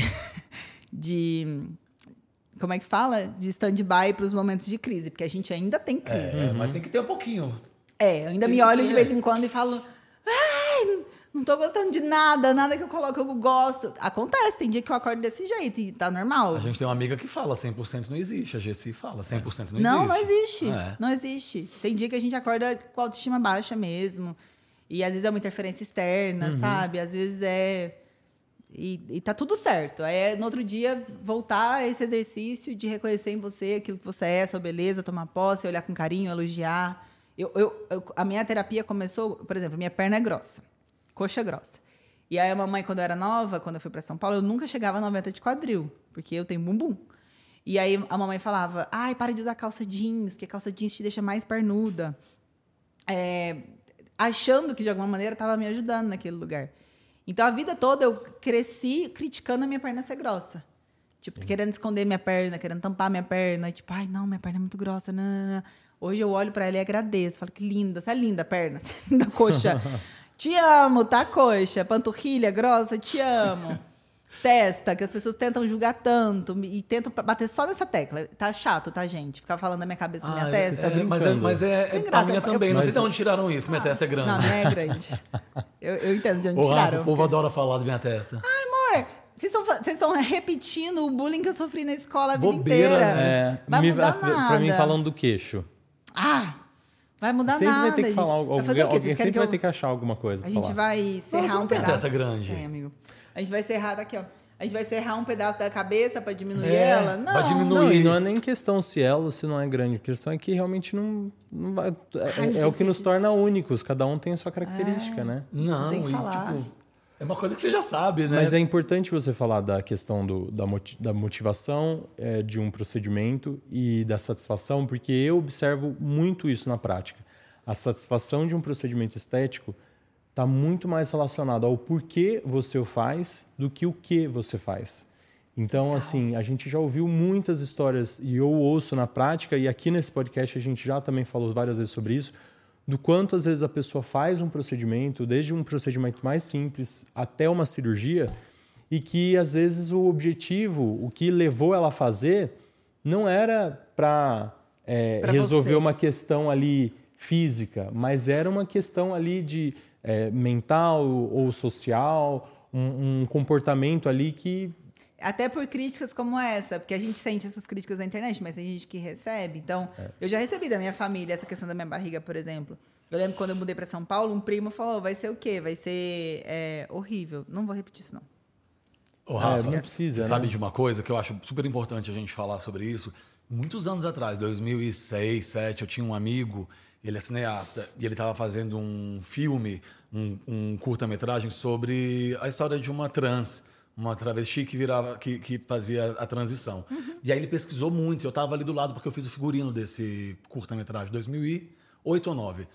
de como é que fala? De stand-by para os momentos de crise, porque a gente ainda tem crise. É, uhum. Mas tem que ter um pouquinho. É, eu ainda tem me olho ter. de vez em quando e falo... Ai, não tô gostando de nada, nada que eu coloco eu gosto. Acontece, tem dia que eu acordo desse jeito e tá normal. A gente tem uma amiga que fala cem por cento não existe, a Gessi fala cem por cento não, não existe. Não, existe, é. não existe. Tem dia que a gente acorda com a autoestima baixa mesmo. E às vezes é uma interferência externa, uhum. sabe? Às vezes é... E, e tá tudo certo. É, no outro dia, voltar a esse exercício de reconhecer em você aquilo que você é, sua beleza, tomar posse, olhar com carinho, elogiar. Eu, eu, eu, a minha terapia começou... Por exemplo, minha perna é grossa. Coxa grossa. E aí a mamãe, quando eu era nova, quando eu fui para São Paulo, eu nunca chegava a noventa de quadril, porque eu tenho bumbum. E aí a mamãe falava, ai, para de usar calça jeans, porque calça jeans te deixa mais pernuda. É... achando que, de alguma maneira, estava me ajudando naquele lugar. Então, a vida toda, eu cresci criticando a minha perna ser grossa. Tipo, Sim. querendo esconder minha perna, querendo tampar minha perna. Tipo, ai, não, minha perna é muito grossa. Não, não, não. Hoje, eu olho para ela e agradeço. Falo, que linda. Você é linda a perna. Você é linda a coxa. Te amo, tá, coxa? Panturrilha grossa, te amo. Testa, que as pessoas tentam julgar tanto e tentam bater só nessa tecla. Tá chato, tá, gente? Ficar falando da minha cabeça, ah, minha testa. É, mas é, mas é, é a minha eu, também. Eu, não sei de onde tiraram isso. Minha ah, testa é grande. Não, não é grande. Eu, eu entendo de onde o tiraram. Rafa, o povo adora falar da minha testa. Ai, amor, vocês estão repetindo o bullying que eu sofri na escola a vida Bobeira, inteira. É, vai me, mudar pra, nada. Pra mim, falando do queixo. Ah, vai mudar sempre nada, vai ter que gente. falar, alguém, vai fazer o quê? alguém sempre que vai eu... ter que achar alguma coisa. A gente falar. vai serrar Nossa, um pedaço. Testa grande. É, amigo. A gente vai serrar daqui, ó. A gente vai serrar um pedaço da cabeça para diminuir é, ela? Não. Pra diminuir. Não, e não é nem questão se ela ou se não é grande. A questão é que realmente não, não vai... É, é o que nos torna únicos. Cada um tem a sua característica, é. né? Não, tem que e falar. tipo... É uma coisa que você já sabe, né? Mas é importante você falar da questão do, da, moti- da motivação é, de um procedimento e da satisfação, porque eu observo muito isso na prática. A satisfação de um procedimento estético está muito mais relacionado ao porquê você o faz do que o que você faz. Então, Legal. assim, a gente já ouviu muitas histórias e eu ouço na prática, e aqui nesse podcast a gente já também falou várias vezes sobre isso, do quanto às vezes a pessoa faz um procedimento, desde um procedimento mais simples até uma cirurgia, e que às vezes o objetivo, o que levou ela a fazer, não era para é, resolver você. uma questão ali física, mas era uma questão ali de é, mental ou social, um, um comportamento ali que... Até por críticas como essa, porque a gente sente essas críticas na internet, mas tem gente que recebe. Então, é. eu já recebi da minha família essa questão da minha barriga, por exemplo. Eu lembro quando eu mudei para São Paulo, um primo falou, vai ser o quê? Vai ser é, horrível. Não vou repetir isso, não. Ô, Rafa, é, não precisa, você né? sabe de uma coisa que eu acho super importante a gente falar sobre isso? Muitos anos atrás, dois mil e seis, dois mil e sete, eu tinha um amigo ele é cineasta, e ele estava fazendo um filme, um, um curta-metragem sobre a história de uma trans, uma travesti que virava, que, que fazia a transição. Uhum. E aí ele pesquisou muito, eu estava ali do lado porque eu fiz o figurino desse curta-metragem, dois mil e oito ou dois mil e nove.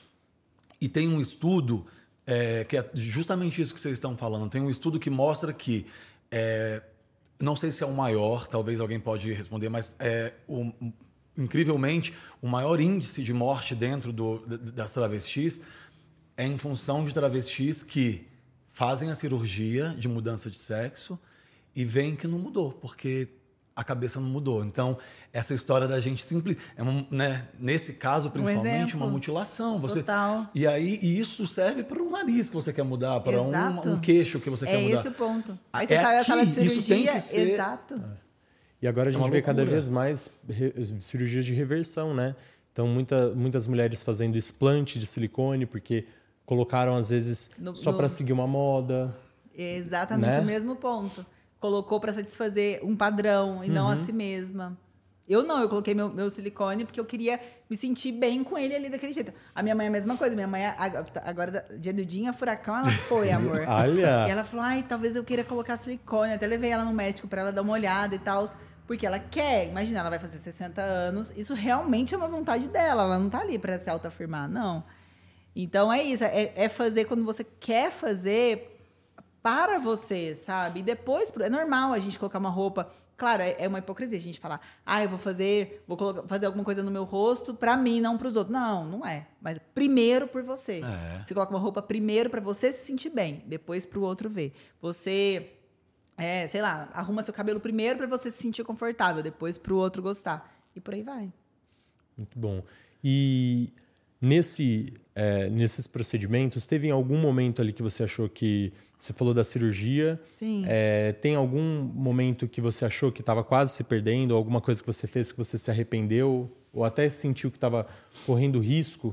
E tem um estudo, é, que é justamente isso que vocês estão falando, tem um estudo que mostra que, é, não sei se é o maior, talvez alguém pode responder, mas é, o, incrivelmente, o maior índice de morte dentro do, das travestis é em função de travestis que fazem a cirurgia de mudança de sexo e veem que não mudou, porque a cabeça não mudou. Então, essa história da gente simples, é uma, né, nesse caso, principalmente, um uma mutilação. Você, Total. E aí e isso serve para um nariz que você quer mudar, para um, um queixo que você é quer mudar. É esse o ponto. Aí você é sai da sala de cirurgia, isso tem que ser... exato. É. E agora a gente é vê cada vez mais re... cirurgias de reversão, né? Então, muita, muitas mulheres fazendo explante de silicone, porque colocaram, às vezes, no, só no... para seguir uma moda. Exatamente, né? O mesmo ponto. Colocou para satisfazer um padrão e uhum. não a si mesma. Eu não, eu coloquei meu, meu silicone porque eu queria me sentir bem com ele ali daquele jeito. A minha mãe é a mesma coisa. Minha mãe, agora, dia do dia, furacão, ela foi, amor. Olha! E ela falou, ai, talvez eu queira colocar silicone. Até levei ela no médico para ela dar uma olhada e tal. Porque ela quer. Imagina, ela vai fazer sessenta anos. Isso realmente é uma vontade dela. Ela não tá ali para se autoafirmar, não. Então, é isso. É, é fazer quando você quer fazer para você, sabe? E depois, é normal a gente colocar uma roupa... Claro, é uma hipocrisia a gente falar, ah, eu vou fazer, vou colocar, fazer alguma coisa no meu rosto para mim, não para os outros. Não, não é. Mas primeiro por você. É. Você coloca uma roupa primeiro para você se sentir bem, depois para o outro ver. Você, é, sei lá, arruma seu cabelo primeiro para você se sentir confortável, depois para o outro gostar. E por aí vai. Muito bom. E nesse, é, nesses procedimentos, teve em algum momento ali que você achou que... Você falou da cirurgia. Sim. É, tem algum momento que você achou que estava quase se perdendo? Alguma coisa que você fez que você se arrependeu? Ou até sentiu que estava correndo risco?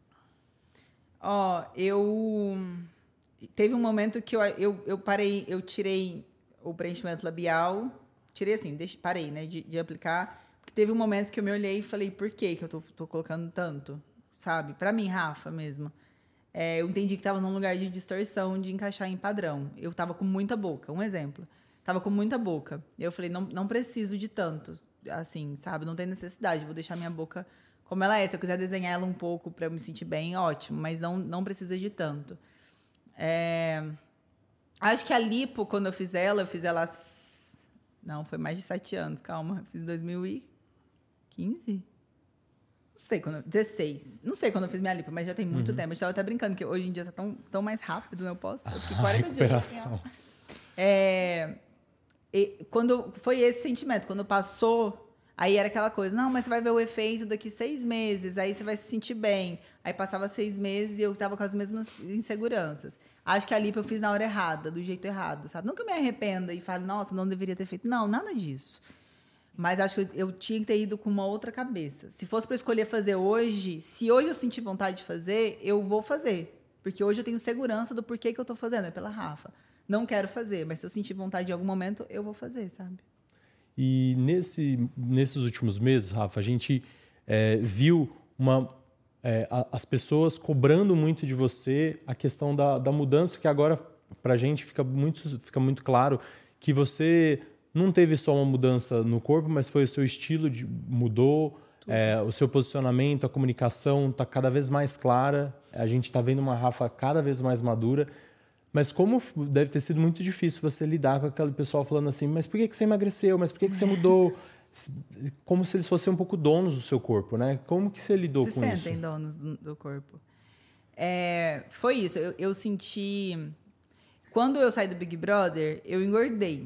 Ó, oh, eu... Teve um momento que eu, eu, eu parei, eu tirei o preenchimento labial. Tirei assim, deixe, parei, né, de, de aplicar. Porque teve um momento que eu me olhei e falei, por que que eu tô, tô colocando tanto? Sabe? Pra mim, Rafa, mesmo. É, eu entendi que estava num lugar de distorção, de encaixar em padrão. Eu estava com muita boca, um exemplo. Estava com muita boca. Eu falei, não, não preciso de tanto, assim, sabe? Não tem necessidade, vou deixar minha boca como ela é. Se eu quiser desenhar ela um pouco para eu me sentir bem, ótimo, mas não, não precisa de tanto. É... Acho que a lipo, quando eu fiz ela, eu fiz ela... Não, foi mais de sete anos, calma. Eu fiz em dois mil e quinze? Não sei quando... dezesseis. Não sei quando eu fiz minha lipo, mas já tem muito uhum. tempo. A gente estava até brincando que hoje em dia está tão, tão mais rápido, né? Eu posso. Eu fiquei quarenta dias assim, ó. É, e quando foi esse sentimento, quando passou, aí era aquela coisa, não, mas você vai ver o efeito daqui seis meses, aí você vai se sentir bem. Aí passava seis meses e eu estava com as mesmas inseguranças. Acho que a lipo eu fiz na hora errada, do jeito errado, sabe? Não que eu me arrependa e fale, nossa, não deveria ter feito. Não, nada disso. Mas acho que eu, eu tinha que ter ido com uma outra cabeça. Se fosse para escolher fazer hoje, se hoje eu sentir vontade de fazer, eu vou fazer. Porque hoje eu tenho segurança do porquê que eu estou fazendo. É pela Rafa. Não quero fazer, mas se eu sentir vontade em algum momento, eu vou fazer, sabe? E nesse, nesses últimos meses, Rafa, a gente é, viu uma, é, a, as pessoas cobrando muito de você a questão da, da mudança, que agora, para a gente, fica muito, fica muito claro que você... Não teve só uma mudança no corpo, mas foi o seu estilo, de, mudou, é, o seu posicionamento, a comunicação está cada vez mais clara. A gente está vendo uma Rafa cada vez mais madura. Mas como deve ter sido muito difícil você lidar com aquele pessoal falando assim, mas por que, que você emagreceu? Mas por que, que você mudou? Como se eles fossem um pouco donos do seu corpo, né? Como que você lidou Se com isso? Se sentem donos do, do corpo. É, foi isso. Eu, eu senti... Quando eu saí do Big Brother, eu engordei.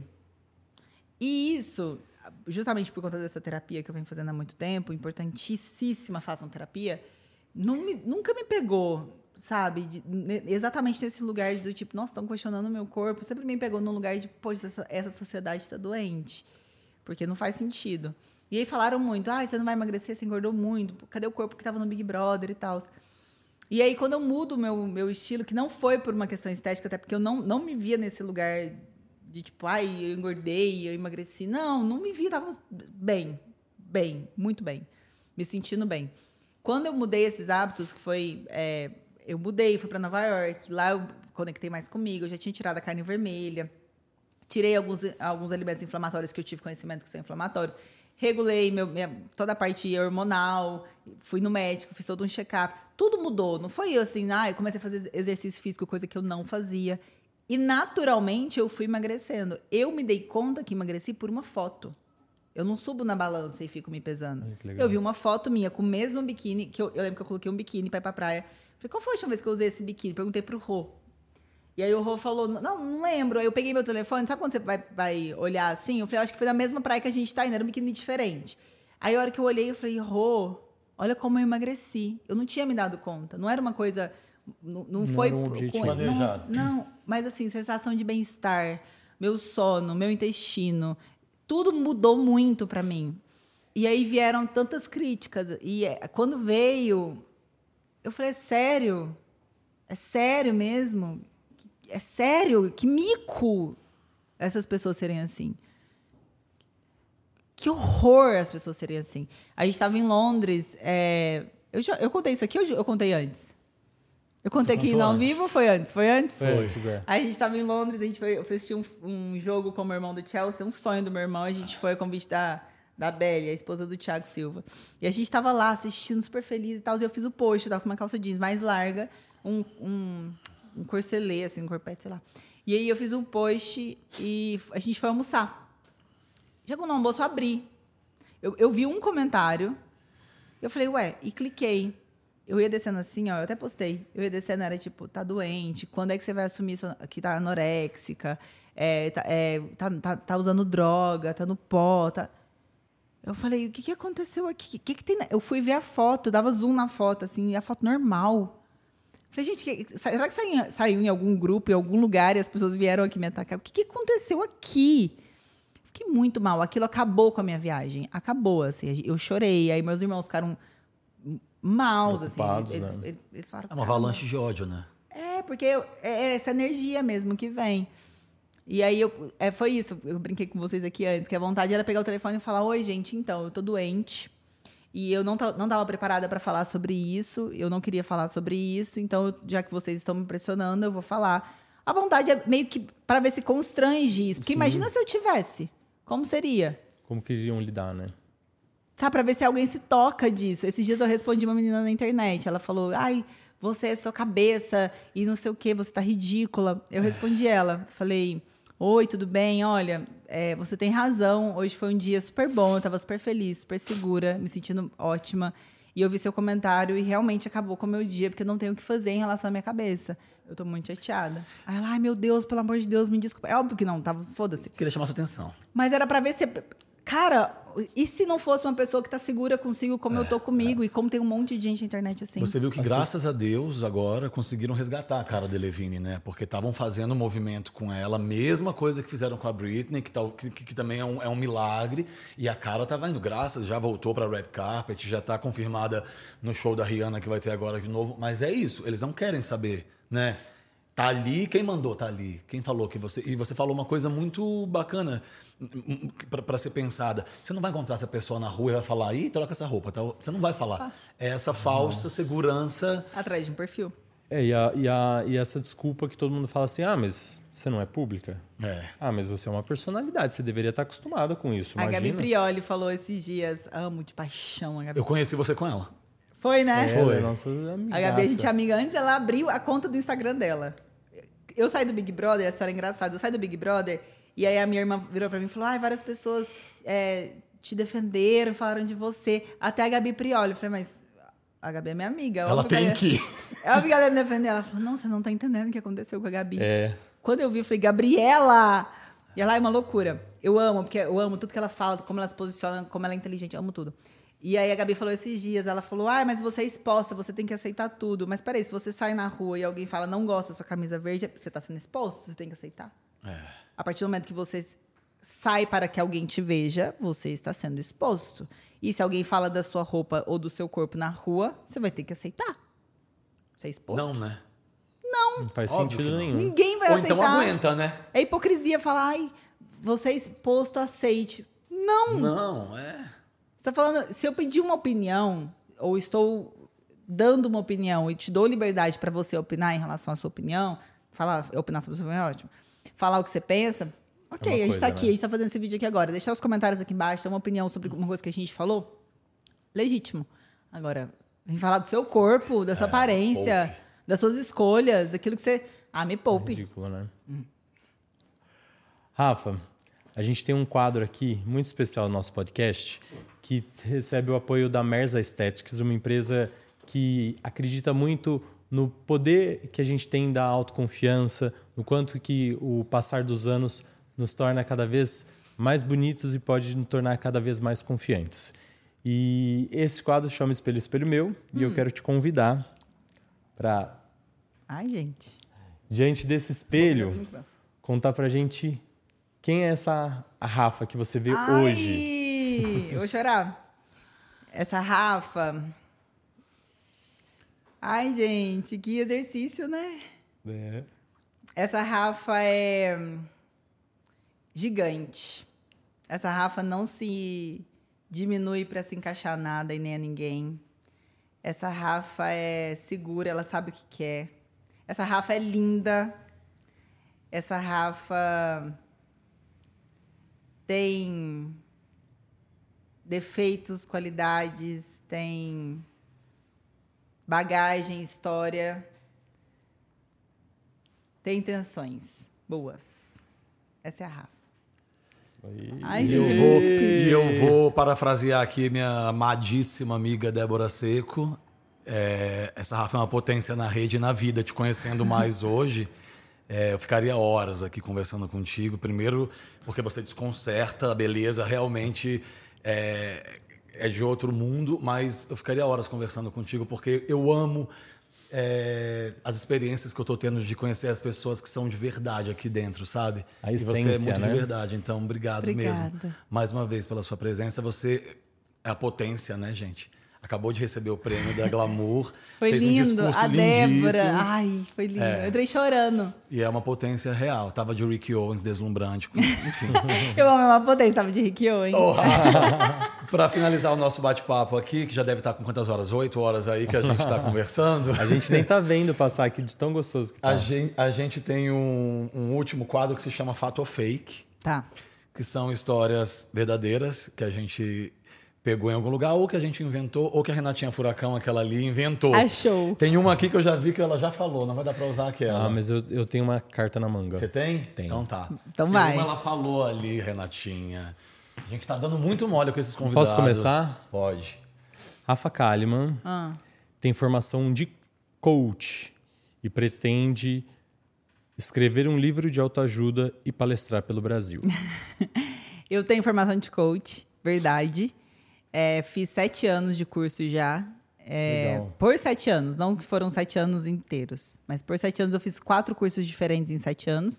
E isso, justamente por conta dessa terapia que eu venho fazendo há muito tempo, importantíssima, façam terapia, não me, nunca me pegou, sabe? De, exatamente nesse lugar do tipo, nossa, estão questionando o meu corpo. Sempre me pegou num lugar de, poxa, essa, essa sociedade está doente. Porque não faz sentido. E aí falaram muito, ah, você não vai emagrecer, você engordou muito. Cadê o corpo que estava no Big Brother e tal? E aí, quando eu mudo o meu, meu estilo, que não foi por uma questão estética, até porque eu não, não me via nesse lugar... de tipo, ai, eu engordei, eu emagreci. Não, não me vi, tava bem, bem, muito bem, me sentindo bem. Quando eu mudei esses hábitos, que foi... É, eu mudei, fui para Nova York. Lá eu conectei mais comigo. Eu já tinha tirado a carne vermelha. Tirei alguns, alguns alimentos inflamatórios que eu tive conhecimento que são inflamatórios. Regulei meu, minha, toda a parte hormonal. Fui no médico, fiz todo um check-up. Tudo mudou. Não foi eu assim, ah, eu comecei a fazer exercício físico, coisa que eu não fazia. E, naturalmente, eu fui emagrecendo. Eu me dei conta que emagreci por uma foto. Eu não subo na balança e fico me pesando. Ai, eu vi uma foto minha com o mesmo biquíni, que eu, eu lembro que eu coloquei um biquíni pra ir pra praia. Falei, qual foi a última vez que eu usei esse biquíni? Perguntei pro Rô. E aí o Rô falou, não, não lembro. Aí eu peguei meu telefone, sabe quando você vai, vai olhar assim? Eu falei, acho que foi na mesma praia que a gente tá indo, era um biquíni diferente. Aí a hora que eu olhei, eu falei, Rô, olha como eu emagreci. Eu não tinha me dado conta. Não era uma coisa... Não, não, não foi... Era um objetivo planejado. Não, não, mas assim, sensação de bem-estar, meu sono, meu intestino... Tudo mudou muito para mim. E aí vieram tantas críticas. E é, quando veio, eu falei, é sério? É sério mesmo? É sério? Que mico essas pessoas serem assim. Que horror as pessoas serem assim. A gente estava em Londres. É, eu, já, eu contei isso aqui ou eu contei antes? Eu contei aqui não vivo ou foi antes? Foi antes? Foi. Foi. Aí a gente estava em Londres, a gente foi, eu assisti um, um jogo com o meu irmão do Chelsea, um sonho do meu irmão. A gente foi a convite da, da Belly, a esposa do Thiago Silva. E a gente estava lá assistindo, super feliz e tal. E eu fiz o post, eu tava com uma calça jeans mais larga, um, um, um corcelê, assim, um corpete, sei lá. E aí eu fiz um post e a gente foi almoçar. Chegou no almoço, eu abri. Eu, eu vi um comentário, eu falei, ué, e cliquei. Eu ia descendo assim, ó, eu até postei. Eu ia descendo, era tipo, tá doente, quando é que você vai assumir isso, que tá anoréxica, é, tá, é, tá, tá, tá usando droga, tá no pó, tá... Eu falei, o que, que aconteceu aqui? O que, que tem... Eu fui ver a foto, dava zoom na foto, assim, a foto normal. Falei, gente, que, será que saiu, saiu em algum grupo, em algum lugar, e as pessoas vieram aqui me atacar? O que, que aconteceu aqui? Fiquei muito mal. Aquilo acabou com a minha viagem. Acabou, assim. Eu chorei. Aí meus irmãos ficaram... maus, assim. Eles, né? eles, eles falaram, É uma avalanche de ódio, né? É, porque eu, é essa energia mesmo que vem. E aí, eu, é, foi isso. Eu brinquei com vocês aqui antes, que a vontade era pegar o telefone e falar, oi, gente, então, eu tô doente. E eu não, não tava preparada para falar sobre isso. Eu não queria falar sobre isso. Então, já que vocês estão me pressionando, eu vou falar. A vontade é meio que para ver se constrange isso. Porque Sim. imagina se eu tivesse. Como seria? Como que iriam lidar, né? Sabe, pra ver se alguém se toca disso. Esses dias eu respondi uma menina na internet. Ela falou, ai, você é sua cabeça e não sei o quê, você tá ridícula. Eu respondi ela. Falei, oi, tudo bem? Olha, é, você tem razão. Hoje foi um dia super bom, eu tava super feliz, super segura, me sentindo ótima. E eu vi seu comentário e realmente acabou com o meu dia, porque eu não tenho o que fazer em relação à minha cabeça. Eu tô muito chateada. Aí ela, ai, meu Deus, pelo amor de Deus, me desculpa. É óbvio que não, tava, foda-se. Queria chamar sua atenção. Mas era pra ver se... Cara, e se não fosse uma pessoa que tá segura consigo como é, eu tô comigo? É. E como tem um monte de gente na internet assim. Você viu que, graças a Deus, agora conseguiram resgatar a cara da Levine, né? Porque estavam fazendo um movimento com ela, a mesma coisa que fizeram com a Britney, que, tá, que, que também é um, é um milagre. E a cara tava indo, graças, já voltou pra Red Carpet, já tá confirmada no show da Rihanna que vai ter agora de novo. Mas é isso, eles não querem saber, né? Tá ali, quem mandou tá ali? Quem falou que você... E você falou uma coisa muito bacana para ser pensada. Você não vai encontrar essa pessoa na rua e vai falar, ih, troca essa roupa. Tá? Você não vai falar. É essa falsa segurança... Atrás de um perfil. É, e, a, e, a, e essa desculpa que todo mundo fala assim, ah, mas você não é pública? É. Ah, mas você é uma personalidade, você deveria estar acostumado com isso, A imagina. Gabi Prioli falou esses dias, amo de paixão a Gabi. Eu conheci você com ela. Foi, né? É, Foi. Nossa A Gabi, a gente é amiga antes, ela abriu a conta do Instagram dela. Eu saí do Big Brother, essa história é engraçada, eu saí do Big Brother, e aí a minha irmã virou pra mim e falou, ai, várias pessoas é, te defenderam, falaram de você, até a Gabi Prioli. Eu falei, mas a Gabi é minha amiga. Ela tem que... É óbvio que ela ia me defender. Ela falou, não, você não tá entendendo o que aconteceu com a Gabi. É. Quando eu vi, eu falei, Gabriela! E ela é uma loucura. Eu amo, porque eu amo tudo que ela fala, como ela se posiciona, como ela é inteligente, eu amo tudo. E aí a Gabi falou esses dias, ela falou, ah, mas você é exposta, você tem que aceitar tudo. Mas peraí, se você sai na rua e alguém fala, não gosta da sua camisa verde, você tá sendo exposto, você tem que aceitar. É. A partir do momento que você sai para que alguém te veja, você está sendo exposto. E se alguém fala da sua roupa ou do seu corpo na rua, você vai ter que aceitar. Você é exposto. Não, né? Não faz Óbvio sentido que não. nenhum. Ninguém vai Ou aceitar. então aguenta, né? É hipocrisia falar, ai, você é exposto, aceite. Não! Não, é... Você tá falando, se eu pedir uma opinião, ou estou dando uma opinião e te dou liberdade para você opinar em relação à sua opinião, falar, opinar sobre a sua opinião é ótimo, falar o que você pensa, ok, é a gente coisa, tá aqui, né? a gente tá fazendo esse vídeo aqui agora, deixar os comentários aqui embaixo, uma opinião sobre uma coisa que a gente falou, legítimo. Agora, vem falar do seu corpo, da sua é, aparência, poupe. das suas escolhas, aquilo que você... Ah, me poupe. É ridículo, né? Hum. Rafa, a gente tem um quadro aqui muito especial no nosso podcast que recebe o apoio da Merza Aesthetics, uma empresa que acredita muito no poder que a gente tem da autoconfiança, no quanto que o passar dos anos nos torna cada vez mais bonitos e pode nos tornar cada vez mais confiantes. E esse quadro chama Espelho, Espelho Meu, hum. e eu quero te convidar para... Ai, gente. Diante desse espelho, contar pra gente quem é essa a Rafa que você vê Ai, hoje. Eu vou chorar. Essa Rafa... Ai, gente, que exercício, né? É. Essa Rafa é gigante. Essa Rafa não se diminui para se encaixar nada e nem a ninguém. Essa Rafa é segura, ela sabe o que quer. Essa Rafa é linda. Essa Rafa tem defeitos, qualidades, tem bagagem, história, tem intenções boas. Essa é a Rafa. Ai, e, gente, eu vou, e eu vou parafrasear aqui minha amadíssima amiga Débora Seco. É, essa Rafa é uma potência na rede e na vida. Te conhecendo mais hoje, é, eu ficaria horas aqui conversando contigo. Primeiro, porque você desconcerta, a beleza realmente é, é de outro mundo, mas eu ficaria horas conversando contigo porque eu amo é, as experiências que eu estou tendo de conhecer as pessoas que são de verdade aqui dentro, sabe? A e essência, você é muito né? de verdade, então obrigado Obrigada. mesmo. Mais uma vez pela sua presença. Você é a potência, né, gente? Acabou de receber o prêmio da Glamour. Foi fez lindo, um discurso a Débora. lindíssimo. Ai, foi lindo. É. Eu entrei chorando. E é uma potência real. Tava de Rick Owens, deslumbrante. Enfim. Eu amo uma potência, tava de Rick Owens. Oh, para finalizar o nosso bate-papo aqui, que já deve estar com quantas horas? Oito horas aí que a gente está conversando. A gente nem tá vendo passar aqui de tão gostoso que tá. A gente, a gente tem um, um último quadro que se chama Fato ou Fake. Tá. Que são histórias verdadeiras que a gente pegou em algum lugar, ou que a gente inventou, ou que a Renatinha Furacão, aquela ali, inventou. Achou. Tem uma aqui que eu já vi que ela já falou, não vai dar para usar aquela. Ah, mas eu, eu tenho uma carta na manga. Você tem? Tem. Então tá. Então Tem vai. Uma ela falou ali, Renatinha. A gente tá dando muito mole com esses convidados. Posso começar? Pode. Rafa Kalimann Ah. tem formação de coach e pretende escrever um livro de autoajuda e palestrar pelo Brasil. Eu tenho formação de coach, verdade. É, fiz sete anos de curso já. É, Legal. por sete anos, não que foram sete anos inteiros, mas por sete anos eu fiz quatro cursos diferentes em sete anos.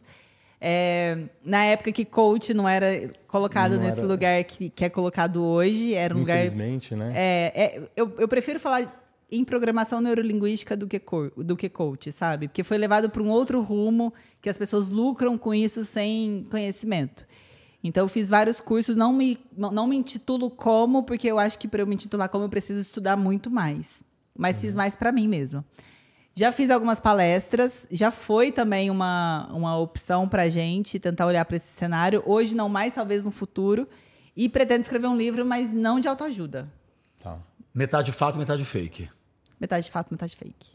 É, na época que coach não era colocado Não nesse era- lugar que, que é colocado hoje, era um lugar. Infelizmente, né? É, é, eu, eu prefiro falar em programação neurolinguística do que, co- do que coach, sabe? Porque foi levado para um outro rumo que as pessoas lucram com isso sem conhecimento. Então, eu fiz vários cursos, não me, não me intitulo como, porque eu acho que para eu me intitular como eu preciso estudar muito mais. Mas fiz mais para mim mesmo. Já fiz algumas palestras, já foi também uma, uma opção para a gente tentar olhar para esse cenário. Hoje não mais, talvez no futuro. E pretendo escrever um livro, mas não de autoajuda. Tá. Metade fato, metade fake. Metade fato, metade fake.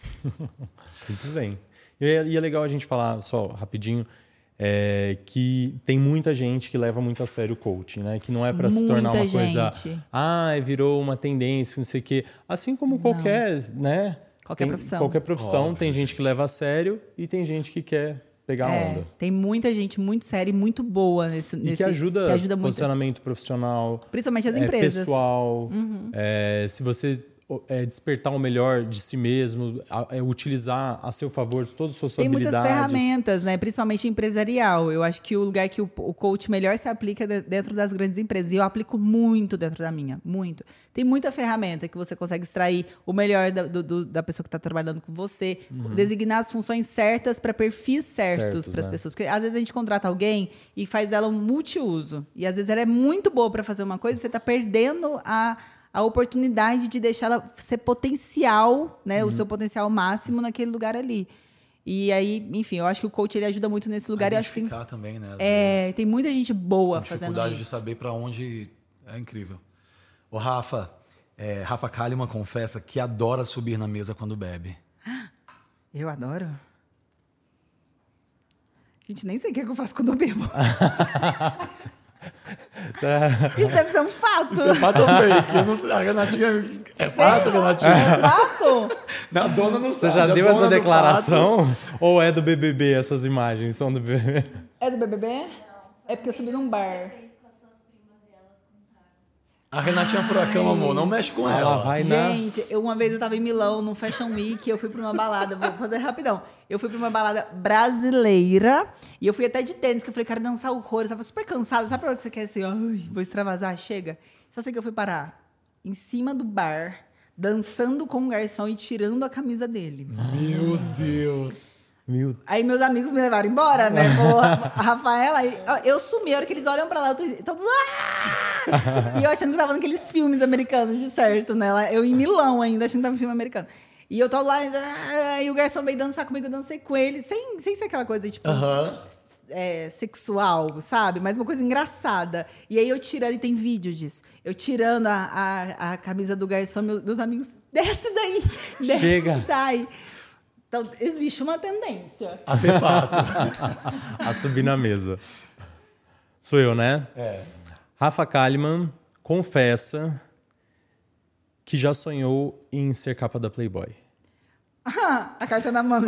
Muito bem. E é, e é legal a gente falar, só rapidinho, é, que tem muita gente que leva muito a sério o coaching, né? Que não é para se tornar uma Muita coisa... gente. Ah, virou uma tendência, não sei o quê. Assim como qualquer, né? Qualquer Tem- profissão. Qualquer profissão. Óbvio, tem gente que leva a sério e tem gente que quer pegar a É, onda. tem muita gente muito séria e muito boa nesse, E nesse que ajuda, que ajuda muito, posicionamento profissional, principalmente as é, empresas. pessoal. É, se você é, despertar o melhor de si mesmo, a- é, utilizar a seu favor todas as suas Tem muitas habilidades. ferramentas, né? Principalmente empresarial. Eu acho que o lugar que o, o coach melhor se aplica é de- dentro das grandes empresas. E eu aplico muito dentro da minha, muito. Tem muita ferramenta que você consegue extrair o melhor da, do- do- da pessoa que está trabalhando com você, designar as funções certas para perfis certos Certos, para as né? pessoas. Porque às vezes a gente contrata alguém e faz dela um multiuso. E às vezes ela é muito boa para fazer uma coisa e você está perdendo a a oportunidade de deixar ela ser potencial, né? Uhum. O seu potencial máximo naquele lugar ali. E aí, enfim, eu acho que o coach ele ajuda muito nesse lugar. A eu acho que tem, também, né? É, tem muita gente boa fazendo isso. Dificuldade de saber para onde é incrível. O Rafa, é, Rafa Kalimann confessa que adora subir na mesa quando bebe. Eu adoro. Gente, nem sei o que, é que eu faço quando eu bebo. Isso deve ser um fato. Isso é fato ou fake? Eu não sei. A Renatinha... É fato, Renatinha? É fato? A dona não Você sabe. já deu essa declaração? Fato. Ou é do B B B essas imagens? São do B B B? É do B B B? Não. É porque eu subi num bar. A Renatinha Furacão, amor, não mexe com ela. Ela vai na... Gente, eu, uma vez eu tava em Milão, no Fashion Week, eu fui pra uma balada, vou fazer rapidão. Eu fui pra uma balada brasileira, e eu fui até de tênis, que eu falei, cara, dançar horrores, eu tava super cansada, sabe pra hora que você quer assim, ai, vou extravasar, chega? Só sei que eu fui parar em cima do bar, dançando com o garçom e tirando a camisa dele. Meu Deus. Meu... Aí meus amigos me levaram embora, né? Falou, a Rafaela, eu sumi, a hora que eles olham pra lá, eu tô todo... Ah! E eu achando que tava naqueles filmes americanos, de certo, né? Eu em Milão ainda, achando que tava em filme americano. E eu tô lá, ah! E o garçom veio dançar comigo, eu dancei com ele, sem, sem ser aquela coisa, tipo... Uh-huh. É, sexual, sabe? Mas uma coisa engraçada. E aí eu tirando, e tem vídeo disso, eu tirando a, a, a camisa do garçom, meus, meus amigos, desce daí, desce, Chega. sai. Então, existe uma tendência. A ser fato. A subir na mesa. Sou eu, né? É. Rafa Kalimann confessa que já sonhou em ser capa da Playboy. Ah, a carta na manga.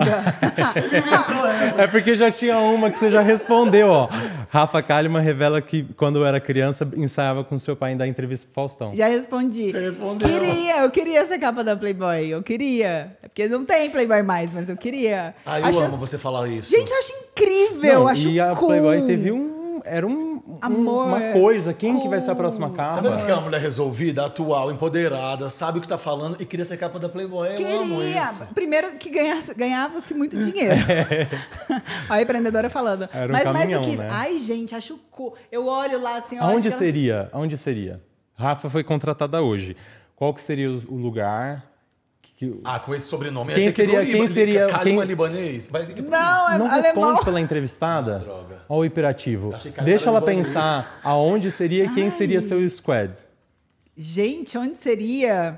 É porque já tinha uma que você já respondeu, ó. Rafa Kalimann revela que, quando era criança, ensaiava com seu pai em dar entrevista pro Faustão. Já respondi. Você respondeu. Queria, eu queria ser capa da Playboy. Eu queria. É porque não tem Playboy mais, mas eu queria. Ah, eu acho... amo você falar isso. Gente, eu acho incrível, Não, acho e a cool. Playboy teve um... Era um, Amor, uma coisa. Quem cool. que vai ser a próxima capa? Tá vendo que é uma mulher resolvida, atual, empoderada, sabe o que tá falando e queria ser capa da Playboy? Eu Queria. amo isso. Primeiro que ganhasse- ganhava-se muito dinheiro. Olha a empreendedora falando. Era um Mas mais caminhão, do que isso. né? Ai, gente, acho cool. Eu olho lá assim... eu acho Aonde que ela- seria? Aonde seria? Rafa foi contratada hoje. Qual que seria o o lugar... Que... Ah, com esse sobrenome. Quem ia ter que ir seria- pro quem Líbano. seria- Kalimann quem- é libanês? Vai ter que ir pro Não, é Não alemão. responde pela entrevistada? Ah, droga. Olha o hiperativo. Achei que era Deixa ela libanês. pensar aonde seria e quem Ai. seria seu squad. Gente, onde seria?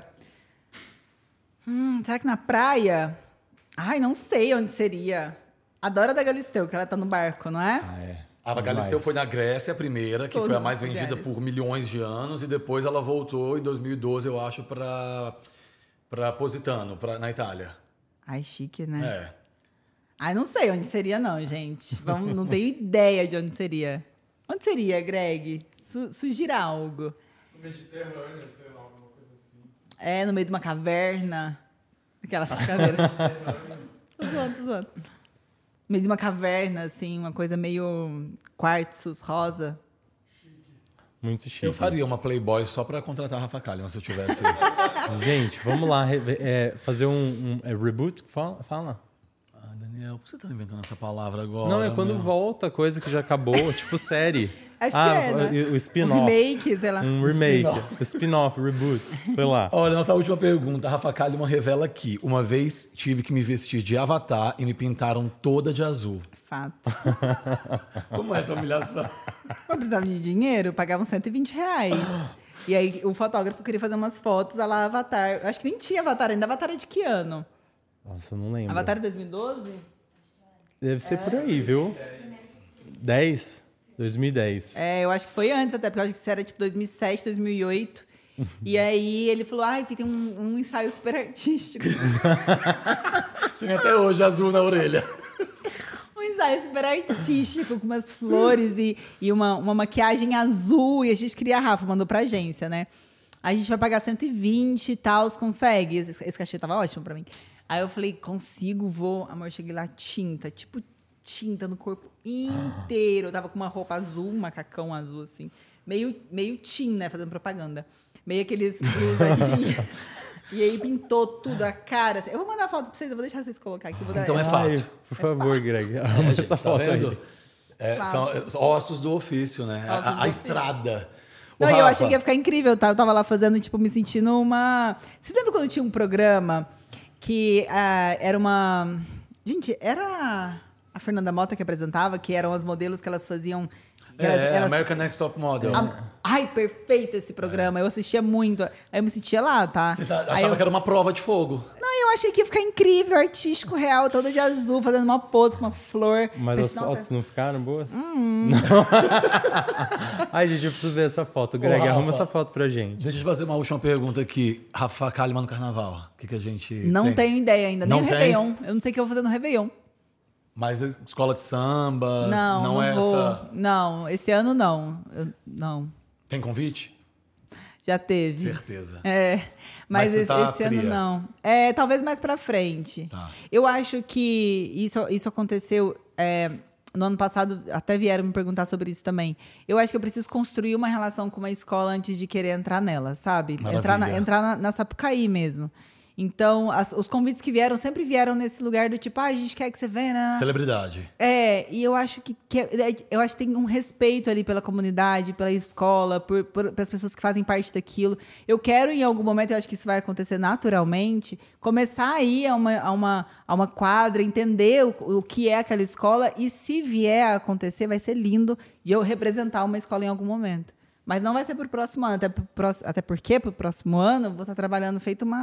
Hum, será que na praia? Ai, não sei onde seria. Adoro a da Galisteu, que ela tá no barco, não é? Ah, é. A Galisteu foi na Grécia, a primeira, que Todos foi a mais os vendida lugares. por milhões de anos, e depois ela voltou em dois mil e doze, eu acho, para para Positano, pra, na Itália. Ai, chique, né? É. Ai, não sei onde seria, não, gente. Vamos, não tenho ideia de onde seria. Onde seria, Greg? Su sugira algo. No Mediterrâneo, sei lá, alguma coisa assim. É, no meio de uma caverna. Aquelas cadeiras. Tô zoando, tô zoando. No meio de uma caverna, assim, uma coisa meio quartzos, rosa. Muito chique. Eu faria uma Playboy só para contratar a Rafa Kalimann, se eu tivesse. Gente, vamos lá re- é, fazer um, um é reboot? Fala? Fala. Ah, Daniel, por que você tá inventando essa palavra agora? Não, é quando meu? volta coisa que já acabou, tipo série. Acho ah, que é, né? o- o Um spin-off. remake, sei lá. Um remake. Spin-off, reboot. Foi lá. Olha, nossa última pergunta. A Rafa Kalimann revela aqui. Uma vez tive que me vestir de Avatar e me pintaram toda de azul. Fato. Como é essa humilhação? Eu precisava de dinheiro, pagavam cento e vinte reais. E aí o fotógrafo queria fazer umas fotos, a lá Avatar. Eu acho que nem tinha Avatar ainda. Avatar é de que ano? Nossa, eu não lembro. Avatar é dois mil e doze? Deve ser por aí, viu? dez? dois mil e dez. É, eu acho que foi antes até, porque eu acho que isso era tipo dois mil e sete, dois mil e oito. E aí ele falou, ai, que tem um, um ensaio super artístico. Tem até hoje azul na orelha. Um ensaio super artístico, com umas flores e, e uma, uma maquiagem azul. E a gente queria a Rafa, mandou pra agência, né? Aí a gente vai pagar cento e vinte e tal, consegue. Esse, esse cachê tava ótimo pra mim. Aí eu falei, consigo, vou. Amor, cheguei lá, tinta, tipo tinta no corpo inteiro. Eu tava com uma roupa azul, um macacão azul, assim. Meio, meio teen, né? Fazendo propaganda. Meio aqueles blusadinhos. E aí pintou tudo, a cara. Eu vou mandar foto pra vocês, eu vou deixar vocês colocar aqui. Vou dar- Então é eu- fato. Ai, por favor, Greg. É, Manda gente, essa tá foto vendo? aí. É, Fato. são ossos do ofício, né? A- Ossos a, do a ofício. estrada. Não, Ô, e eu Rafa. achei que ia ficar incrível, tá? Eu tava lá fazendo, tipo, me sentindo uma... Vocês lembram quando tinha um programa que ah, era uma... Gente, era a Fernanda Mota que apresentava, que eram as modelos que elas faziam... que É, elas- elas- American Next Top Model. Ah, Ai, perfeito esse programa. Eu assistia muito. Aí eu me sentia lá, tá? Você Aí achava eu... que era uma prova de fogo. Não, eu achei que ia ficar incrível, artístico, real, toda de azul, fazendo uma pose com uma flor. Mas Pensei, as nossa, fotos não ficaram boas? Hum. Não. Ai, gente, eu preciso ver essa foto. Greg, Rafa. arruma essa foto pra gente. Deixa eu te fazer uma última pergunta aqui. Rafa Kalimann no carnaval. O que, que a gente. Não tem? tenho ideia ainda, nem Não o tem? Réveillon. Eu não sei o que eu vou fazer no Réveillon. Mas escola de samba. Não, não, é vou. essa. Não, esse ano não. Eu- não. Tem convite? Já teve. Certeza. É, Mas mas, você esse, tá esse ano fria. não. É, talvez mais pra frente. Tá. Eu acho que isso, isso aconteceu é, no ano passado, até vieram me perguntar sobre isso também. Eu acho que eu preciso construir uma relação com uma escola antes de querer entrar nela, sabe? Maravilha. Entrar na, entrar na, na Sapucaí mesmo. Então, as- os convites que vieram sempre vieram nesse lugar do tipo, ah, a gente quer que você venha, né? Celebridade. É, e eu acho que, que é- eu acho que tem um respeito ali pela comunidade, pela escola, por, por, pelas pessoas que fazem parte daquilo. Eu quero, em algum momento, eu acho que isso vai acontecer naturalmente, começar a ir a uma, a uma, a uma quadra, entender o, o que é aquela escola, e se vier a acontecer, vai ser lindo de eu representar uma escola em algum momento. Mas não vai ser para o próximo ano, até, pro próximo, até porque para o próximo ano eu vou estar trabalhando feito uma.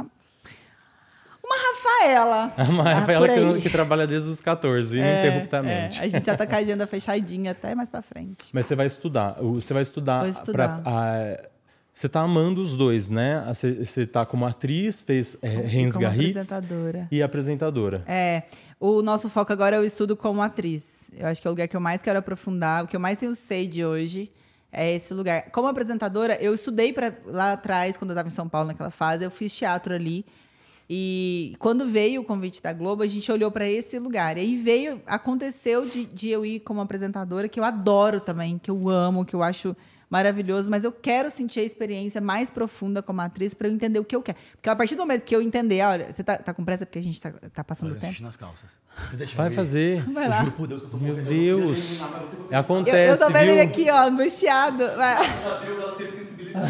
Uma Rafaela. Uma ah, Rafaela por que, aí. que trabalha desde os catorze, ininterruptamente. É, a gente já tá com a agenda fechadinha até mais pra frente. Mas você vai estudar. o- Você vai estudar. Vou estudar. pra- a- você tá amando os dois, né? Você, você tá como atriz, fez é, Rens como Garritz apresentadora. e apresentadora. É, o nosso foco agora é o estudo como atriz. Eu acho que é o lugar que eu mais quero aprofundar, o que eu mais tenho sede hoje é esse lugar. Como apresentadora, eu estudei pra, lá atrás, quando eu estava em São Paulo naquela fase, eu fiz teatro ali. E quando veio o convite da Globo, a gente olhou para esse lugar. E aí veio, aconteceu de, de eu ir como apresentadora, que eu adoro também, que eu amo, que eu acho maravilhoso, mas eu quero sentir a experiência mais profunda como atriz para eu entender o que eu quero. Porque a partir do momento que eu entender, olha, você tá, tá com pressa porque a gente tá, tá passando o Fazer tempo? xixi nas calças. Vocês deixam Vai eu ir? fazer. Vai Eu lá. juro por Deus que eu tô Meu morrendo. Deus. Eu, Acontece, eu tô vendo viu? ele aqui, ó, angustiado. Vai. Deus, ela teve sensibilidade.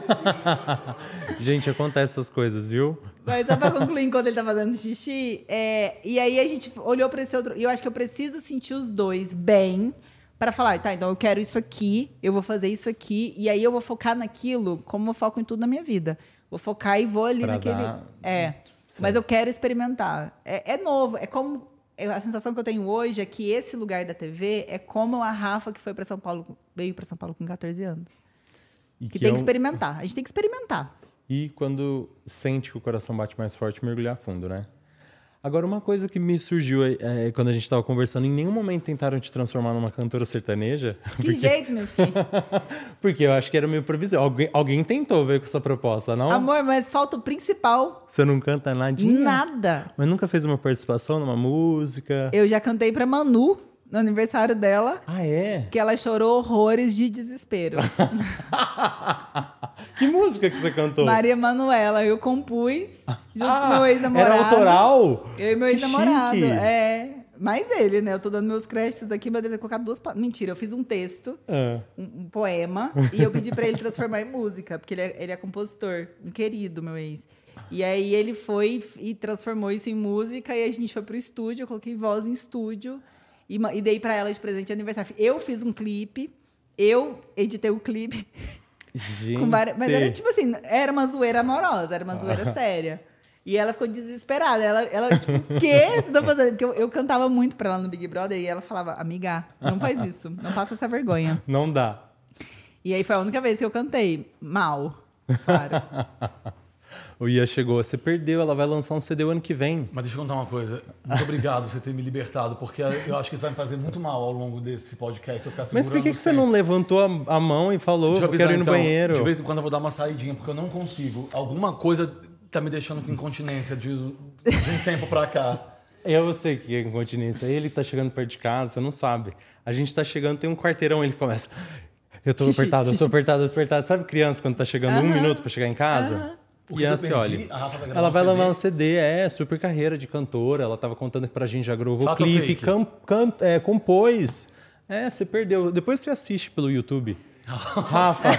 Gente, acontece essas coisas, viu? Mas só pra concluir, enquanto ele tá fazendo xixi, é, e aí a gente olhou pra esse outro. E eu acho que eu preciso sentir os dois bem pra falar, tá, então eu quero isso aqui, eu vou fazer isso aqui, e aí eu vou focar naquilo como eu foco em tudo na minha vida. Vou focar e vou ali Pra naquele. dar- É. Mas eu quero experimentar. É, é novo, é como. eu- A sensação que eu tenho hoje é que esse lugar da T V é como a Rafa que foi pra São Paulo, veio pra São Paulo com catorze anos. E Que, que tem é que um- experimentar. A gente tem que experimentar. E quando sente que o coração bate mais forte, mergulhar fundo, né? Agora, uma coisa que me surgiu é, quando a gente estava conversando, em nenhum momento tentaram te transformar numa cantora sertaneja? Que jeito, meu filho. Porque eu acho que era meio previsível. Alguém, alguém tentou ver com essa proposta, não? Amor, mas falta o principal. Você não canta nadinha? Nada. Mas nunca fez uma participação numa música? Eu já cantei pra Manu no aniversário dela, Ah, é? que ela chorou horrores de desespero. Que música que você cantou? Maria Manuela, eu compus junto com Ah, meu ex-namorado. Era autoral? Eu e meu Que ex-namorado. chique. É. Mais ele, né? Eu tô dando meus créditos aqui, mas eu devo ter colocado duas. pa- Mentira, eu fiz um texto, Ah. um, um poema, e eu pedi pra ele transformar em música, porque ele é, ele é compositor, um querido, meu ex. E aí ele foi e transformou isso em música, e a gente foi pro estúdio, eu coloquei voz em estúdio e, ma- e dei pra ela de presente de aniversário. Eu fiz um clipe, eu editei o clipe. Gente. Com várias- mas era tipo assim, era uma zoeira amorosa, era uma zoeira séria. E ela ficou desesperada. Ela, ela tipo, o quê você tá fazendo? Porque eu, eu cantava muito pra ela no Big Brother e ela falava, amiga, não faz isso, não passa essa vergonha. Não dá. E aí foi a única vez que eu cantei mal, claro. O Ia chegou, você perdeu, ela vai lançar um C D o ano que vem. Mas deixa eu contar uma coisa. Muito obrigado por você ter me libertado, porque eu acho que isso vai me fazer muito mal ao longo desse podcast. Se eu ficar Mas por que, segurando que você sempre. não levantou a, a mão e falou, Deixa eu eu quero avisar, ir no então, banheiro? De vez em quando eu vou dar uma saidinha, porque eu não consigo. Alguma coisa tá me deixando com incontinência de, de um tempo pra cá. Eu sei que é incontinência. Ele tá chegando perto de casa, você não sabe. A gente tá chegando, tem um quarteirão, ele começa... Eu tô Xixi, apertado, eu tô xixi. apertado, eu tô apertado. Sabe criança quando tá chegando um minuto pra chegar em casa? O que E eu assim, perdi? olha, A Rafa vai gravar ela um vai C D? lançar um C D, é, super carreira de cantora. Ela tava contando que pra gente já gravou Fato ou clipe, fake? cam, cam, é, compôs. É, você perdeu. Depois você assiste pelo YouTube. Rafa,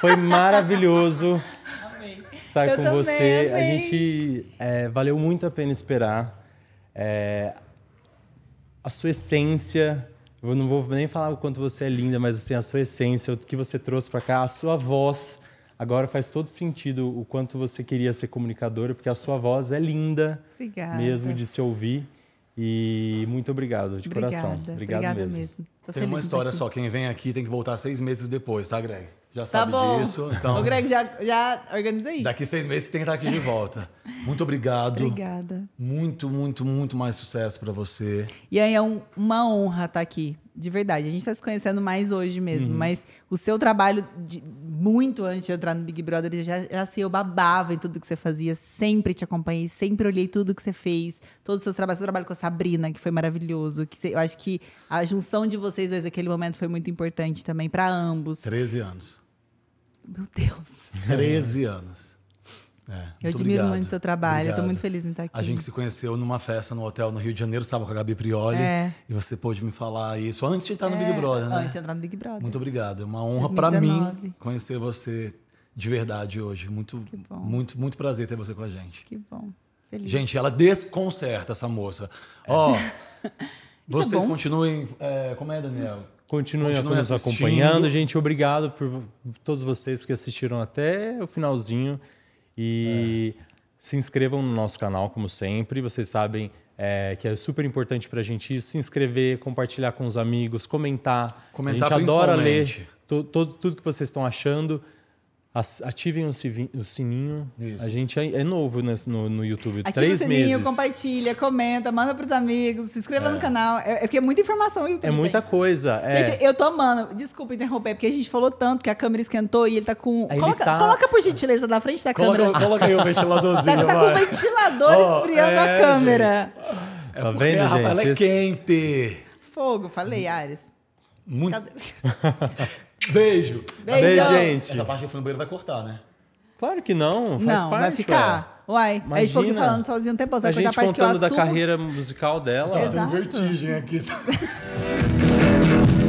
Foi maravilhoso Amei. estar Eu com também você. A amei. gente é, valeu muito a pena esperar. É, a sua essência, eu não vou nem falar o quanto você é linda, mas assim, a sua essência, o que você trouxe para cá, a sua voz. Agora faz todo sentido o quanto você queria ser comunicadora, porque a sua voz é linda. Obrigada. Mesmo de se ouvir. E muito obrigado, de Obrigada. coração. Obrigado Obrigada mesmo. mesmo. Tô Tem feliz uma de história estar só, aqui. quem vem aqui tem que voltar seis meses depois, tá, Greg? Você já Tá sabe bom. disso. Então, Ô, Greg, já, já organizei isso. daqui seis meses você tem que estar aqui de volta. Muito obrigado. Obrigada. Muito, muito, muito mais sucesso pra você. E aí é um- uma honra estar aqui, de verdade. A gente está se conhecendo mais hoje mesmo, Uhum. mas o seu trabalho, de- muito antes de eu entrar no Big Brother, eu já, já sei, eu babava em tudo que você fazia, sempre te acompanhei, sempre olhei tudo que você fez, todos os seus trabalhos, seu trabalho com a Sabrina, que foi maravilhoso, que você- eu acho que a junção de vocês dois naquele momento foi muito importante também para ambos. treze anos. Meu Deus. treze anos. É, Eu muito admiro obrigado. muito o seu trabalho, eu tô Obrigado. muito feliz em estar aqui. A gente se conheceu numa festa no hotel no Rio de Janeiro, estava com a Gabi Prioli. É. E você pôde me falar isso antes de entrar no É, Big Brother, né? Antes de entrar no Big Brother. Muito obrigado. É uma honra pra dois mil e dezenove. mim conhecer você de verdade hoje. Muito, Que bom. muito, muito prazer ter você com a gente. Que bom. Feliz. Gente, ela desconcerta essa moça. Ó, vocês bom. continuem. é, como é, Daniel? Continuem Continuem nos assistindo. acompanhando. Gente, obrigado por todos vocês que assistiram até o finalzinho. E se inscrevam no nosso canal, como sempre. Vocês sabem é, que é super importante pra gente isso. Se inscrever, compartilhar com os amigos, comentar. Comentar a gente adora ler principalmente. to- to- tudo que vocês estão achando. As- Ativem o sivi- o sininho. Isso. A gente é, é novo nesse- no, no YouTube. Ativa Três o sininho, meses. compartilha, comenta, manda pros amigos, se inscreva no canal. É, é porque é muita informação o YouTube É muita tem. coisa. É. Gente, eu tô amando. Desculpa interromper, porque a gente falou tanto que a câmera esquentou e ele tá com... Aí ele Coloca, tá- coloca por gentileza na frente da Coloca, câmera. coloca aí o Tá, ventiladorzinho, tá com o vai. ventilador Ó, esfriando é, a câmera. É Tá porque vendo, a Rafaela gente? é Esse- quente. Fogo, falei, Ares. Muito... Cadê? Beijo. Beijo. Beijo, gente. Essa parte que eu fui no banheiro vai cortar, né? Claro que não, faz Não, parte. vai ficar. Uai, a gente ficou aqui Imagina. falando sozinho um tempo, você A vai cortar a gente parte que eu contando assumo. da carreira musical dela. Exato. Tem vertigem aqui.